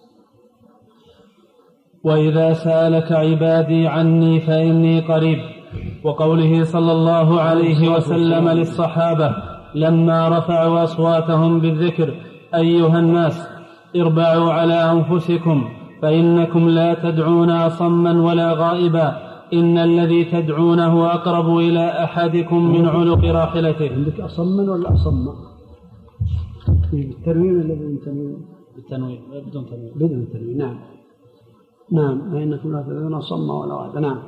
وإذا سألك عبادي عني فإني قريب، وقوله صلى الله عليه وسلم للصحابة لما رفعوا أصواتهم بالذكر أيها الناس اربعوا على أنفسكم فإنكم لا تدعون أصما ولا غائبا، إن الذي تدعونه أقرب إلى أحدكم من عنق راحلته. عندك أصما ولا أصما؟ بالتنوين ولا بدون تنوين؟ بالتنوين بدون تنوين. بدون تنوين. نعم نعم. فإنكم لا تدعون أصما ولا غائبا. نعم.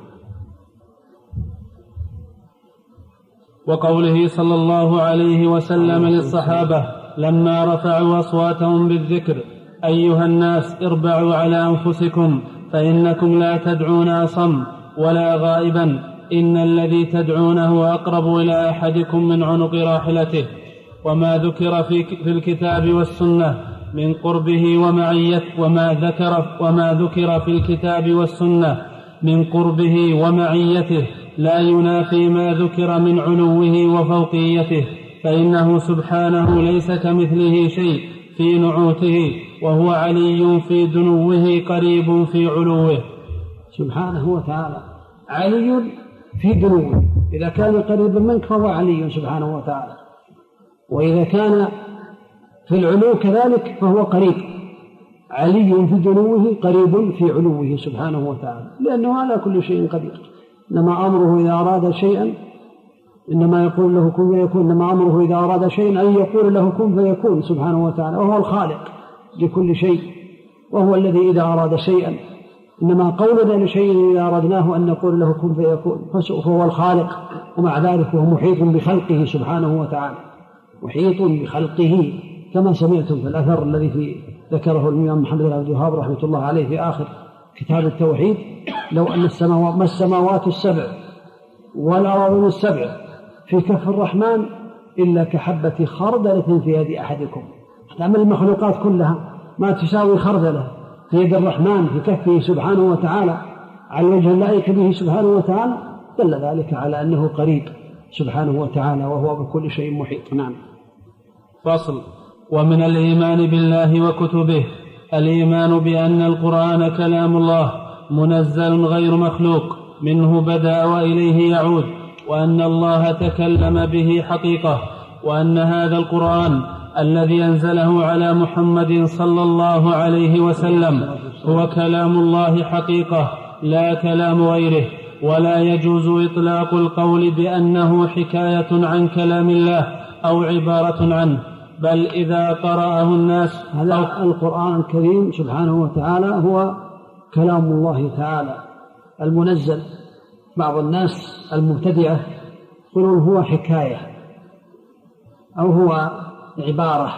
وقوله صلى الله عليه وسلم للصحابة لما رفعوا أصواتهم بالذكر أيها الناس اربعوا على أنفسكم فإنكم لا تدعون أصم ولا غائبا، إن الذي تدعونه أقرب إلى أحدكم من عنق راحلته. وما ذكر في, في الكتاب والسنة من قربه ومعيته وما ذكر وما ذكر في الكتاب والسنة من قربه ومعيته لا ينافي ما ذكر من علوه وفوقيته، فإنه سبحانه ليس كمثله شيء في نعوته، وهو علي في دنوه قريب في علوه. سبحانه وتعالى علي في دنوه، إذا كان قريبا منك فهو علي سبحانه وتعالى، وإذا كان في العلو كذلك فهو قريب، علي في دنوه قريب في علوه سبحانه وتعالى، لأنه على كل شيء قدير. إنما أمره إذا أراد شيئا إنما يقول له كن فيكون، إنما أمره إذا أراد شيئا أن يقول له كن فيكون سبحانه وتعالى، وهو الخالق لكل شيء، وهو الذي إذا أراد شيئا إنما قولنا لشيء إذا أردناه أن نقول له كن فيكون، فهو الخالق، ومع ذلك هو محيط بخلقه سبحانه وتعالى، محيط بخلقه، كما سمعتم في الأثر الذي في ذكره الإمام محمد بن عبد الوهاب رحمة الله عليه في آخر كتاب التوحيد: لو أن السماوات ما السماوات السبع والأراضين السبع في كف الرحمن إلا كحبة خردلة في يد أحدكم. تعمل المخلوقات كلها ما تساوي خردلة في يد الرحمن في كفه سبحانه وتعالى على الوجه اللائق به سبحانه وتعالى، دل ذلك على أنه قريب سبحانه وتعالى وهو بكل شيء محيط. نعم. فصل. ومن الإيمان بالله وكتبه الإيمان بأن القرآن كلام الله منزل غير مخلوق منه بدأ وإليه يعود، وأن الله تكلم به حقيقة، وأن هذا القرآن الذي أنزله على محمد صلى الله عليه وسلم هو كلام الله حقيقة لا كلام غيره، ولا يجوز إطلاق القول بأنه حكاية عن كلام الله أو عبارة عنه، بل إذا قرأه الناس. هذا القرآن الكريم سبحانه وتعالى هو كلام الله تعالى المنزل. بعض الناس المبتدئة يقولون هو حكاية أو هو عبارة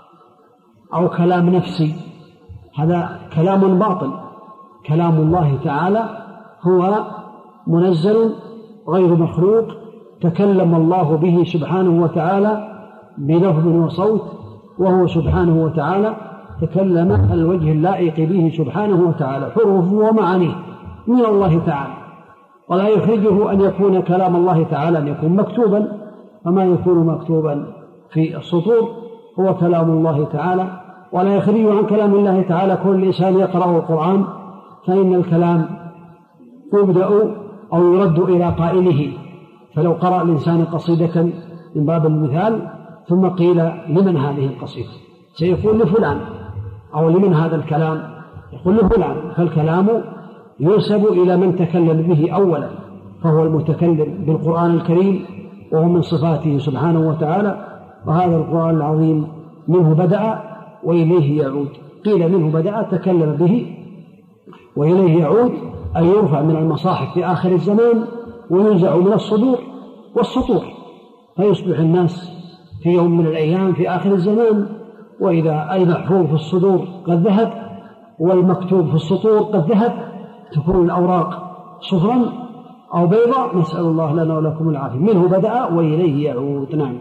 أو كلام نفسي، هذا كلام باطل. كلام الله تعالى هو منزل غير مخلوق، تكلم الله به سبحانه وتعالى بلفظ وصوت، وهو سبحانه وتعالى تكلم على الوجه اللائق به سبحانه وتعالى، حروفه ومعانيه من الله تعالى، ولا يخرجه أن يكون كلام الله تعالى أن يكون مكتوبا، فما يكون مكتوبا في السطور هو كلام الله تعالى، ولا يخرجه عن كلام الله تعالى كل إنسان يقرأ القرآن، فإن الكلام يبدأ أو يرد إلى قائله. فلو قرأ الإنسان قصيدة من باب المثال ثم قيل لمن هذه القصيدة سيقول لفلان، أو لمن هذا الكلام يقول لفلان، فالكلام ينسب إلى من تكلم به أولا، فهو المتكلم بالقرآن الكريم وهو من صفاته سبحانه وتعالى. وهذا القرآن العظيم منه بدأ وإليه يعود. قيل منه بدأ تكلم به وإليه يعود، أن يرفع من المصاحف في آخر الزمان وينزع من الصدور والسطور، فيصبح الناس في يوم من الأيام في آخر الزمان وإذا المحفوظ في الصدور قد ذهب والمكتوب في السطور قد ذهب، تكون الأوراق صفرا أو بيضاء، نسأل الله لنا ولكم العافية. منه بدأ وإليه يعود. نعم.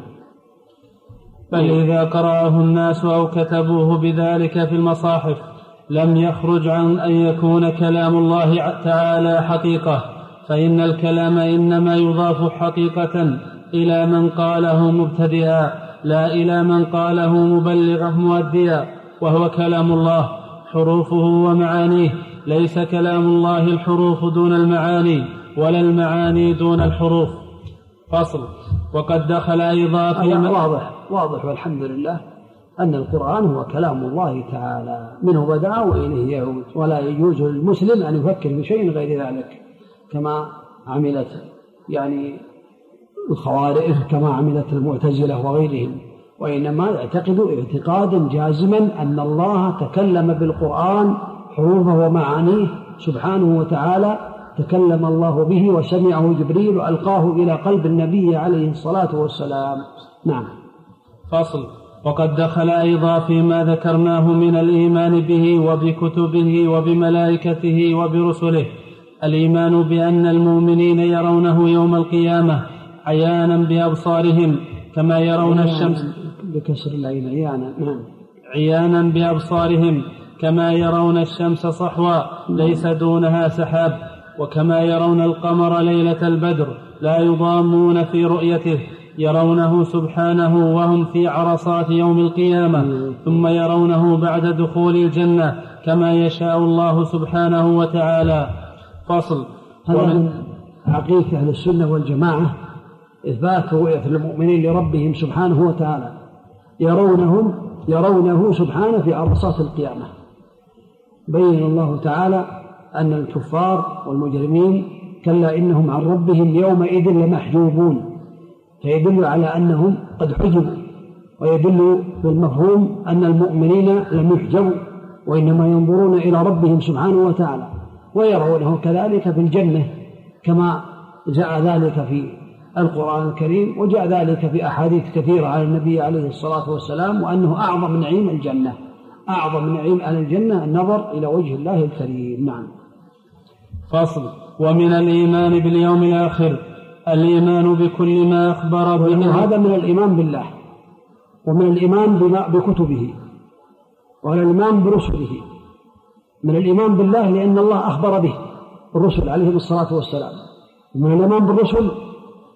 بل إذا قرأه الناس أو كتبوه بذلك في المصاحف لم يخرج عن أن يكون كلام الله تعالى حقيقة، فإن الكلام إنما يضاف حقيقة إلى من قاله مبتدئا لا إلى من قاله مبلغا مؤديا، وهو كلام الله حروفه ومعانيه، ليس كلام الله الحروف دون المعاني ولا المعاني دون الحروف. فصل. وقد دخل أيضا في واضح واضح والحمد لله أن القرآن هو كلام الله تعالى منه بدأ وإليه يعود، ولا يجوز للمسلم أن يفكر بشيء غير ذلك كما عملت يعني الخوارج، كما عملت المعتزلة وغيرهم، وإنما يعتقد اعتقادا جازما أن الله تكلم بالقرآن حروفه ومعانيه سبحانه وتعالى، تكلم الله به وسمعه جبريل وألقاه إلى قلب النبي عليه الصلاة والسلام. نعم. فصل. وقد دخل أيضا فيما ذكرناه من الإيمان به وبكتبه وبملائكته وبرسله الإيمان بأن المؤمنين يرونه يوم القيامة عيانا بأبصارهم كما يرون الشمس بكسر العين عيانا. نعم. عيانا بأبصارهم كما يرون الشمس صحوا ليس دونها سحاب، وكما يرون القمر ليلة البدر لا يضامون في رؤيته، يرونه سبحانه وهم في عرصات يوم القيامة، ثم يرونه بعد دخول الجنة كما يشاء الله سبحانه وتعالى. فصل. هذا من عقيدة أهل السنة والجماعة إثبات رؤية المؤمنين لربهم سبحانه وتعالى، يرونهم يرونه سبحانه في عرصات القيامة. بين الله تعالى أن الكفار والمجرمين كلا إنهم عن ربهم يومئذ لمحجوبون، فيدل على أنهم قد حجبوا، ويدل بالمفهوم أن المؤمنين لم يحجبوا وإنما ينظرون إلى ربهم سبحانه وتعالى، ويرونه كذلك في الجنة كما جاء ذلك في القرآن الكريم، وجاء ذلك في أحاديث كثيرة على النبي عليه الصلاة والسلام، وأنه أعظم نعيم الجنة، أعظم نعيم على الجنة النظر إلى وجه الله الكريم. نعم. فصل. ومن الإيمان باليوم الآخر الإيمان بكل ما أخبر به، هذا من الإيمان بالله، ومن الإيمان بكتبه، ومن الإيمان برسله. من الإيمان بالله لأن الله أخبر به الرسل عليهم الصلاة والسلام، ومن الإيمان بالرسل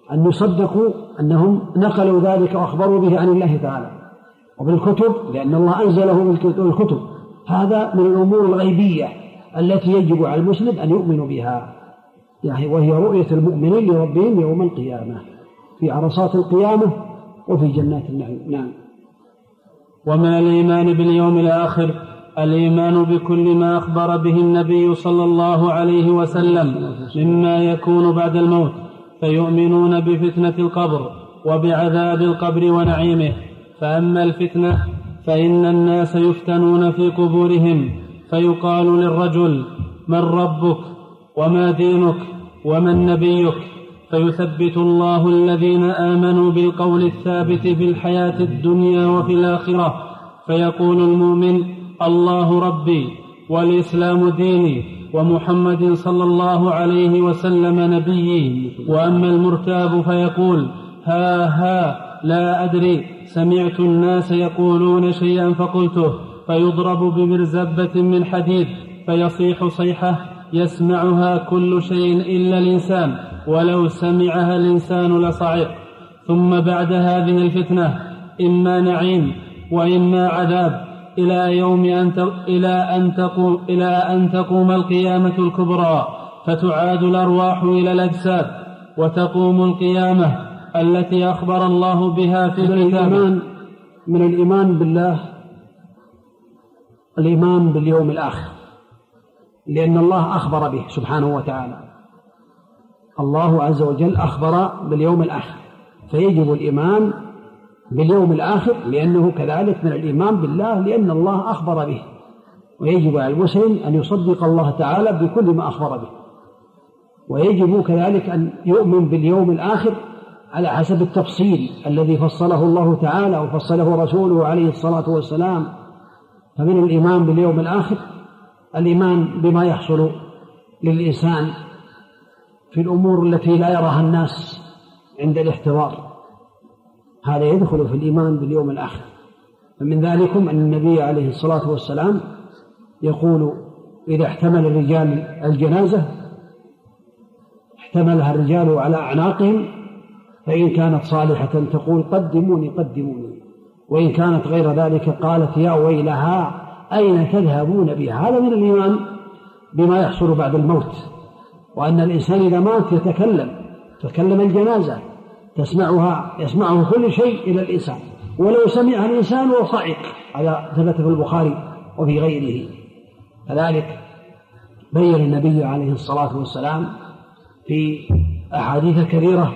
أن يصدقوا أنهم نقلوا ذلك وأخبروا به عن الله تعالى وبالكتب، لأن الله أنزله بالكتب. هذا من الأمور الغيبية التي يجب على المسلم أن يؤمن بها، يعني وهي رؤية المؤمنين لربهم يوم القيامة في عرصات القيامة وفي جنات النعيم. نعم. ومن الإيمان باليوم الآخر الإيمان بكل ما أخبر به النبي صلى الله عليه وسلم مما يكون بعد الموت، فيؤمنون بفتنة القبر وبعذاب القبر ونعيمه. فأما الفتنة فإن الناس يفتنون في قبورهم، فيقال للرجل: من ربك وما دينك ومن نبيك؟ فيثبت الله الذين آمنوا بالقول الثابت في الحياة الدنيا وفي الآخرة، فيقول المؤمن: الله ربي والإسلام ديني ومحمد صلى الله عليه وسلم نبيي. وأما المرتاب فيقول: ها ها لا أدري، سمعت الناس يقولون شيئا فقلته، فيضرب بمرزبة من حديد فيصيح صيحة يسمعها كل شيء إلا الإنسان، ولو سمعها الإنسان لصعق. ثم بعد هذه الفتنة إما نعيم وإما عذاب، إلى يوم أن إلى أن تقوم إلى أن تقوم القيامة الكبرى، فتعاد الأرواح إلى الأجساد، وتقوم القيامة التي أخبر الله بها في الكتاب. من الإيمان بالله الإيمان باليوم الآخر، لأن الله أخبر به سبحانه وتعالى. الله عز وجل أخبر باليوم الآخر، فيجب الإيمان باليوم الآخر، لأنه كذلك من الإيمان بالله، لأن الله أخبر به. ويجب على المسلم أن يصدق الله تعالى بكل ما أخبر به، ويجب كذلك أن يؤمن باليوم الآخر على حسب التفصيل الذي فصله الله تعالى وفصله رسوله عليه الصلاة والسلام. فمن الإيمان باليوم الآخر الإيمان بما يحصل للإنسان في الأمور التي لا يراها الناس عند الاحتضار، هذا يدخل في الإيمان باليوم الآخر. فمن ذلكم أن النبي عليه الصلاة والسلام يقول: إذا احتمل الرجال الجنازة احتملها الرجال على أعناقهم، فإن كانت صالحة تقول: قدموني قدموني، وإن كانت غير ذلك قالت: يا ويلها أين تذهبون بها. هذا من الإيمان بما يحصل بعد الموت، وأن الإنسان إذا مات يتكلم، تكلم الجنازة تسمعها يسمعه كل شيء إلى الإنسان، ولو سمعها الإنسان وصعق، على ثبت في البخاري وفي غيره. كذلك بين النبي عليه الصلاة والسلام في أحاديث كثيرة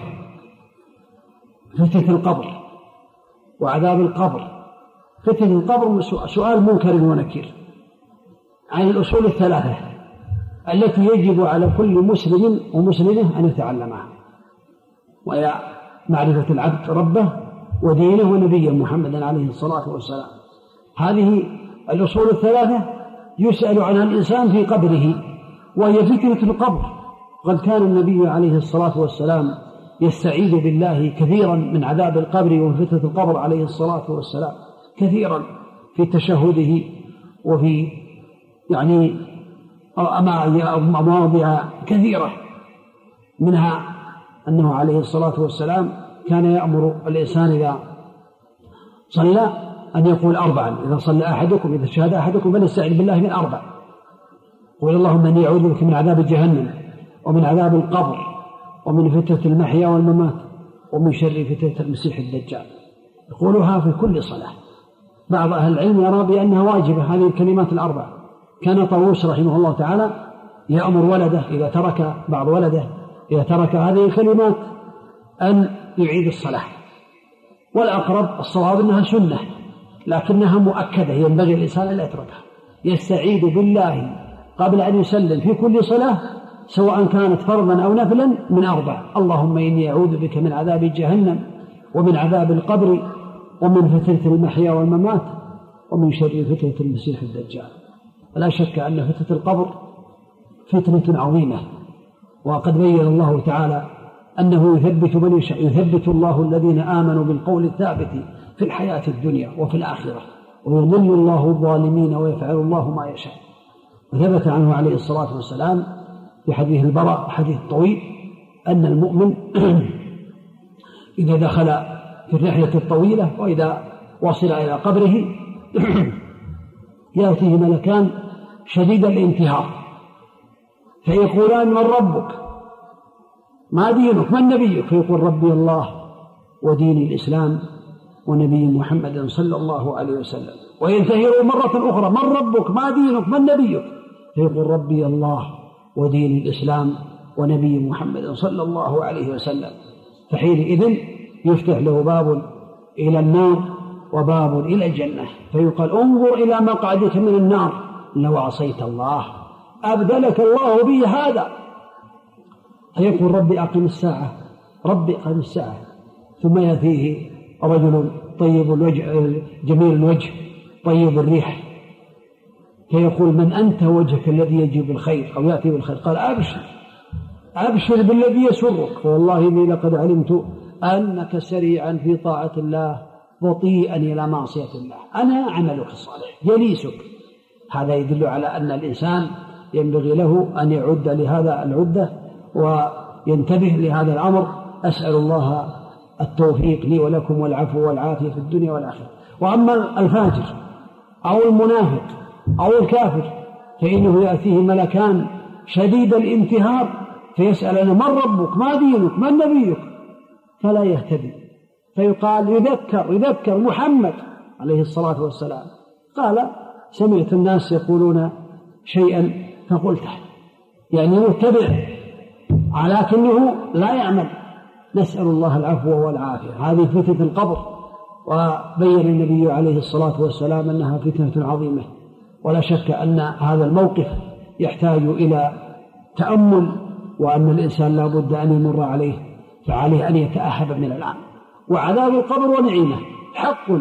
فتنة القبر وعذاب القبر. فتنة القبر سؤال منكر ونكير عن الأصول الثلاثة التي يجب على كل مسلم ومسلمة أن يتعلمها، وهي معرفة العبد ربه ودينه ونبيه محمد عليه الصلاة والسلام. هذه الأصول الثلاثة يسأل عنها الإنسان في قبره، وهي فتنة القبر. قد كان النبي عليه الصلاة والسلام يستعيذ بالله كثيرا من عذاب القبر وفتنة القبر عليه الصلاة والسلام، كثيرا في تشهده وفي يعني مواضع كثيرة، منها أنه عليه الصلاة والسلام كان يأمر الإنسان إذا صلى أن يقول أربعا: إذا صلى أحدكم إذا شهد أحدكم فليستعذ بالله من أربع، قل اللهم إني أعوذ بك من عذاب جهنم ومن عذاب القبر ومن فتنة المحيا والممات ومن شر فتنة المسيح الدجال. يقولها في كل صلاة. بعض أهل العلم يرى بأنها واجبة هذه الكلمات الأربع. كان طاووس رحمه الله تعالى يأمر ولده إذا ترك بعض ولده إذا ترك هذه الكلمات أن يعيد الصلاة، والأقرب الصواب أنها سنة لكنها مؤكدة، ينبغي الإنسان أن لا يتركها. يستعيذ بالله قبل أن يسلم في كل صلاة سواء كانت فرضا أو نفلا من أربع: اللهم إني أعوذ بك من عذاب جهنم ومن عذاب القبر ومن فتنة المحيا والممات ومن شر فتنة المسيح الدجال. لا شك أن فتنة القبر فتنة عظيمة، وقد بين الله تعالى أنه يثبت من يشاء، يثبت الله الذين آمنوا بالقول الثابت في الحياة الدنيا وفي الآخرة، ويضل الله الظالمين ويفعل الله ما يشاء. وثبت عنه عليه الصلاة والسلام في حديث البراء حديث طويل أن المؤمن إذا دخل في الرحلة الطويلة وإذا وصل إلى قبره يأتيه ملكان شديد الانتهار فيقولان: من ربك؟ ما دينك؟ من نبيك؟ فيقول: ربي الله ودين الإسلام ونبي محمد صلى الله عليه وسلم. وينتهر مرة أخرى: من ربك؟ ما دينك؟ من نبيك؟ فيقول: ربي الله ودين الإسلام ونبي محمد صلى الله عليه وسلم. فحينئذ يفتح له باب إلى النار وباب إلى الجنة، فيقال: انظر إلى مقعدك من النار لو عصيت الله أبدلك الله به هذا. فيقول: ربي أقم الساعة، ربي أقم الساعة. ثم يأتيه رجل طيب الوجه جميل الوجه طيب الريح فيقول: من أنت وجهك الذي يجيب الخير أو يأتي بالخير؟ قال: أبشر أبشر بالذي يسرك، فوالله إني لقد علمت أنك سريعا في طاعة الله بطيئا إلى معصية الله، أنا عملك الصالح جليسك. هذا يدل على أن الإنسان ينبغي له أن يعد لهذا العدة وينتبه لهذا الأمر. أسأل الله التوفيق لي ولكم والعفو والعافية في الدنيا والآخرة. وأما الفاجر أو المنافق أو الكافر فإنه يأتيه ملكان شديد الانتهار فيسألنا: من ربك؟ ما دينك؟ من نبيك؟ فلا يهتدي، فيقال: يذكر يذكر محمد عليه الصلاة والسلام. قال: سمعت الناس يقولون شيئا فقلته، يعني يتبع ولكنه لا يعمل. نسأل الله العفو والعافية. هذه فتنة القبر، وبين النبي عليه الصلاة والسلام أنها فتنة عظيمة، ولا شك أن هذا الموقف يحتاج إلى تأمل، وأن الإنسان لا بد أن يمر عليه، فعليه أن يتأهب من الآن. وعذاب القبر ونعيمه حق،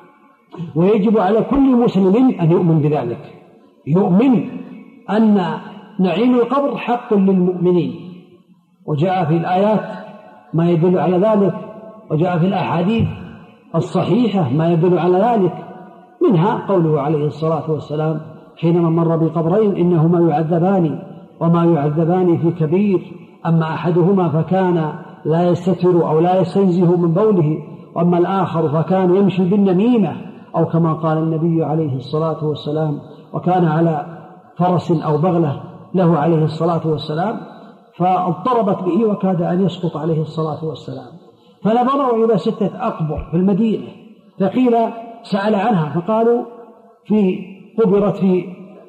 ويجب على كل مسلم أن يؤمن بذلك، يؤمن أن نعيم القبر حق للمؤمنين. وجاء في الآيات ما يدل على ذلك، وجاء في الأحاديث الصحيحة ما يدل على ذلك، منها قوله عليه الصلاة والسلام حينما مر بقبرين: إنهما يعذبان وما يعذبان في كبير، أما أحدهما فكان لا يستتر أو لا يستنزه من بوله، وأما الآخر فكان يمشي بالنميمة، أو كما قال النبي عليه الصلاة والسلام، وكان على فرس أو بغلة له عليه الصلاة والسلام فاضطربت به وكاد أن يسقط عليه الصلاة والسلام. فنظروا إلى ستة أقبر في المدينة، فقيل سأل عنها فقالوا في قبرت في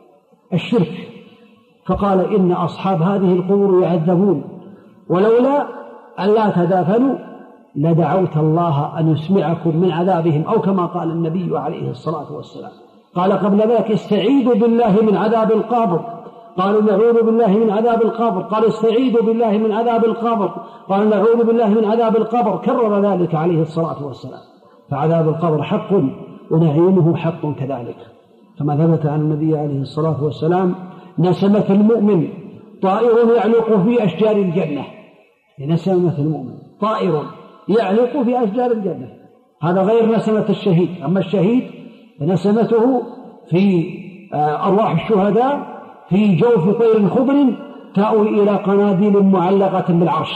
الشرك، فقال: إن أصحاب هذه القبور يعذبون، ولولا أن لا تدافنوا لدعوت الله أن يسمعكم من عذابهم، أو كما قال النبي عليه الصلاة والسلام. قال قبل ذلك: استعيذوا بالله من عذاب القبر. قالوا: نعوذ بالله من عذاب القبر. قال: استعيذوا بالله من عذاب القبر. قال: نعوذ بالله من عذاب القبر. كرر ذلك عليه الصلاة والسلام. فعذاب القبر حق ونعيمه حق كذلك، كما ثبت عن النبي عليه الصلاة والسلام: نسمة المؤمن طائر يعلق في أشجار الجنة. نسمة المؤمن طائر يعلق في أشجار الجنة، هذا غير نسمة الشهيد. أما الشهيد فنسمته في أرواح الشهداء في جوف طير خضر تأوي إلى قناديل معلقة بالعرش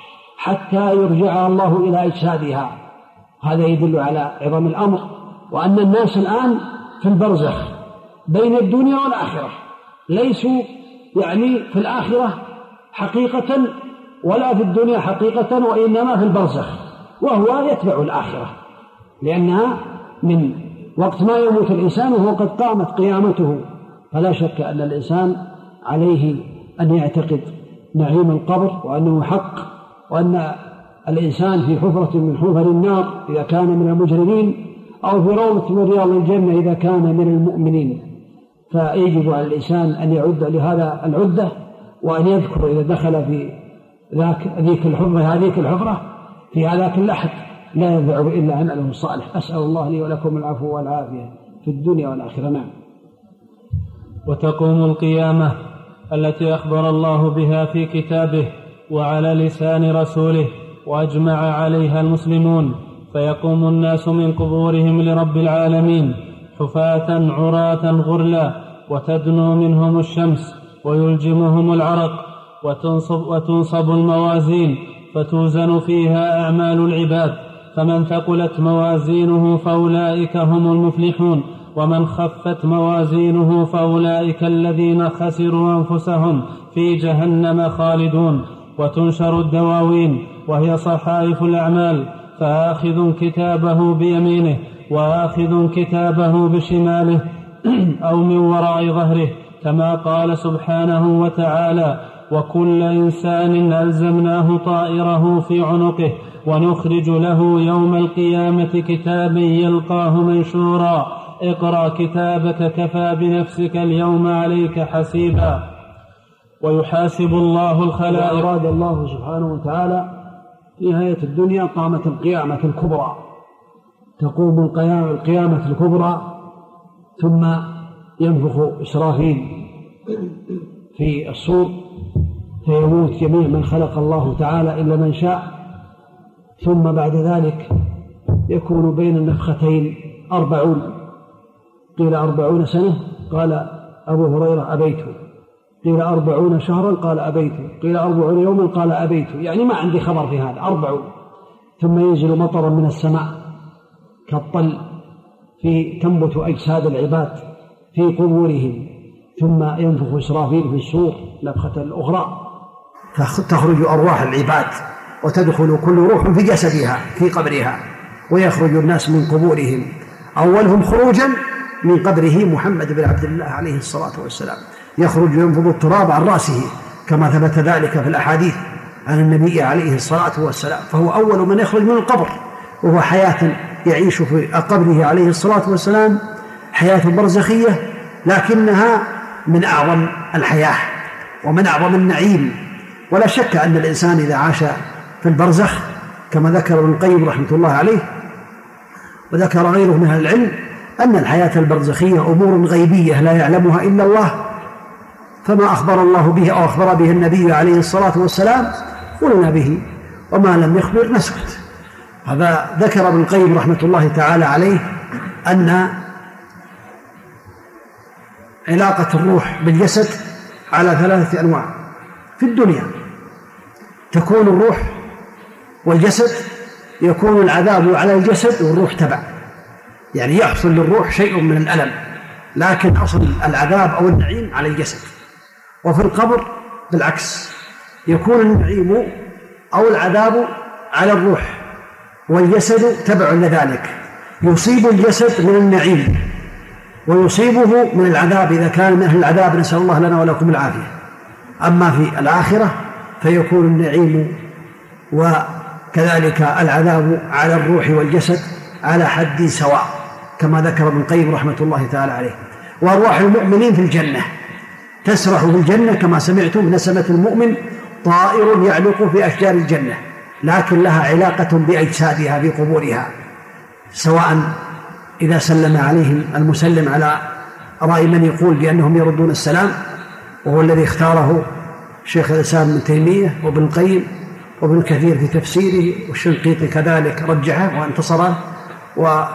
حتى يرجع الله إلى أجسادها. هذا يدل على عظم الأمر، وأن الناس الآن في البرزخ بين الدنيا والآخرة، ليسوا يعني في الآخرة حقيقة ولا في الدنيا حقيقة، وإنما في البرزخ، وهو يتبع الآخرة، لأنها من وقت ما يموت الإنسان وهو قد قامت قيامته. فلا شك أن الإنسان عليه أن يعتقد نعيم القبر وأنه حق، وأن الإنسان في حفرة من حفر النار إذا كان من المجرمين، أو في روضة من رياض الجنة إذا كان من المؤمنين. فيجب على الإنسان أن يعد لهذا العدة، وأن يذكر إذا دخل في ذاك ذيك الحفرة هذيك الحفرة في هذاك اللحد لا ينفع إلا عمله الصالح. أسأل الله لي ولكم العفو والعافية في الدنيا والآخرة. نعم. وتقوم القيامة التي أخبر الله بها في كتابه وعلى لسان رسوله وأجمع عليها المسلمون، فيقوم الناس من قبورهم لرب العالمين حفاة عراة غرلا، وتدنو منهم الشمس ويلجمهم العرق، وتنصب, وتنصب الموازين، فتوزن فيها أعمال العباد، فمن ثقلت موازينه فأولئك هم المفلحون، ومن خفت موازينه فأولئك الذين خسروا أنفسهم في جهنم خالدون. وتنشر الدواوين وهي صحائف الأعمال، فآخذ كتابه بيمينه وآخذ كتابه بشماله أو من وراء ظهره، كما قال سبحانه وتعالى: وكل إنسان ألزمناه طائره في عنقه ونخرج له يوم القيامة كتابا يلقاه منشورا اقرأ كتابك كفى بنفسك اليوم عليك حسيبا. ويحاسب الله الخلائق. أراد الله سبحانه وتعالى في نهاية الدنيا قامت القيامة الكبرى، تقوم القيامة الكبرى، ثم ينفخ إسرافيل في الصور فيموت جميع من خلق الله تعالى إلا من شاء، ثم بعد ذلك يكون بين النفختين أربعون، قيل أربعون سنة قال أبو هريرة أبيت، قيل أربعون شهرا قال أبيت، قيل أربعون يوما قال أبيت، يعني ما عندي خبر في هذا، أربعون. ثم ينزل مطرا من السماء كالطل في تنبت أجساد العباد في قبورهم، ثم ينفخ إسرافيل في الصور نفخة الأخرى فتخرج أرواح العباد وتدخل كل روح في جسدها في قبرها، ويخرج الناس من قبورهم، أولهم خروجا من قبره محمد بن عبد الله عليه الصلاة والسلام، يخرج ينفض التراب عن رأسه كما ثبت ذلك في الأحاديث عن النبي عليه الصلاة والسلام، فهو أول من يخرج من القبر، وهو حياة يعيش في قبره عليه الصلاة والسلام، حياة برزخية، لكنها من أعظم الحياة ومن أعظم النعيم. ولا شك أن الإنسان إذا عاش في البرزخ كما ذكر ابن القيم رحمة الله عليه وذكر غيره من أهل العلم أن الحياة البرزخية أمور غيبية لا يعلمها إلا الله، فما أخبر الله به أو أخبر به النبي عليه الصلاة والسلام قلنا به، وما لم يخبر نسكت. هذا ذكر ابن القيم رحمة الله تعالى عليه أن علاقة الروح بالجسد على ثلاثة أنواع. في الدنيا تكون الروح والجسد، يكون العذاب على الجسد والروح تبع، يعني يحصل للروح شيء من الألم، لكن أصل العذاب أو النعيم على الجسد. وفي القبر بالعكس، يكون النعيم أو العذاب على الروح والجسد تبع لذلك، يصيب الجسد من النعيم ويصيبه من العذاب إذا كان من أهل العذاب، نسأل الله لنا ولكم العافية. أما في الآخرة فيكون النعيم وكذلك العذاب على الروح والجسد على حد سواء، كما ذكر ابن القيم رحمة الله تعالى عليه. وأرواح المؤمنين في الجنة تسرح في الجنة، كما سمعتم نسمة المؤمن طائر يعلق في أشجار الجنة، لكن لها علاقة بأجسادها في قبورها، سواء إذا سلم عليهم المسلم على رأي من يقول بأنهم يردون السلام، وهو الذي اختاره شيخ الإسلام ابن تيمية وابن القيم وابن كثير في تفسيره، والشنقيطي كذلك رجحه وانتصره، وابن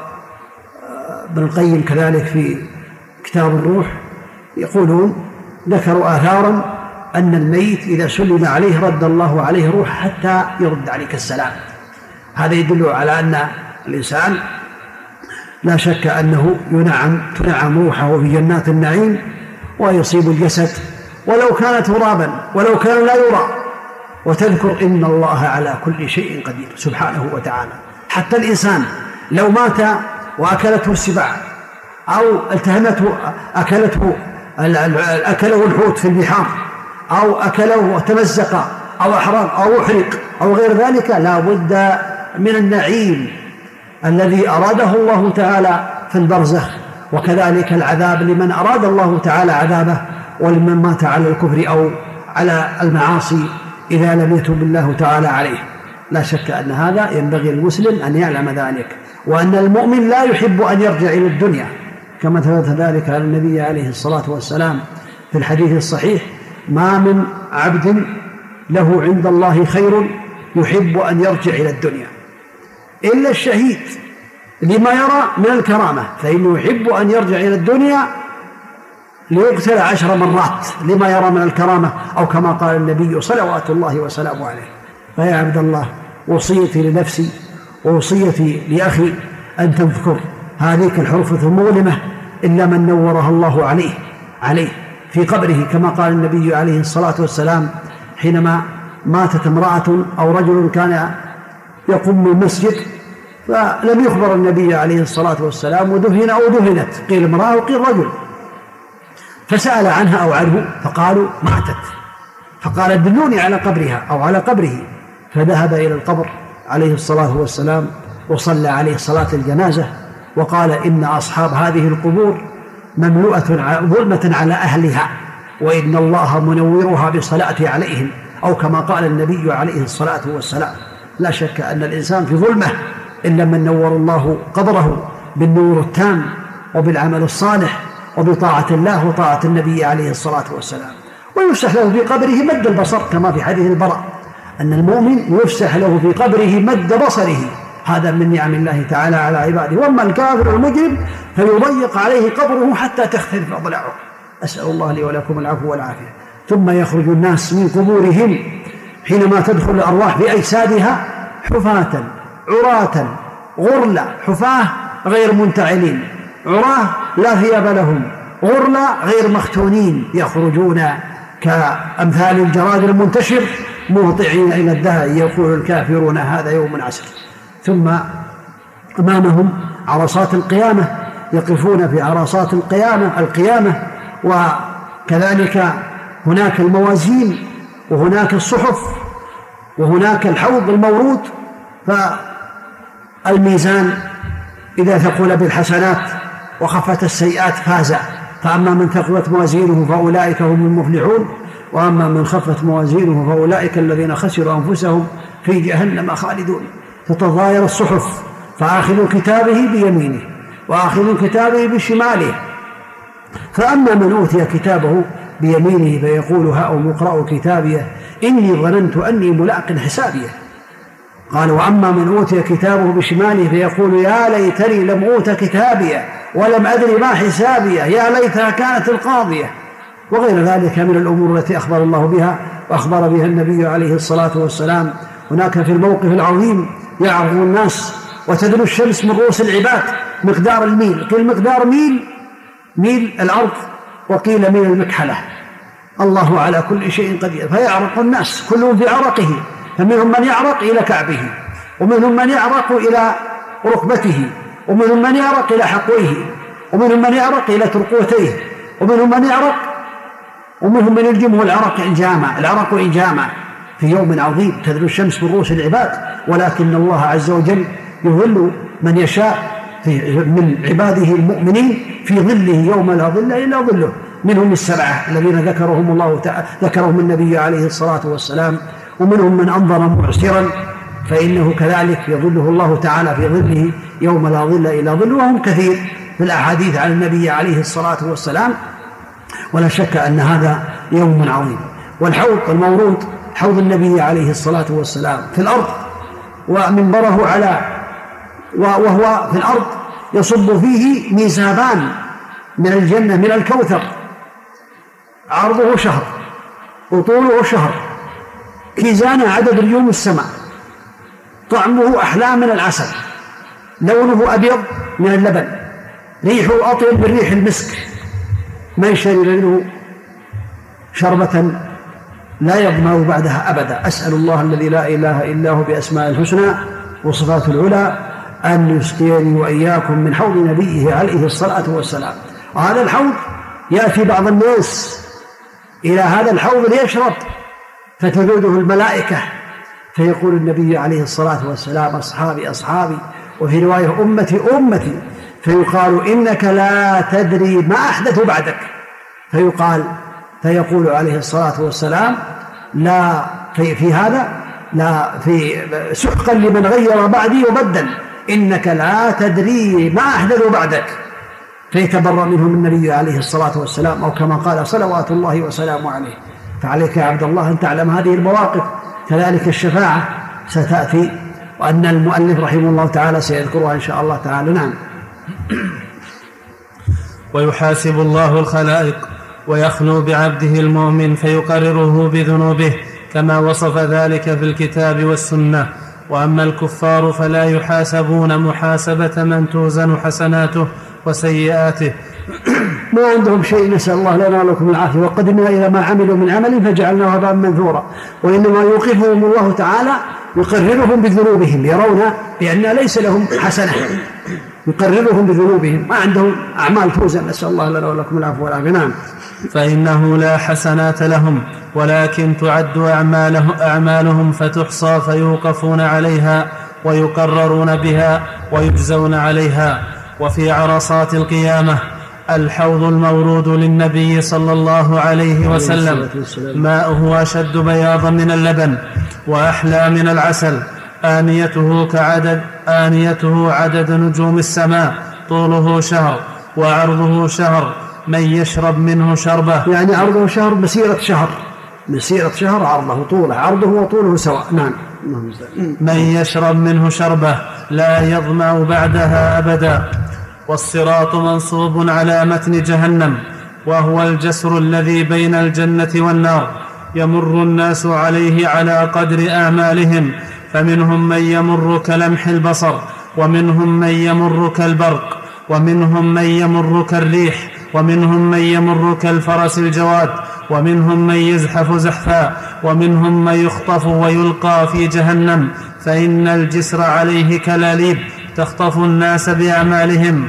القيم كذلك في كتاب الروح، يقولون ذكروا آثارا أن الميت إذا سلم عليه رد الله عليه روح حتى يرد عليك السلام. هذا يدل على أن الإنسان لا شك أنه ينعم تنعم روحه في جنات النعيم، ويصيب الجسد ولو كان ترابا ولو كان لا يرى، وتذكر إن الله على كل شيء قدير سبحانه وتعالى. حتى الإنسان لو مات وأكلته السباع أو التهمته أكلته أكله الحوت في البحار أو أكله وتمزق أو أحرق أو أحرق أو غير ذلك، لا بد من النعيم الذي أراده الله تعالى في البرزخ، وكذلك العذاب لمن أراد الله تعالى عذابه، ولمن مات على الكفر أو على المعاصي إذا لم يتب الله تعالى عليه. لا شك أن هذا ينبغي المسلم أن يعلم ذلك، وأن المؤمن لا يحب أن يرجع إلى الدنيا، كما ثبت ذلك على النبي عليه الصلاة والسلام في الحديث الصحيح: ما من عبد له عند الله خير يحب أن يرجع إلى الدنيا إلا الشهيد لما يرى من الكرامة، فإنه يحب أن يرجع إلى الدنيا ليقتل عشر مرات لما يرى من الكرامة، أو كما قال النبي صلوات الله وسلامه عليه. فيا عبد الله وصيتي لنفسي ووصيتي لأخي أن تذكر هذه الحرفة المظلمة إلا من نورها الله عليه عليه في قبره، كما قال النبي عليه الصلاة والسلام حينما ماتت امرأة أو رجل كان يقوم المسجد فلم يخبر النبي عليه الصلاة والسلام ودفن أو دفنت، قيل امرأة وقيل رجل، فسأل عنها أو عنه فقالوا ماتت، فقال دلوني على قبرها أو على قبره، فذهب إلى القبر عليه الصلاة والسلام وصلى عليه صلاة الجنازة وقال إن أصحاب هذه القبور مملوءة ظلمة على أهلها وإن الله منورها بالصلاة عليهم، أو كما قال النبي عليه الصلاة والسلام. لا شك أن الإنسان في ظلمة إلا من نور الله قبره بالنور التام وبالعمل الصالح وبطاعة الله وطاعة النبي عليه الصلاة والسلام. ويفسح له في قبره مد البصر كما في حديث البراء أن المؤمن يفسح له في قبره مد بصره، هذا من نعم الله تعالى على عباده. وأما الكافر المجرم فيضيق عليه قبره حتى تختلف أضلاعه. أسأل الله لي ولكم العفو والعافية. ثم يخرج الناس من قبورهم حينما تدخل الأرواح في أجسادها حفاة عراة غرلا، حفاة غير منتعلين، عراة لا ثياب لهم، غرلا غير مختونين، يخرجون كأمثال الجراد المنتشر مهطعين إلى الدهر يقول الكافرون هذا يوم عسر. ثم أمامهم عرصات القيامة، يقفون في عرصات القيامة القيامة وكذلك هناك الموازين وهناك الصحف وهناك الحوض المورود. فالميزان إذا ثقل بالحسنات وخفت السيئات فاز، فأما من ثقلت موازينه فأولئك هم المفلحون وأما من خفت موازينه فأولئك الذين خسروا أنفسهم في جهنم خالدون. تتضاير الصحف فآخذ كتابه بيمينه وآخذ كتابه بشماله، فأما من أوتي كتابه بيمينه فيقول هاؤم اقرءوا كتابيه إني ظننت أني ملاق حسابيه. قال وأما من أوتي كتابه بشماله فيقول يا ليتني لم أوت كتابيه ولم أدري ما حسابيه يا ليتها كانت القاضية، وغير ذلك من الأمور التي أخبر الله بها وأخبر بها النبي عليه الصلاة والسلام. هناك في الموقف العظيم يعرض الناس وتدنو الشمس من رؤوس العباد مقدار الميل، قيل مقدار ميل ميل الأرض وقيل ميل المكحلة، الله على كل شيء قدير. فيعرق الناس كلهم في عرقه، فمنهم من يعرق إلى كعبه ومنهم من يعرق إلى ركبته ومنهم من يعرق إلى حقويه ومنهم من يعرق إلى ترقوتيه ومنهم من يعرق ومنهم من يلجمه العرق إنجاما العرق إنجاما في يوم عظيم تدنو الشمس من رؤوس العباد. ولكن الله عز وجل يظل من يشاء من عباده المؤمنين في ظله يوم لا ظل إلا ظله. منهم السبعة الذين ذكرهم الله تعالى ذكرهم النبي عليه الصلاة والسلام، ومنهم من أنظر معسرا فإنه كذلك يظله الله تعالى في ظله يوم لا ظل إلا ظله، وهم كثير في الأحاديث عن النبي عليه الصلاة والسلام. ولا شك أن هذا يوم عظيم. والحوض المورود حوض النبي عليه الصلاة والسلام في الأرض ومنبره على وهو في الأرض يصب فيه ميزابان من الجنة من الكوثر، عرضه شهر وطوله شهر، كيزان عدد نجوم السماء، طعمه أحلى من العسل، لونه أبيض من اللبن، ريحه أطيب من ريح المسك، من شرب منه شربة لا يظمأ بعدها أبدا. أسأل الله الذي لا إله إلا هو بأسماء الحسنى وصفات العلى أن يسقيني وإياكم من حوض نبيه عليه الصلاة والسلام. وهذا الحوض يأتي بعض الناس إلى هذا الحوض ليشرب فتذوده الملائكة فيقول النبي عليه الصلاة والسلام أصحابي أصحابي، وفي رواية أمتي أمتي، فيقال إنك لا تدري ما أحدث بعدك، فيقال فيقول عليه الصلاة والسلام لا في, في هذا لا في سحقا لمن غير بعدي وبدل، إنك لا تدري ما أحدث بعدك، فيتبرأ منهم النبي عليه الصلاة والسلام، أو كما قال صلوات الله وسلامه عليه. فعليك يا عبد الله أن تعلم هذه المواقف. كذلك الشفاعة ستأتي، وأن المؤلف رحمه الله تعالى سيذكرها إن شاء الله تعالى. نعم. ويحاسب الله الخلائق ويخلو بعبده المؤمن فيقرره بذنوبه كما وصف ذلك في الكتاب والسنة. وأما الكفار فلا يحاسبون محاسبة من توزن حسناته وسيئاته. ما عندهم شيء، نسأل الله لنا ولكم العافية. وقدمنا إلى ما عملوا من عمل فجعلناه هباء منثورا. وإنما يوقفهم الله تعالى يقررهم بذنوبهم، يرون بأن ليس لهم حسنة، يقررهم بذنوبهم، ما عندهم أعمال توزن، نسأل الله لنا ولكم العفو والعافية. نعم. فإنه لا حسنات لهم، ولكن تعد أعماله أعمالهم فتحصى فيوقفون عليها ويقررون بها ويجزون عليها. وفي عرصات القيامة الحوض المورود للنبي صلى الله عليه وسلم ماؤه أشد بياضا من اللبن وأحلى من العسل، آنيته كعدد آنيته عدد نجوم السماء، طوله شهر وعرضه شهر، من يشرب منه شربة. يعني عرضه شهر مسيرة شهر، مسيرة شهر عرضه طوله، عرضه وطوله سواء. نعم. من يشرب منه شربة لا يظمأ بعدها أبدا. والصراط منصوب على متن جهنم، وهو الجسر الذي بين الجنة والنار، يمر الناس عليه على قدر أعمالهم، فمنهم من يمر كلمح البصر، ومنهم من يمر كالبرق، ومنهم من يمر كالريح، ومنهم من يمر كالفرس الجواد، ومنهم من يزحف زحفا، ومنهم من يخطف ويلقى في جهنم، فإن الجسر عليه كلاليب تخطف الناس بأعمالهم.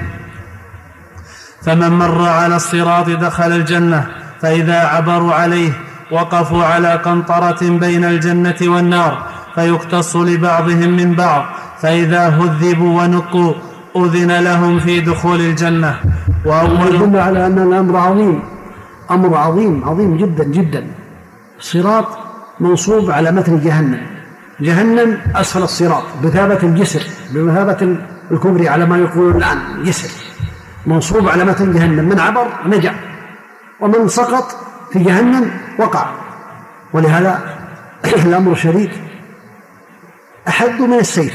فمن مر على الصراط دخل الجنة، فإذا عبروا عليه وقفوا على قنطرة بين الجنة والنار، فيقتص لبعضهم من بعض، فإذا هذبوا ونقوا أذن لهم في دخول الجنة. وأول يدل على أن الأمر عظيم، أمر عظيم عظيم جدا جدا. الصراط منصوب على متن جهنم، جهنم أسفل الصراط بمثابة الجسر، بمثابة الكبري على ما يقولون الآن جسر، منصوب على متن جهنم، من عبر نجا، ومن سقط في جهنم وقع. ولهذا الأمر شديد، أحد من السيف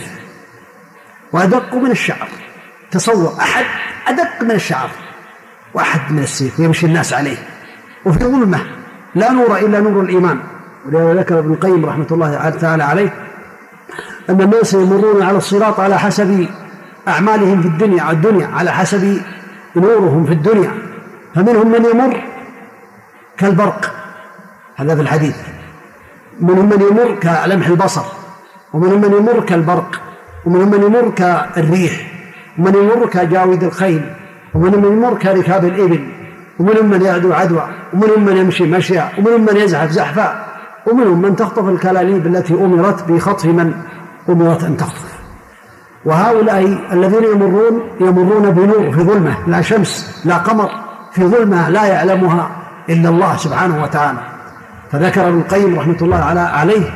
وأدق من الشعر. تصور أحد أدق من الشعر وأحد من السيف ويمشي الناس عليه، وفي ظلمة لا نور إلا نور الإيمان. ولهذا ذكر ابن القيم رحمة الله تعالى عليه أن الناس يمرون على الصراط على حسب أعمالهم في الدنيا الدنيا على حسب نورهم في الدنيا، فمنهم من يمر كالبرق، هذا في الحديث، منهم من يمر كلمح البصر، ومنهم من يمر كالبرق، ومنهم من يمر كالريح، ومن يمر كجاود الخيل، ومنهم من يمر كركاب الإبل، ومنهم من يعدو عدوى، ومنهم من يمشي مشيا، ومنهم من يزحف زحفا، ومنهم من تخطف الكلاليب التي أمرت بخطف من أمرت أن تخطف. وهؤلاء الذين يمرون يمرون بنور في ظلمة، لا شمس لا قمر، في ظلمة لا يعلمها إلا الله سبحانه وتعالى. فذكر ابن القيم رحمة الله عليه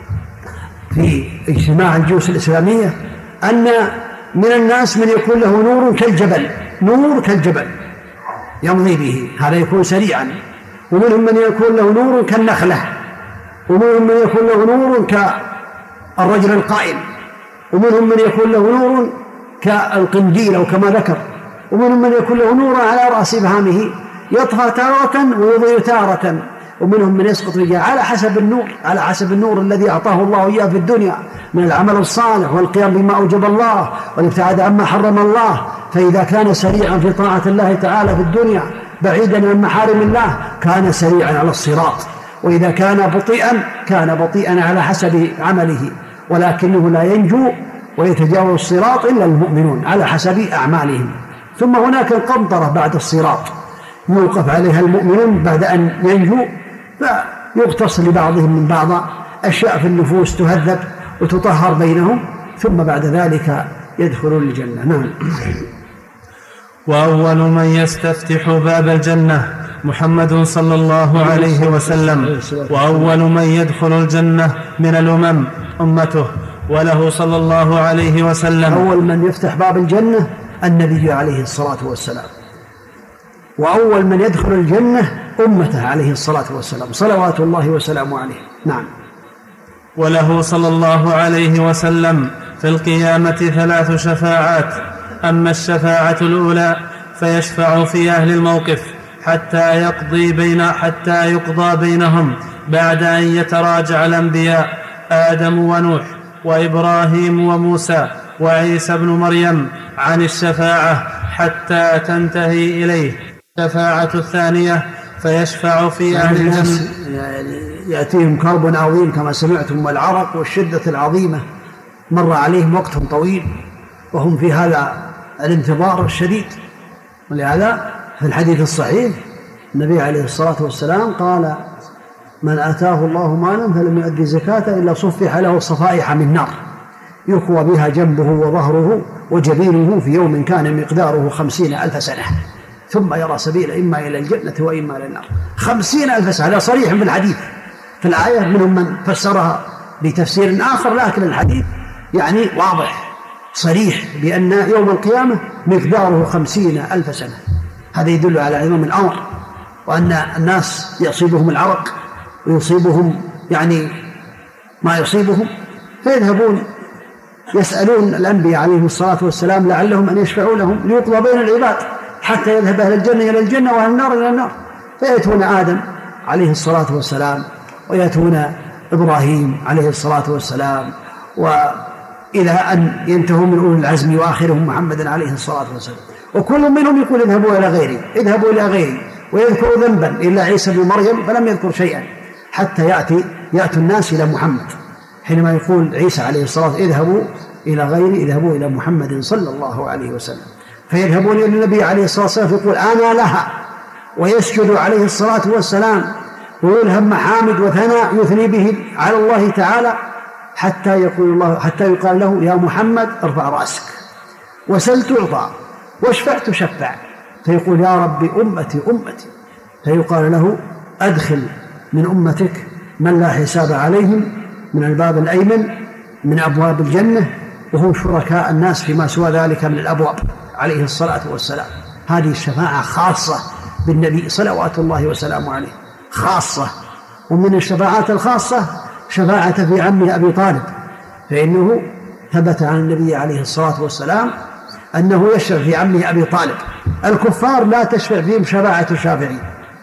في اجتماع الجيوش الإسلامية أن من الناس من يكون له نور كالجبل، نور كالجبل يمضي به، هذا يكون سريعا. ومنهم من يكون له نور كالنخلة، ومنهم من يكون له نور كالرجل القائم، ومنهم من يكون له نور كالقنديل أو كما ذكر، ومنهم من يكون له نور على رأس إبهامه يطفى تارة ويضيء تارة، ومنهم من يسقط رجاء على حسب النور، على حسب النور الذي أعطاه الله إياه في الدنيا من العمل الصالح والقيام بما أوجب الله والابتعاد عما حرم الله. فإذا كان سريعا في طاعة الله تعالى في الدنيا بعيدا عن محارم الله كان سريعا على الصراط، وإذا كان بطيئا كان بطيئا على حسب عمله، ولكنه لا ينجو ويتجاوز الصراط إلا المؤمنون على حسب أعمالهم. ثم هناك القنطرة بعد الصراط يوقف عليها المؤمنون بعد أن ينجو، فيغتص لبعضهم من بعض، أشياء في النفوس تهذب وتطهر بينهم، ثم بعد ذلك يدخلون الجنة. نعم. وأول من يستفتح باب الجنة محمد صلى الله عليه وسلم، وأول من يدخل الجنة من الأمم أمته، وله صلى الله عليه وسلم. أول من يفتح باب الجنة النبي عليه الصلاة والسلام، وأول من يدخل الجنة أمته عليه الصلاة والسلام صلوات الله وسلامه عليه. نعم. وله صلى الله عليه وسلم في القيامة ثلاث شفاعات. أما الشفاعة الأولى فيشفع في أهل الموقف حتى يقضي بين حتى يقضى بينهم بعد أن يتراجع الأنبياء آدم ونوح وإبراهيم وموسى وعيسى بن مريم عن الشفاعة حتى تنتهي إليه. الشفاعة الثانية فيشفع في أهل الجنة. يعني يأتيهم كرب عظيم كما سمعتم والعرق والشدة العظيمة، مر عليهم وقت طويل وهم في هذا الانتظار الشديد. ولهذا في الحديث الصحيح النبي عليه الصلاة والسلام قال: من آتاه الله مالا فلم يؤدي زكاته إلا صفح له صفائح من نار يكوى بها جنبه وظهره وجبينه في يوم كان مقداره خمسين ألف سنة ثم يرى سبيل إما إلى الجنة وإما إلى النار. خمسين ألف سنة، هذا صريح في الحديث. في الآية منهم من فسرها بتفسير آخر، لكن الحديث يعني واضح صريح بأن يوم القيامة مقداره خمسين ألف سنة. هذا يدل على عظم الأمر، وأن الناس يصيبهم العرق ويصيبهم يعني ما يصيبهم، فيذهبون يسألون الأنبياء عليهم الصلاة والسلام لعلهم أن يشفعوا لهم ليقضى بين العباد حتى يذهب أهل الجنة إلى الجنة وأهل النار إلى النار. فيأتون آدم عليه الصلاة والسلام ويأتون إبراهيم عليه الصلاة والسلام، وإلى أن ينتهوا من أولي العزم وآخرهم محمد عليه الصلاة والسلام، وكل منهم يقول اذهبوا إلى غيري اذهبوا إلى غيري، ويذكر ذنبا إلا عيسى بن مريم فلم يذكر شيئا، حتى يأتي يأتي الناس إلى محمد حينما يقول عيسى عليه الصلاة اذهبوا إلى غيري اذهبوا إلى محمد صلى الله عليه وسلم. فيذهبون إلى النبي عليه الصلاة والسلام فيقول أنا لها، ويسجد عليه الصلاة والسلام ويلهم محامد وثناء يثني به على الله تعالى، حتى يقول الله حتى يقال له يا محمد ارفع رأسك وسل تعطى واشفع تشفع، فيقول يا رب أمتي أمتي، فيقال له أدخل من أمتك من لا حساب عليهم من الباب الأيمن من أبواب الجنة، وهم شركاء الناس فيما سوى ذلك من الأبواب عليه الصلاة والسلام. هذه الشفاعة خاصة بالنبي صلوات الله وسلامه عليه، خاصة. ومن الشفاعات الخاصة شفاعة في عمه أبي طالب، فإنه ثبت عن النبي عليه الصلاة والسلام أنه يشفع في عمه أبي طالب. الكفار لا تشفع فيهم شفاعة الشافعين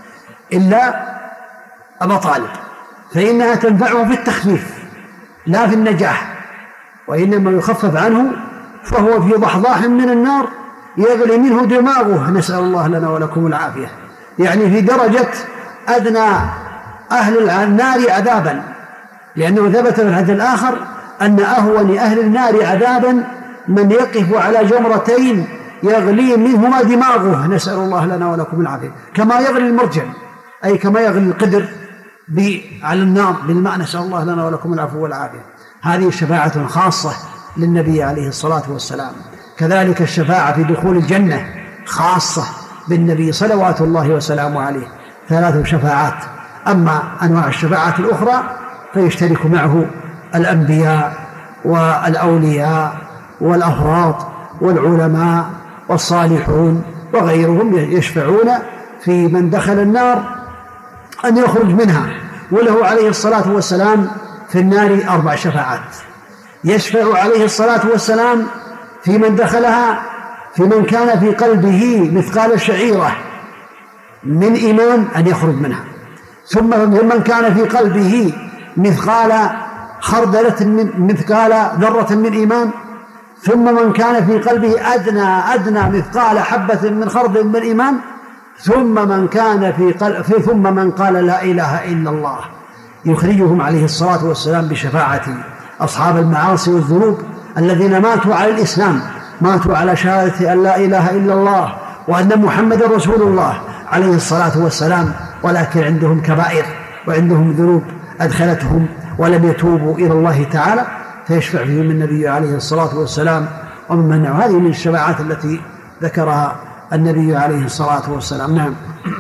إلا أبا طالب، فإنها تنفعه في التخفيف لا في النجاح، وإنما يخفف عنه فهو في ضحضاح من النار يغلي منه دماغه، نسأل الله لنا ولكم العافية، يعني في درجة أدنى أهل النار عذابا، لأنه ثبت في الحديث الآخر أن أهون أهل النار عذابا من يقف على جمرتين يغلي منهما دماغه، نسأل الله لنا ولكم العافية، كما يغلي المرجل أي كما يغلي القدر على النار بالماء، نسأل الله لنا ولكم العفو والعافية. هذه شفاعة خاصة للنبي عليه الصلاة والسلام. كذلك الشفاعة في دخول الجنة خاصة بالنبي صلوات الله وسلامه عليه، ثلاث شفاعات. أما أنواع الشفاعات الأخرى فيشترك معه الأنبياء والأولياء والأفراط والعلماء والصالحون وغيرهم يشفعون في من دخل النار أن يخرج منها. وله عليه الصلاة والسلام في النار أربع شفاعات. يشفع عليه الصلاة والسلام في من دخلها في من كان في قلبه مثقال شعيرة من إيمان أن يخرج منها، ثم من كان في قلبه مثقال خردلة من مثقال ذرة من إيمان، ثم من كان في قلبه أدنى أدنى مثقال حبة من خردل من إيمان، ثم من كان في قلب ثم من قال لا إله إلا الله. يخرجهم عليه الصلاة والسلام بشفاعة أصحاب المعاصي والذنوب الذين ماتوا على الإسلام، ماتوا على شهادة أن لا إله إلا الله وأن محمد رسول الله عليه الصلاة والسلام، ولكن عندهم كبائر وعندهم ذنوب أدخلتهم ولم يتوبوا إلى الله تعالى، فيشفع فيهم النبي عليه الصلاة والسلام. ومن هذه من الشفاعات التي ذكرها النبي عليه الصلاة والسلام. نعم.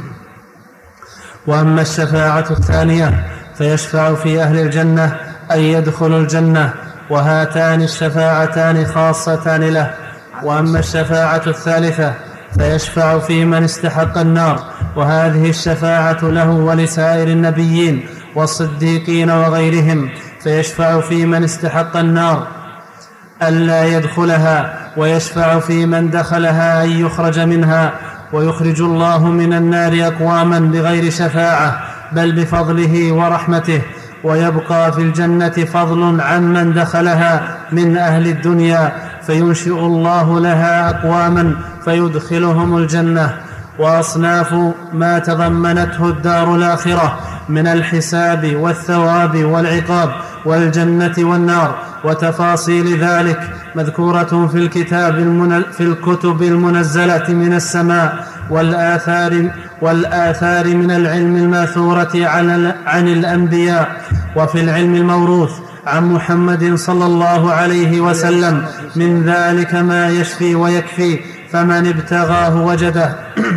وأما الشفاعة الثانية فيشفع في أهل الجنة أن يدخلوا الجنة، وهاتان الشفاعتان خاصتان له. وأما الشفاعة الثالثة فيشفع في من استحق النار، وهذه الشفاعة له ولسائر النبيين والصديقين وغيرهم، فيشفع في من استحق النار ألا يدخلها، ويشفع في من دخلها أن يخرج منها، ويخرج الله من النار أقواما بغير شفاعة بل بفضله ورحمته، ويبقى في الجنة فضل عمن دخلها من أهل الدنيا، فينشئ الله لها أقواما فيدخلهم الجنة. وأصناف ما تضمنته الدار الآخرة من الحساب والثواب والعقاب والجنة والنار وتفاصيل ذلك مذكورة في الكتاب المن... في الكتب المنزلة من السماء والآثار, والآثار من العلم الماثورة عن, عن الأنبياء، وفي العلم الموروث عن محمد صلى الله عليه وسلم من ذلك ما يشفي ويكفي، فمن ابتغاه وجده.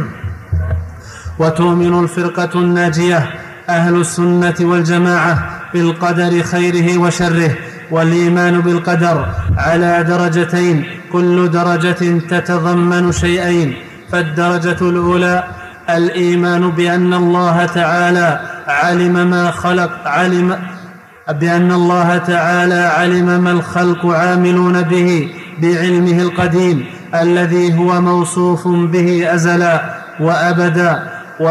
وتؤمن الفرقة الناجية أهل السنة والجماعة بالقدر خيره وشره، والإيمان بالقدر على درجتين، كل درجة تتضمن شيئين. فالدرجة الأولى الإيمان بأن الله تعالى علم ما خلق علم بأن الله تعالى علم ما الخلق عاملون به بعلمه القديم الذي هو موصوف به أزلا وأبدا،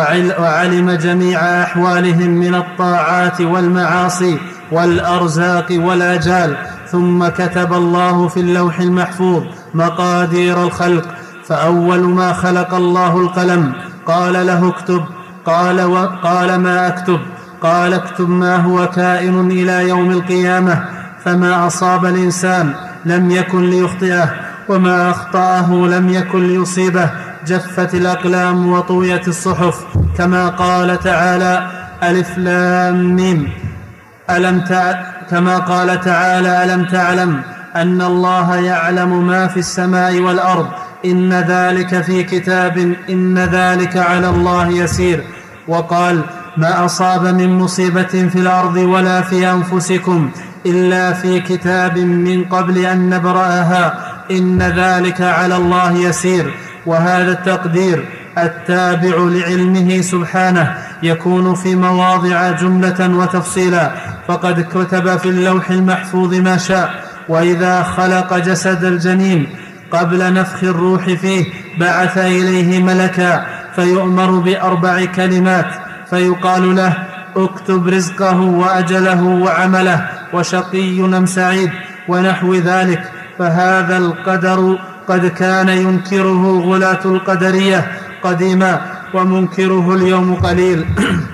وعلم جميع أحوالهم من الطاعات والمعاصي والأرزاق والآجال، ثم كتب الله في اللوح المحفوظ مقادير الخلق. فأول ما خلق الله القلم قال له اكتب، قال, وقال ما أكتب؟ قال اكتب ما هو كائن إلى يوم القيامة، فما أصاب الإنسان لم يكن ليخطئه، وما أخطأه لم يكن ليصيبه. جفت الأقلام وطويت الصحف، كما قال تعالى ألف لام ميم. ألم تع... كما قال تعالى ألم تعلم أن الله يعلم ما في السماء والأرض، إن ذلك في كتاب، إن ذلك على الله يسير. وقال ما أصاب من مصيبة في الأرض ولا في أنفسكم إلا في كتاب من قبل أن نبرأها، إن ذلك على الله يسير. وهذا التقدير التابع لعلمه سبحانه يكون في مواضع جملة وتفصيلا، فقد كتب في اللوح المحفوظ ما شاء. وإذا خلق جسد الجنين قبل نفخ الروح فيه بعث إليه ملكا فيؤمر بأربع كلمات، فيقال له اكتب رزقه وأجله وعمله وشقي أم سعيد ونحو ذلك. فهذا القدر قد كان ينكره غلاة القدرية قديما، ومنكره اليوم قليل.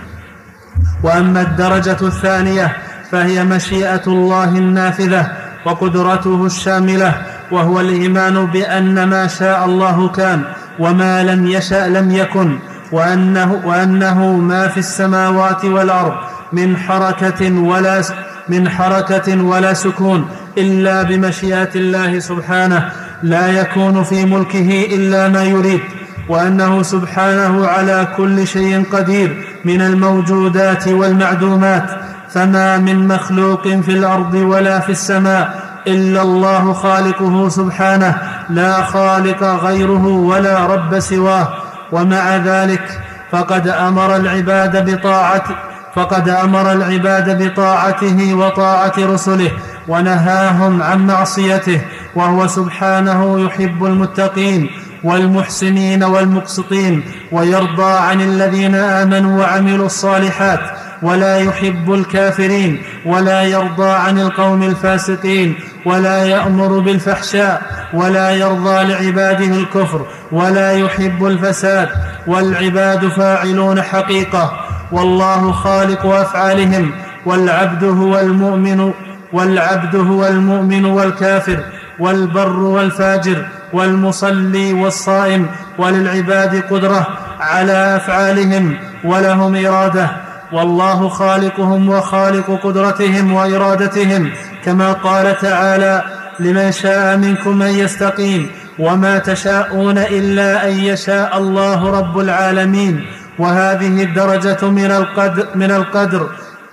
وأما الدرجة الثانية فهي مشيئة الله النافذة وقدرته الشاملة، وهو الإيمان بأن ما شاء الله كان وما لم يشأ لم يكن، وأنه, وأنه ما في السماوات والأرض من حركة ولا من حركة ولا سكون إلا بمشيئة الله سبحانه، لا يكون في ملكه إلا ما يريد، وأنه سبحانه على كل شيء قدير من الموجودات والمعدومات. فما من مخلوق في الأرض ولا في السماء إلا الله خالقه سبحانه، لا خالق غيره ولا رب سواه. ومع ذلك فقد أمر العباد بطاعته فقد أمر العباد بطاعته وطاعة رسله، ونهاهم عن معصيته، وهو سبحانه يحب المتقين والمحسنين والمقسطين، ويرضى عن الذين آمنوا وعملوا الصالحات، ولا يحب الكافرين، ولا يرضى عن القوم الفاسقين، ولا يأمر بالفحشاء، ولا يرضى لعباده الكفر، ولا يحب الفساد، والعباد فاعلون حقيقة، والله خالق أفعالهم. والعبد هو المؤمن والعبد هو المؤمن والكافر والبر والفاجر والمصلي والصائم، وللعباد قدرة على أفعالهم ولهم إرادة، والله خالقهم وخالق قدرتهم وإرادتهم، كما قال تعالى لمن شاء منكم أن يستقيم وما تشاءون إلا أن يشاء الله رب العالمين. وهذه الدرجة من القدر, من القدر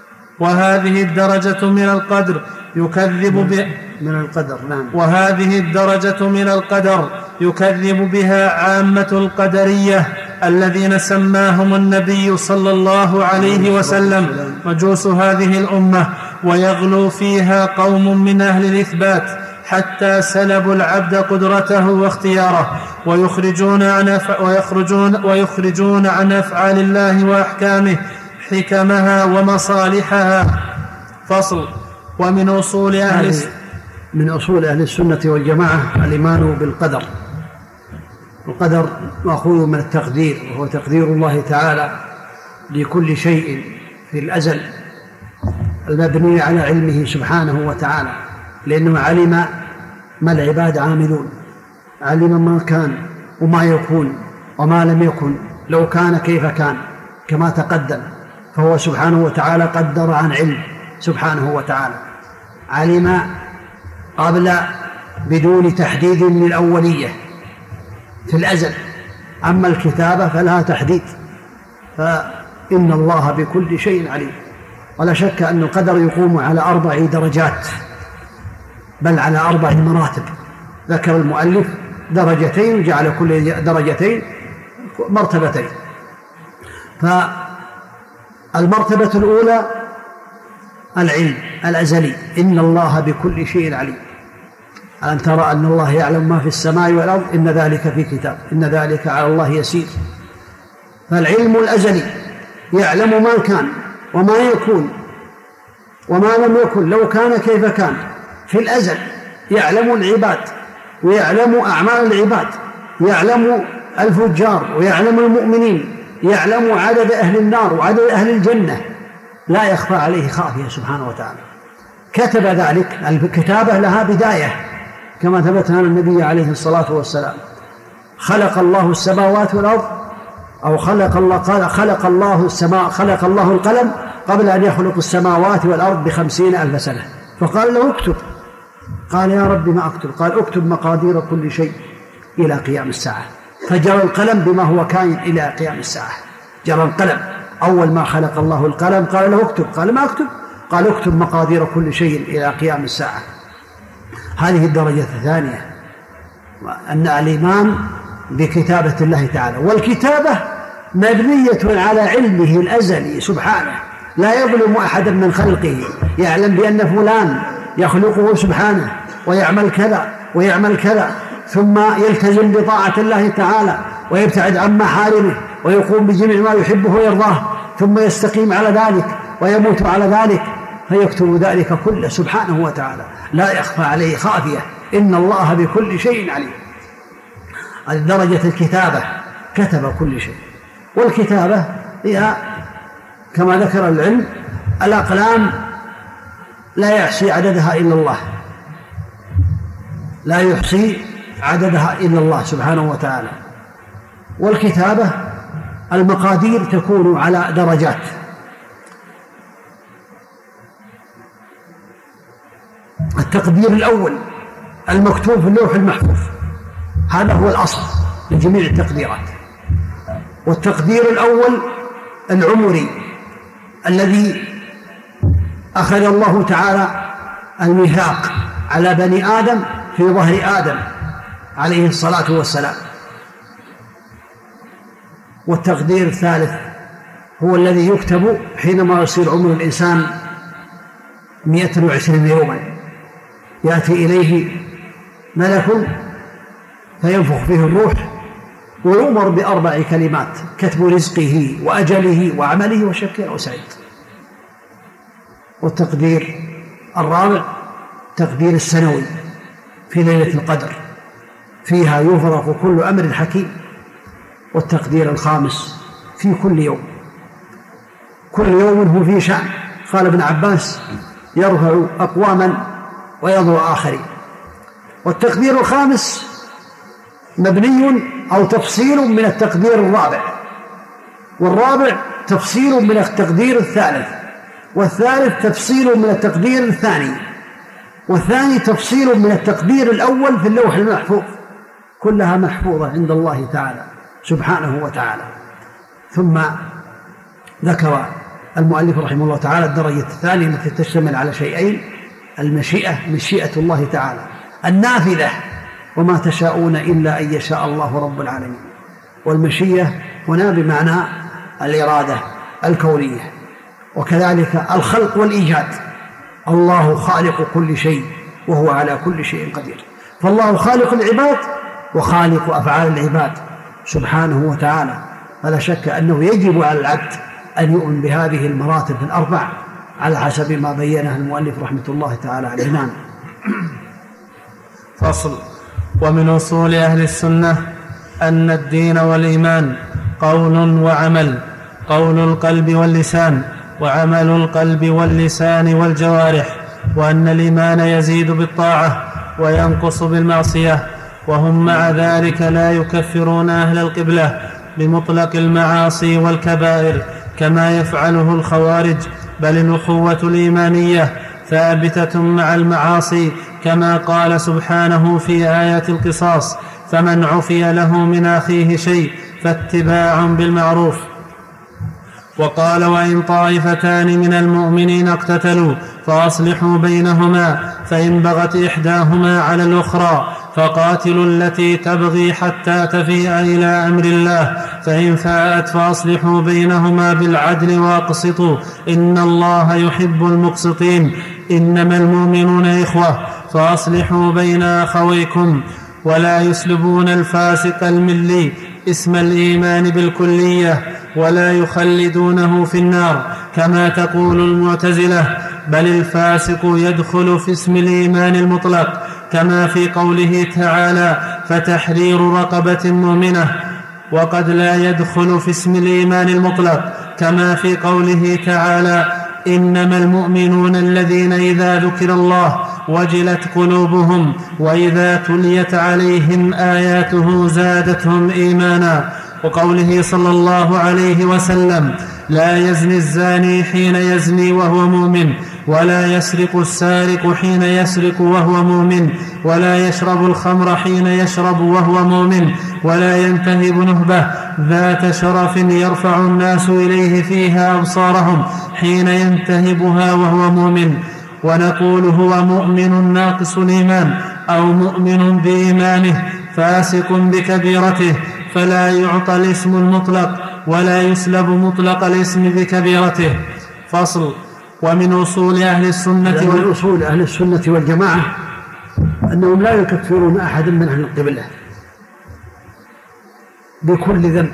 وهذه الدرجة من القدر يكذب ب... من القدر نعم. وهذه الدرجة من القدر يكذب بها عامة القدرية الذين سماهم النبي صلى الله عليه وسلم مجوس هذه الأمة، ويغلو فيها قوم من أهل الإثبات حتى سلبوا العبد قدرته واختياره، ويخرجون عن, أف... ويخرجون... ويخرجون عن أفعال الله وأحكامه، حكمها ومصالحها. فصل. ومن أصول أهل من أصول أهل السنة والجماعة الإيمان بالقدر. القدر مأخوذ من التقدير، وهو تقدير الله تعالى لكل شيء في الأزل المبني على علمه سبحانه وتعالى، لأنه علم ما العباد عاملون، علم ما كان وما يكون وما لم يكن، لو كان كيف كان كما تقدم. فهو سبحانه وتعالى قدر عن علم سبحانه وتعالى، علم قبل بدون تحديد للأولية في الأزل. أما الكتابة فلها تحديد، فإن الله بكل شيء عليم. ولا شك أن القدر يقوم على أربع درجات، بل على أربع مراتب. ذكر المؤلف درجتين وجعل كل درجتين مرتبتين. فالمرتبة الأولى العلم الأزلي، إن الله بكل شيء عليم. ألم ترى أن الله يعلم ما في السماء والأرض، إن ذلك في كتاب، إن ذلك على الله يسير. فالعلم الأزلي يعلم ما كان وما يكون وما لم يكن، لو كان كيف كان في الأزل. يعلم العباد ويعلم أعمال العباد، يعلم الفجار ويعلم المؤمنين، يعلم عدد أهل النار وعدد أهل الجنة، لا يخفى عليه خافية سبحانه وتعالى. كتب ذلك. الكتابة لها بداية كما ثبت عن النبي عليه الصلاة والسلام: خلق الله السماوات والأرض، أو خلق الله قال خلق الله السماء خلق الله القلم قبل أن يخلق السماوات والأرض بخمسين ألف سنة. فقال له: اكتب. قال: يا رب ما أكتب؟ قال: اكتب مقادير كل شيء إلى قيام الساعة. فجرى القلم بما هو كائن إلى قيام الساعة، جرى القلم. أول ما خلق الله القلم قال له: اكتب. قال: ما أكتب؟ قال: اكتب مقادير كل شيء إلى قيام الساعة. هذه الدرجة الثانية، أن الإيمان بكتابة الله تعالى. والكتابة مبنية على علمه الأزلي سبحانه، لا يظلم أحدا من خلقه، يعلم بأن فلان يخلقه سبحانه ويعمل كذا ويعمل كذا، ثم يلتزم بطاعة الله تعالى ويبتعد عن محارمه ويقوم بجميع ما يحبه ويرضاه، ثم يستقيم على ذلك ويموت على ذلك، فيكتب ذلك كله سبحانه وتعالى، لا يخفى عليه خافية. إن الله بكل شيء عليم. هذه درجة الكتابة، كتب كل شيء. والكتابة هي كما ذكر العلم الأقلام لا يحصي عددها إلا الله، لا يحصي عددها إلا الله سبحانه وتعالى. والكتابة المقادير تكون على درجات. التقدير الأول المكتوب في اللوح المحفوظ، هذا هو الأصل لجميع التقديرات. والتقدير الأول العمري الذي أخذ الله تعالى الميثاق على بني آدم في ظهر آدم عليه الصلاة والسلام. والتقدير الثالث هو الذي يكتب حينما يصير عمر الإنسان مئة وعشرين يوما، يأتي إليه ملك فينفخ فيه الروح ويؤمر بأربع كلمات: كتب رزقه وأجله وعمله وشقي أو سعيد. والتقدير الرابع تقدير السنوي في ليلة القدر، فيها يفرق كل أمر حكيم. والتقدير الخامس في كل يوم، كل يوم هو في شأن. قال ابن عباس: يرفع أقواما ويضع آخرين. والتقدير الخامس مبني أو تفصيل من التقدير الرابع، والرابع تفصيل من التقدير الثالث، والثالث تفصيل من التقدير الثاني، والثاني تفصيل من التقدير الأول في اللوح المحفوظ. كلها محفوظة عند الله تعالى سبحانه وتعالى. ثم ذكر المؤلف رحمه الله تعالى الدرجة الثانية التي تشتمل على شيئين: المشيئة، مشيئة الله تعالى النافذة، وما تشاءون إلا أن يشاء الله رب العالمين. والمشيئة هنا بمعنى الإرادة الكونية، وكذلك الخلق والإيجاد. الله خالق كل شيء وهو على كل شيء قدير. فالله خالق العباد وخالق أفعال العباد سبحانه وتعالى. فلا شك أنه يجب على العبد أن يؤمن بهذه المراتب الأربع على حسب ما بينها المؤلف رحمة الله تعالى عليه. نعم. فصل. ومن أصول أهل السنة أن الدين والإيمان قول وعمل، قول القلب واللسان، وعمل القلب واللسان والجوارح، وأن الإيمان يزيد بالطاعة وينقص بالمعصية، وهم مع ذلك لا يكفرون أهل القبلة بمطلق المعاصي والكبائر كما يفعله الخوارج، بل الأخوة الإيمانية ثابتة مع المعاصي كما قال سبحانه في آية القصاص: فمن عفي له من أخيه شيء فاتباع بالمعروف. وقال: وإن طائفتان من المؤمنين اقتتلوا فأصلحوا بينهما، فإن بغت إحداهما على الأخرى فقاتلوا التي تبغي حتى تفيء إلى أمر الله، فإن فاءت فأصلحوا بينهما بالعدل وأقسطوا إن الله يحب المقسطين. إنما المؤمنون إخوة فأصلحوا بين أخويكم. ولا يسلبون الفاسق الملي اسم الإيمان بالكلية ولا يخلدونه في النار كما تقول المعتزلة، بل الفاسق يدخل في اسم الإيمان المطلق كما في قوله تعالى: فتحرير رقبة مؤمنة، وقد لا يدخل في اسم الإيمان المطلق كما في قوله تعالى: إنما المؤمنون الذين إذا ذكر الله وجلت قلوبهم وإذا تليت عليهم آياته زادتهم إيمانا، وقوله صلى الله عليه وسلم: لا يزني الزاني حين يزني وهو مؤمن، ولا يسرق السارق حين يسرق وهو مؤمن، ولا يشرب الخمر حين يشرب وهو مؤمن، ولا ينتهب نهبة ذات شرف يرفع الناس إليه فيها أبصارهم حين ينتهبها وهو مؤمن. ونقول هو مؤمن ناقص الإيمان أو مؤمن بإيمانه فاسق بكبيرته، فلا يعطى الاسم المطلق ولا يسلب مطلق الاسم بكبيرته. فصل. ومن أصول أهل السنة ومن أصول أهل السنة والجماعة أنهم لا يكفرون أحد من أهل القبلة بكل ذنب،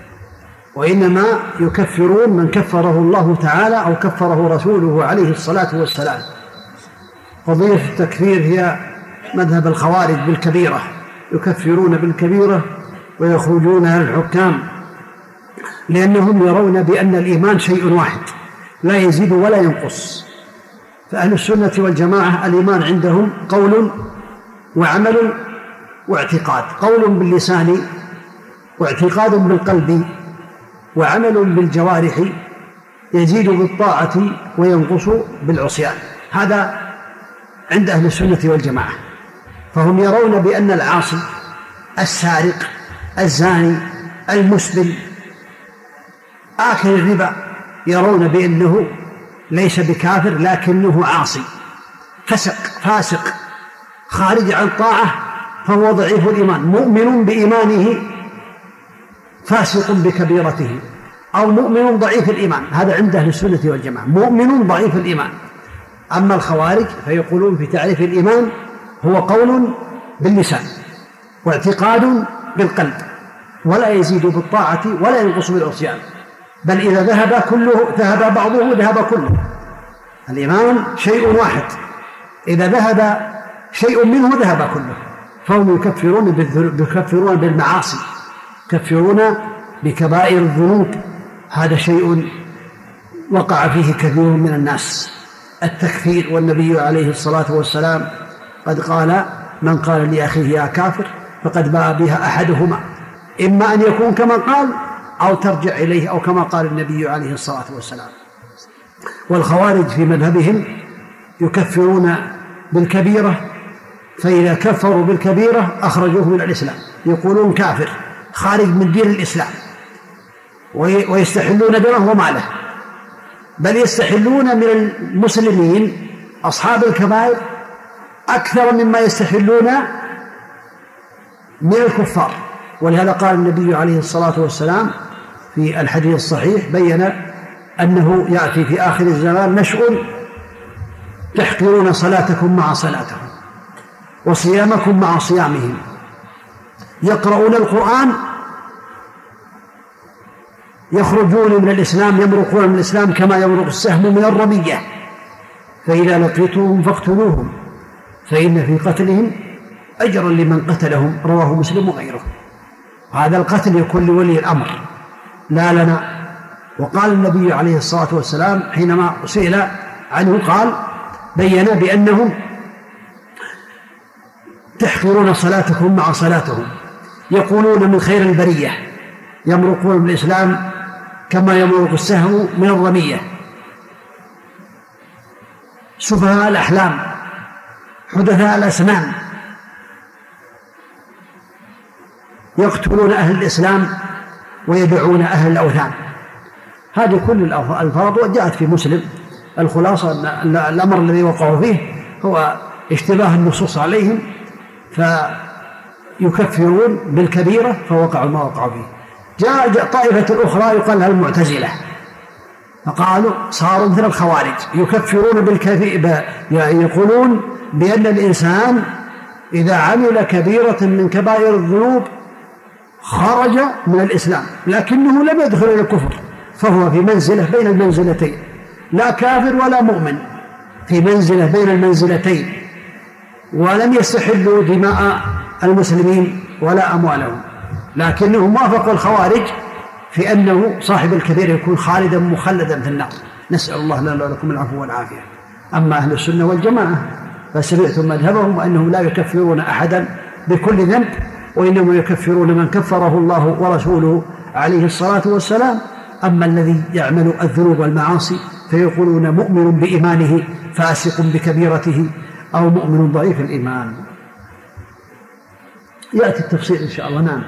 وإنما يكفرون من كفره الله تعالى أو كفره رسوله عليه الصلاة والسلام. قضية التكفير هي مذهب الخوارج بالكبيرة، يكفرون بالكبيرة ويخرجونها الحكام، لأنهم يرون بأن الإيمان شيء واحد لا يزيد ولا ينقص. فأهل السنة والجماعة الإيمان عندهم قول وعمل واعتقاد، قول باللسان واعتقاد بالقلب وعمل بالجوارح، يزيد بالطاعة وينقص بالعصيان. هذا عند أهل السنة والجماعة. فهم يرون بأن العاصي السارق الزاني المسبل آكل الربا يرون بأنه ليس بكافر لكنه عاصي فسق فاسق خارج عن طاعة، فهو ضعيف الإيمان، مؤمن بإيمانه فاسق بكبيرته، أو مؤمن ضعيف الإيمان. هذا عند أهل السنة والجماعة، مؤمن ضعيف الإيمان. أما الخوارج فيقولون في تعريف الإيمان هو قول باللسان واعتقاد بالقلب، ولا يزيد بالطاعة ولا ينقص بالعصيان، بل إذا ذهب كله ذهب بعضه ذهب كله. الإيمان شيء واحد، إذا ذهب شيء منه ذهب كله. فهم يكفرون يكفرون بالمعاصي، يكفرون بكبائر الذنوب. هذا شيء وقع فيه كثير من الناس، التكفير. والنبي عليه الصلاة والسلام قد قال: من قال لأخيه يا كافر فقد باء بها أحدهما، إما أن يكون كما قال أو ترجع إليه، أو كما قال النبي عليه الصلاة والسلام. والخوارج في مذهبهم يكفرون بالكبيرة، فإذا كفروا بالكبيرة أخرجوه من الإسلام، يقولون كافر خارج من دين الإسلام، ويستحلون دمه وماله، بل يستحلون من المسلمين أصحاب الكبائر أكثر مما يستحلون من الكفار. ولهذا قال النبي عليه الصلاة والسلام في الحديث الصحيح، بيّن أنه يأتي في آخر الزمان نشء تحقرون صلاتكم مع صلاتهم وصيامكم مع صيامهم، يقرؤون القرآن يخرجون من الإسلام يمرقون من الإسلام كما يمرق السهم من الرمية، فإذا لقيتوهم فاقتلوهم فإن في قتلهم أجرا لمن قتلهم، رواه مسلم وغيره. هذا القتل يكون لولي الأمر لا لنا. وقال النبي عليه الصلاة والسلام حينما سئل عنه قال بين بأنهم تحقرون صلاتكم مع صلاتهم، يقولون من خير البرية، يمرقون من الإسلام كما يمرق السهم من الرمية، سفهاء الأحلام، حدثاء الأسنان، يقتلون أهل الإسلام ويبيعون أهل الأوثان. هذه كل الألفاظ وجاءت في مسلم. الخلاصة أن الأمر الذي وقعوا فيه هو اشتباه النصوص عليهم فيكفرون بالكبيرة فوقعوا ما وقعوا فيه. جاء طائفة أخرى يقال لها المعتزلة، فقالوا صاروا مثل الخوارج يكفرون بالكبيرة، يقولون بأن الإنسان إذا عمل كبيرة من كبائر الذنوب خرج من الإسلام لكنه لم يدخل إلى الكفر، فهو في منزلة بين المنزلتين، لا كافر ولا مؤمن، في منزلة بين المنزلتين، ولم يستحلوا دماء المسلمين ولا أموالهم، لكنهم وافقوا الخوارج في أنه صاحب الكبير يكون خالدا مخلدا في النار. نسأل الله لنا ولكم العفو والعافية. أما أهل السنة والجماعة فسمعتم مذهبهم أنهم لا يكفرون أحدا بكل ذنب، وإنما يكفرون من كفره الله ورسوله عليه الصلاة والسلام. أما الذي يعمل الذنوب والمعاصي فيقولون مؤمن بإيمانه فاسق بكبيرته أو مؤمن ضعيف الإيمان. يأتي التفصيل إن شاء الله. نعم.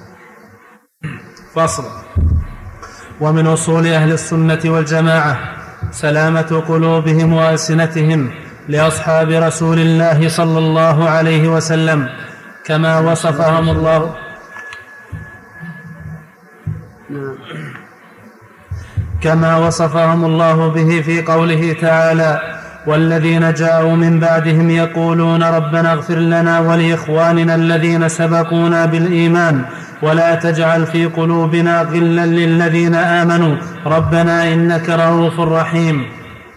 فصل. ومن أصول أهل السنة والجماعة سلامة قلوبهم وألسنتهم لأصحاب رسول الله صلى الله عليه وسلم كما وصفهم الله كما وصفهم الله به في قوله تعالى: والذين جاءوا من بعدهم يقولون ربنا اغفر لنا ولإخواننا الذين سبقونا بالإيمان ولا تجعل في قلوبنا غلا للذين آمنوا ربنا إنك رؤوف رحيم.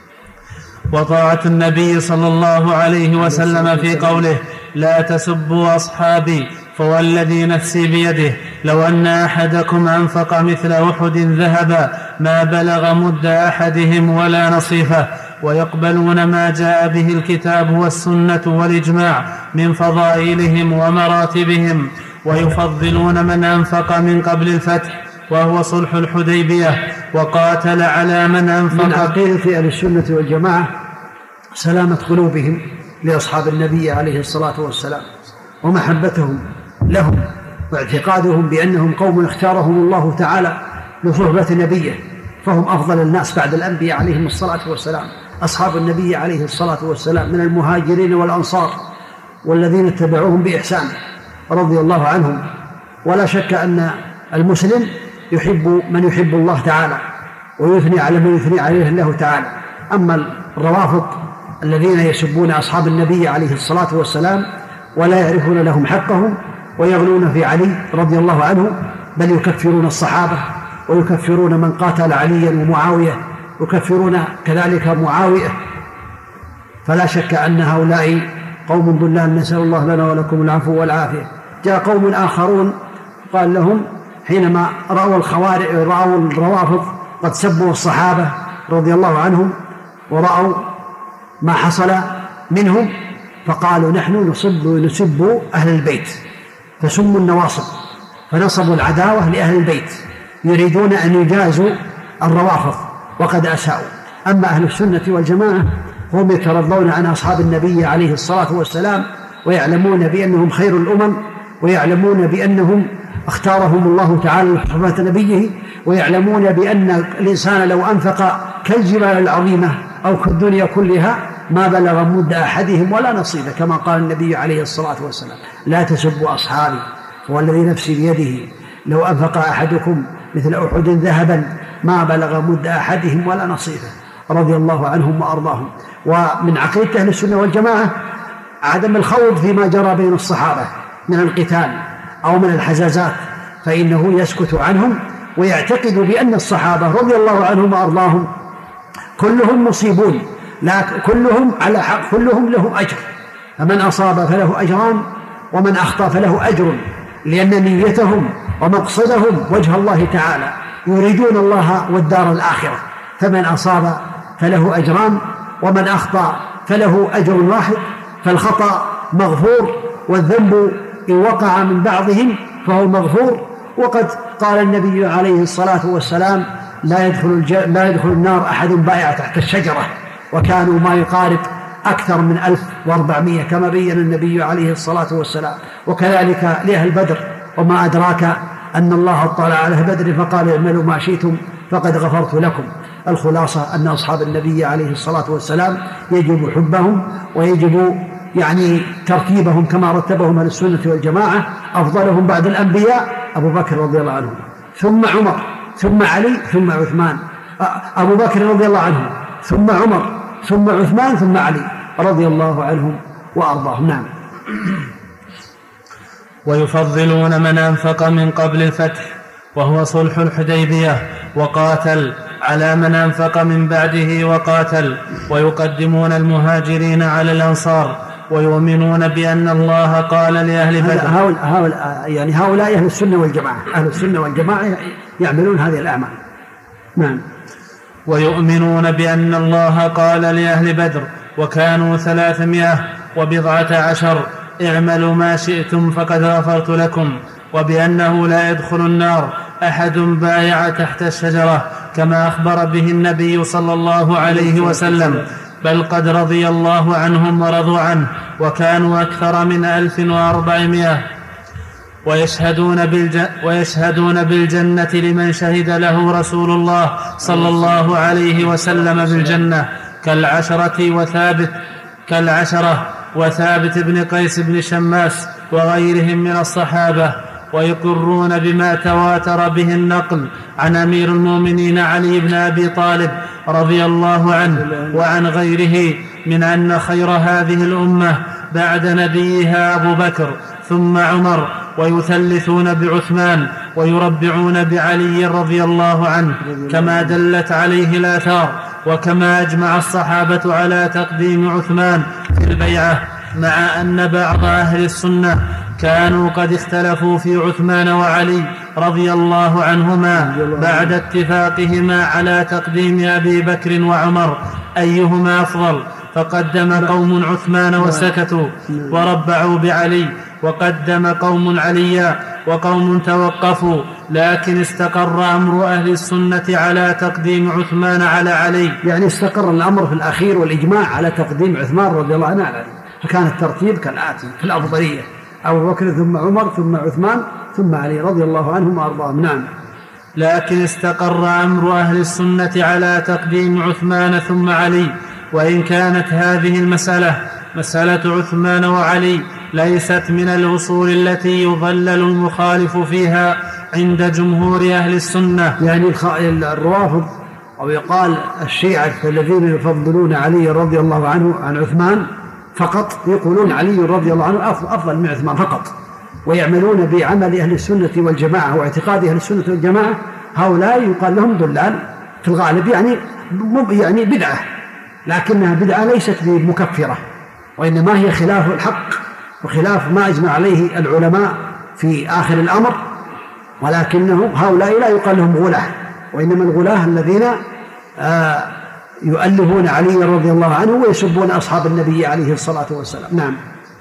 وطاعة النبي صلى الله عليه وسلم في قوله: لا تسبوا أصحابي فوالذي نفسي بيده لو أن أحدكم أنفق مثل أحد ذهبا ما بلغ مد أحدهم ولا نصيفه. ويقبلون ما جاء به الكتاب والسنة والإجماع من فضائلهم ومراتبهم، ويفضلون من أنفق من قبل الفتح وهو صلح الحديبية وقاتل على من أنفق. من عقيدة أهل السنة والجماعة سلامة قلوبهم لأصحاب النبي عليه الصلاة والسلام ومحبتهم لهم واعتقادهم بأنهم قوم اختارهم الله تعالى لصحبة نبيه، فهم أفضل الناس بعد الأنبياء عليهم الصلاة والسلام. أصحاب النبي عليه الصلاة والسلام من المهاجرين والأنصار والذين اتبعوهم بإحسان رضي الله عنهم. ولا شك أن المسلم يحب من يحب الله تعالى ويثني على من يثني عليه الله تعالى. أما الروافض الذين يسبون أصحاب النبي عليه الصلاة والسلام ولا يعرفون لهم حقهم ويغلون في علي رضي الله عنه، بل يكفرون الصحابة ويكفرون من قاتل عليا ومعاوية، يكفرون كذلك معاوية. فلا شك أن هؤلاء قوم ضلال، نسأل الله لنا ولكم العفو والعافية. جاء قوم آخرون قال لهم حينما رأوا الخوارج رأوا الروافض قد سبوا الصحابة رضي الله عنهم ورأوا ما حصل منهم، فقالوا نحن نسب نسب أهل البيت، فسموا النواصب فنصبوا العداوة لأهل البيت، يريدون أن يجازوا الروافض وقد أساءوا. أما أهل السنة والجماعة هم يترضون عن أصحاب النبي عليه الصلاة والسلام ويعلمون بأنهم خير الأمم، ويعلمون بأنهم اختارهم الله تعالى لصحبة نبيه، ويعلمون بأن الإنسان لو أنفق كالجبال العظيمة أو كالدنيا كلها ما بلغ مد أحدهم ولا نصيبه، كما قال النبي عليه الصلاة والسلام: لا تسبوا أصحابي والذي نفسي بيده لو أنفق أحدكم مثل أحد ذهبا ما بلغ مد أحدهم ولا نصيبه، رضي الله عنهم وأرضاهم. ومن عقيدة أهل السنة والجماعة عدم الخوض فيما جرى بين الصحابة من القتال أو من الحزازات، فإنه يسكت عنهم ويعتقد بأن الصحابة رضي الله عنهم وأرضاهم كلهم مصيبون، لا كلهم على حق، كلهم له أجر، فمن أصاب فله أجران ومن أخطأ فله أجر، لأن نيتهم ومقصدهم وجه الله تعالى، يريدون الله والدار الآخرة، فمن أصاب فله أجران ومن أخطأ فله أجر واحد، فالخطأ مغفور، والذنب إن وقع من بعضهم فهو مغفور. وقد قال النبي عليه الصلاة والسلام لا يدخل, لا يدخل النار أحد بائع تحت الشجرة، وكانوا ما يقارب أكثر من ألف وأربعمائة كما بين النبي عليه الصلاة والسلام. وكذلك لأهل بدر، وما أدراك أن الله اطلع على بدر فقال اعملوا ما شئتم فقد غفرت لكم. الخلاصة أن أصحاب النبي عليه الصلاة والسلام يجب حبهم، ويجب يعني ترتيبهم كما رتبهم أهل السنة والجماعة. أفضلهم بعد الأنبياء أبو بكر رضي الله عنه، ثم عمر، ثم علي، ثم عثمان. أبو بكر رضي الله عنه، ثم عمر، ثم عثمان، ثم علي رضي الله عنهم وأرضاهم. نعم. ويفضلون من أنفق من قبل الفتح وهو صلح الحديبية وقاتل على من أنفق من بعده وقاتل، ويقدمون المهاجرين على الأنصار، ويؤمنون بأن الله قال لأهل بدر. هؤلاء يعني هؤلاء أهل السنة والجماعة، أهل السنة والجماعة يعملون هذه الأعمال. نعم. ويؤمنون بأن الله قال لأهل بدر وكانوا ثلاثمائة وبضعة عشر اعملوا ما شئتم فقد غفرت لكم، وبأنه لا يدخل النار أحد بايع تحت الشجرة كما أخبر به النبي صلى الله عليه وسلم، بل قد رضي الله عنهم ورضوا عنه، وكانوا أكثر من ألف وأربعمائة. ويشهدون, بالج... ويشهدون بالجنة لمن شهد له رسول الله صلى الله عليه وسلم بالجنة كالعشرة وثابت كالعشرة وثابت بن قيس بن شماس وغيرهم من الصحابة. ويقرون بما تواتر به النقل عن أمير المؤمنين علي بن أبي طالب رضي الله عنه وعن غيره من أن خير هذه الأمة بعد نبيها أبو بكر ثم عمر، ويثلثون بعثمان ويربعون بعلي رضي الله عنه كما دلت عليه الآثار، وكما أجمع الصحابة على تقديم عثمان في البيعة، مع أن بعض أهل السنة كانوا قد اختلفوا في عثمان وعلي رضي الله عنهما بعد اتفاقهما على تقديم أبي بكر وعمر أيهما أفضل، فقدم قوم عثمان وسكتوا وربعوا بعلي، وقدم قوم عليا وقوم توقفوا، لكن استقر أمر أهل السنة على تقديم عثمان على علي. يعني استقر الأمر في الأخير والإجماع على تقديم عثمان رضي الله عنه على علي، فكان الترتيب كالآتي في الأفضلية: أبو بكر ثم عمر ثم عثمان ثم علي رضي الله عنهم وأرضاهم. نعم. لكن استقر أمر أهل السنة على تقديم عثمان ثم علي، وإن كانت هذه المسألة مسألة عثمان وعلي ليست من الأصول التي يضلل المخالف فيها عند جمهور أهل السنة. يعني الروافض أو يقال الشيعة الذين يفضلون علي رضي الله عنه عن عثمان فقط، يقولون علي رضي الله عنه أفضل من عثمان فقط، ويعملون بعمل أهل السنة والجماعة واعتقاد أهل السنة والجماعة، هؤلاء يقال لهم ضلال في الغالب، يعني يعني بدعة، لكنها بدعة ليست بمكفرة، وإنما هي خلاف الحق وخلاف ما أجمع عليه العلماء في آخر الأمر، ولكنه هؤلاء لا يقال لهم غلاة، وإنما الغلاة الذين آه يؤلهون علي رضي الله عنه ويسبون أصحاب النبي عليه الصلاة والسلام. نعم.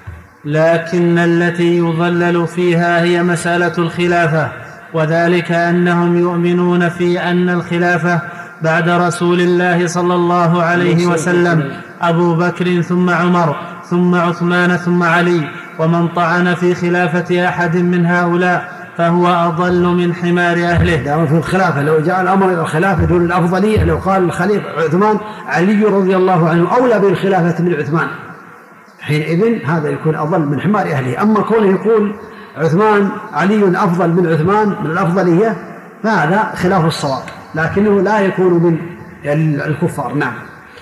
لكن التي يضلل فيها هي مسألة الخلافة، وذلك أنهم يؤمنون في أن الخلافة بعد رسول الله صلى الله عليه وسلم أبو بكر ثم عمر ثم عثمان ثم علي، ومن طعن في خلافة أحد من هؤلاء فهو أضل من حمار أهله. دعوة في الخلافة، لو جاء الأمر إلى الخلافة دون الأفضلية، لو قال الخليفة عثمان علي رضي الله عنه أولى بالخلافة من عثمان، حينئذ هذا يكون أضل من حمار أهله. أما كونه يقول عثمان علي أفضل من عثمان من الأفضلية فهذا خلاف الصواب، لكنه لا يكون من الكفار. نعم.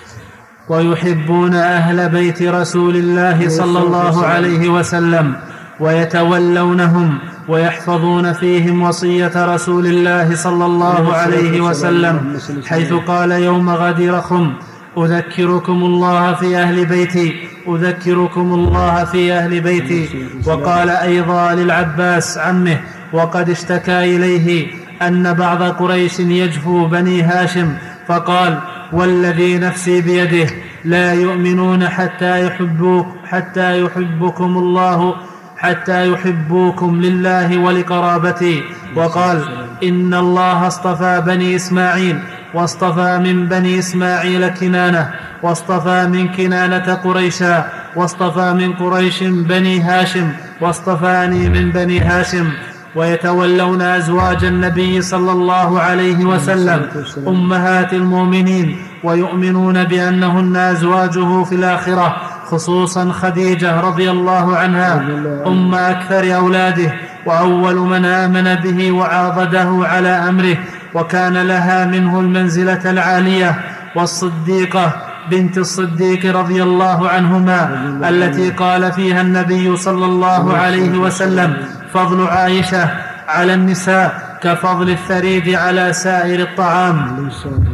ويحبون أهل بيت رسول الله صلى الله عليه وسلم ويتولونهم ويحفظون فيهم وصية رسول الله صلى الله عليه وسلم، حيث قال يوم غدير خم: أذكركم الله في أهل بيتي أذكركم الله في أهل بيتي. وقال أيضا للعباس عمه وقد اشتكى إليه أن بعض قريش يجفو بني هاشم، فقال: والذي نفسي بيده لا يؤمنون حتى يحبوك حتى يحبكم الله حتى يحبوكم لله ولقرابتي. وقال: إن الله اصطفى بني إسماعيل، واصطفى من بني إسماعيل كنانة، واصطفى من كنانة قريشا، واصطفى من قريش بني هاشم، واصطفاني من بني هاشم. ويتولون أزواج النبي صلى الله عليه وسلم أمهات المؤمنين، ويؤمنون بأنهن أزواجه في الآخرة، خصوصا خديجة رضي الله عنها أم أكثر أولاده، وأول من آمن به وعاضده على أمره، وكان لها منه المنزلة العالية. والصديقة بنت الصديق رضي الله عنهما التي قال فيها النبي صلى الله عليه وسلم: فضل عائشة على النساء كفضل الثريد على سائر الطعام.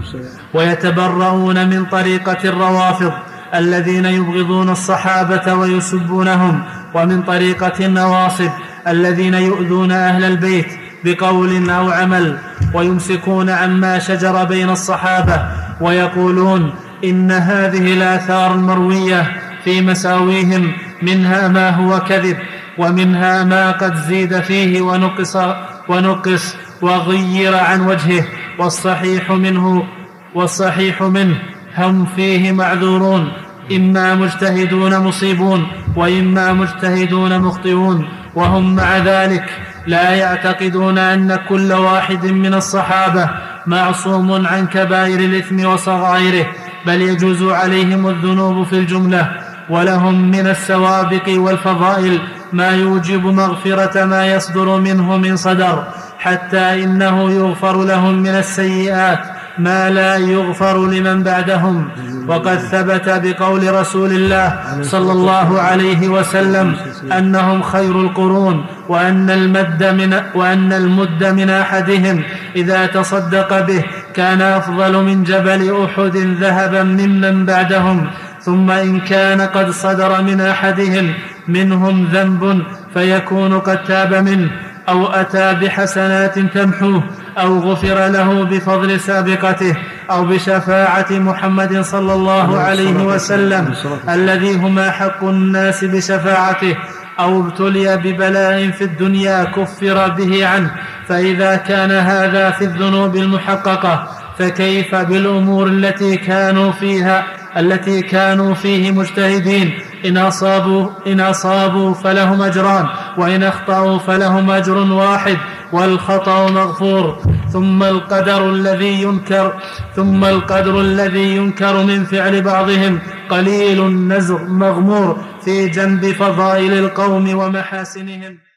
ويتبرؤون من طريقة الروافض الذين يبغضون الصحابة ويسبونهم، ومن طريقة النواصب الذين يؤذون أهل البيت بقول أو عمل، ويمسكون عما شجر بين الصحابة، ويقولون إن هذه الآثار المروية في مساويهم منها ما هو كذب، ومنها ما قد زيد فيه ونقص, ونقص وغير عن وجهه، والصحيح منه والصحيح منه هم فيه معذورون، إما مجتهدون مصيبون، وإما مجتهدون مخطئون. وهم مع ذلك لا يعتقدون أن كل واحد من الصحابة معصوم عن كبائر الإثم وصغائره، بل يجوز عليهم الذنوب في الجملة، ولهم من السوابق والفضائل ما يوجب مغفرة ما يصدر منه من صدر، حتى إنه يغفر لهم من السيئات ما لا يغفر لمن بعدهم. وقد ثبت بقول رسول الله صلى الله عليه وسلم أنهم خير القرون، وأن المد من, وأن المد من أحدهم إذا تصدق به كان أفضل من جبل أحد ذهبا ممن بعدهم. ثم إن كان قد صدر من أحدهم منهم ذنب فيكون قد تاب منه، أو أتى بحسنات تمحوه، أو غفر له بفضل سابقته، أو بشفاعة محمد صلى الله عليه وسلم الذي هم أحق الناس بشفاعته، أو ابتلي ببلاء في الدنيا كفر به عنه. فإذا كان هذا في الذنوب المحققة، فكيف بالأمور التي كانوا فيها التي كانوا فيه مجتهدين؟ إن أصابوا, إن أصابوا فلهم أجران، وإن أخطأوا فلهم أجر واحد، والخطأ مغفور. ثم القدر الذي ينكر ثم القدر الذي ينكر من فعل بعضهم قليل النزغ مغمور في جنب فضائل القوم ومحاسنهم.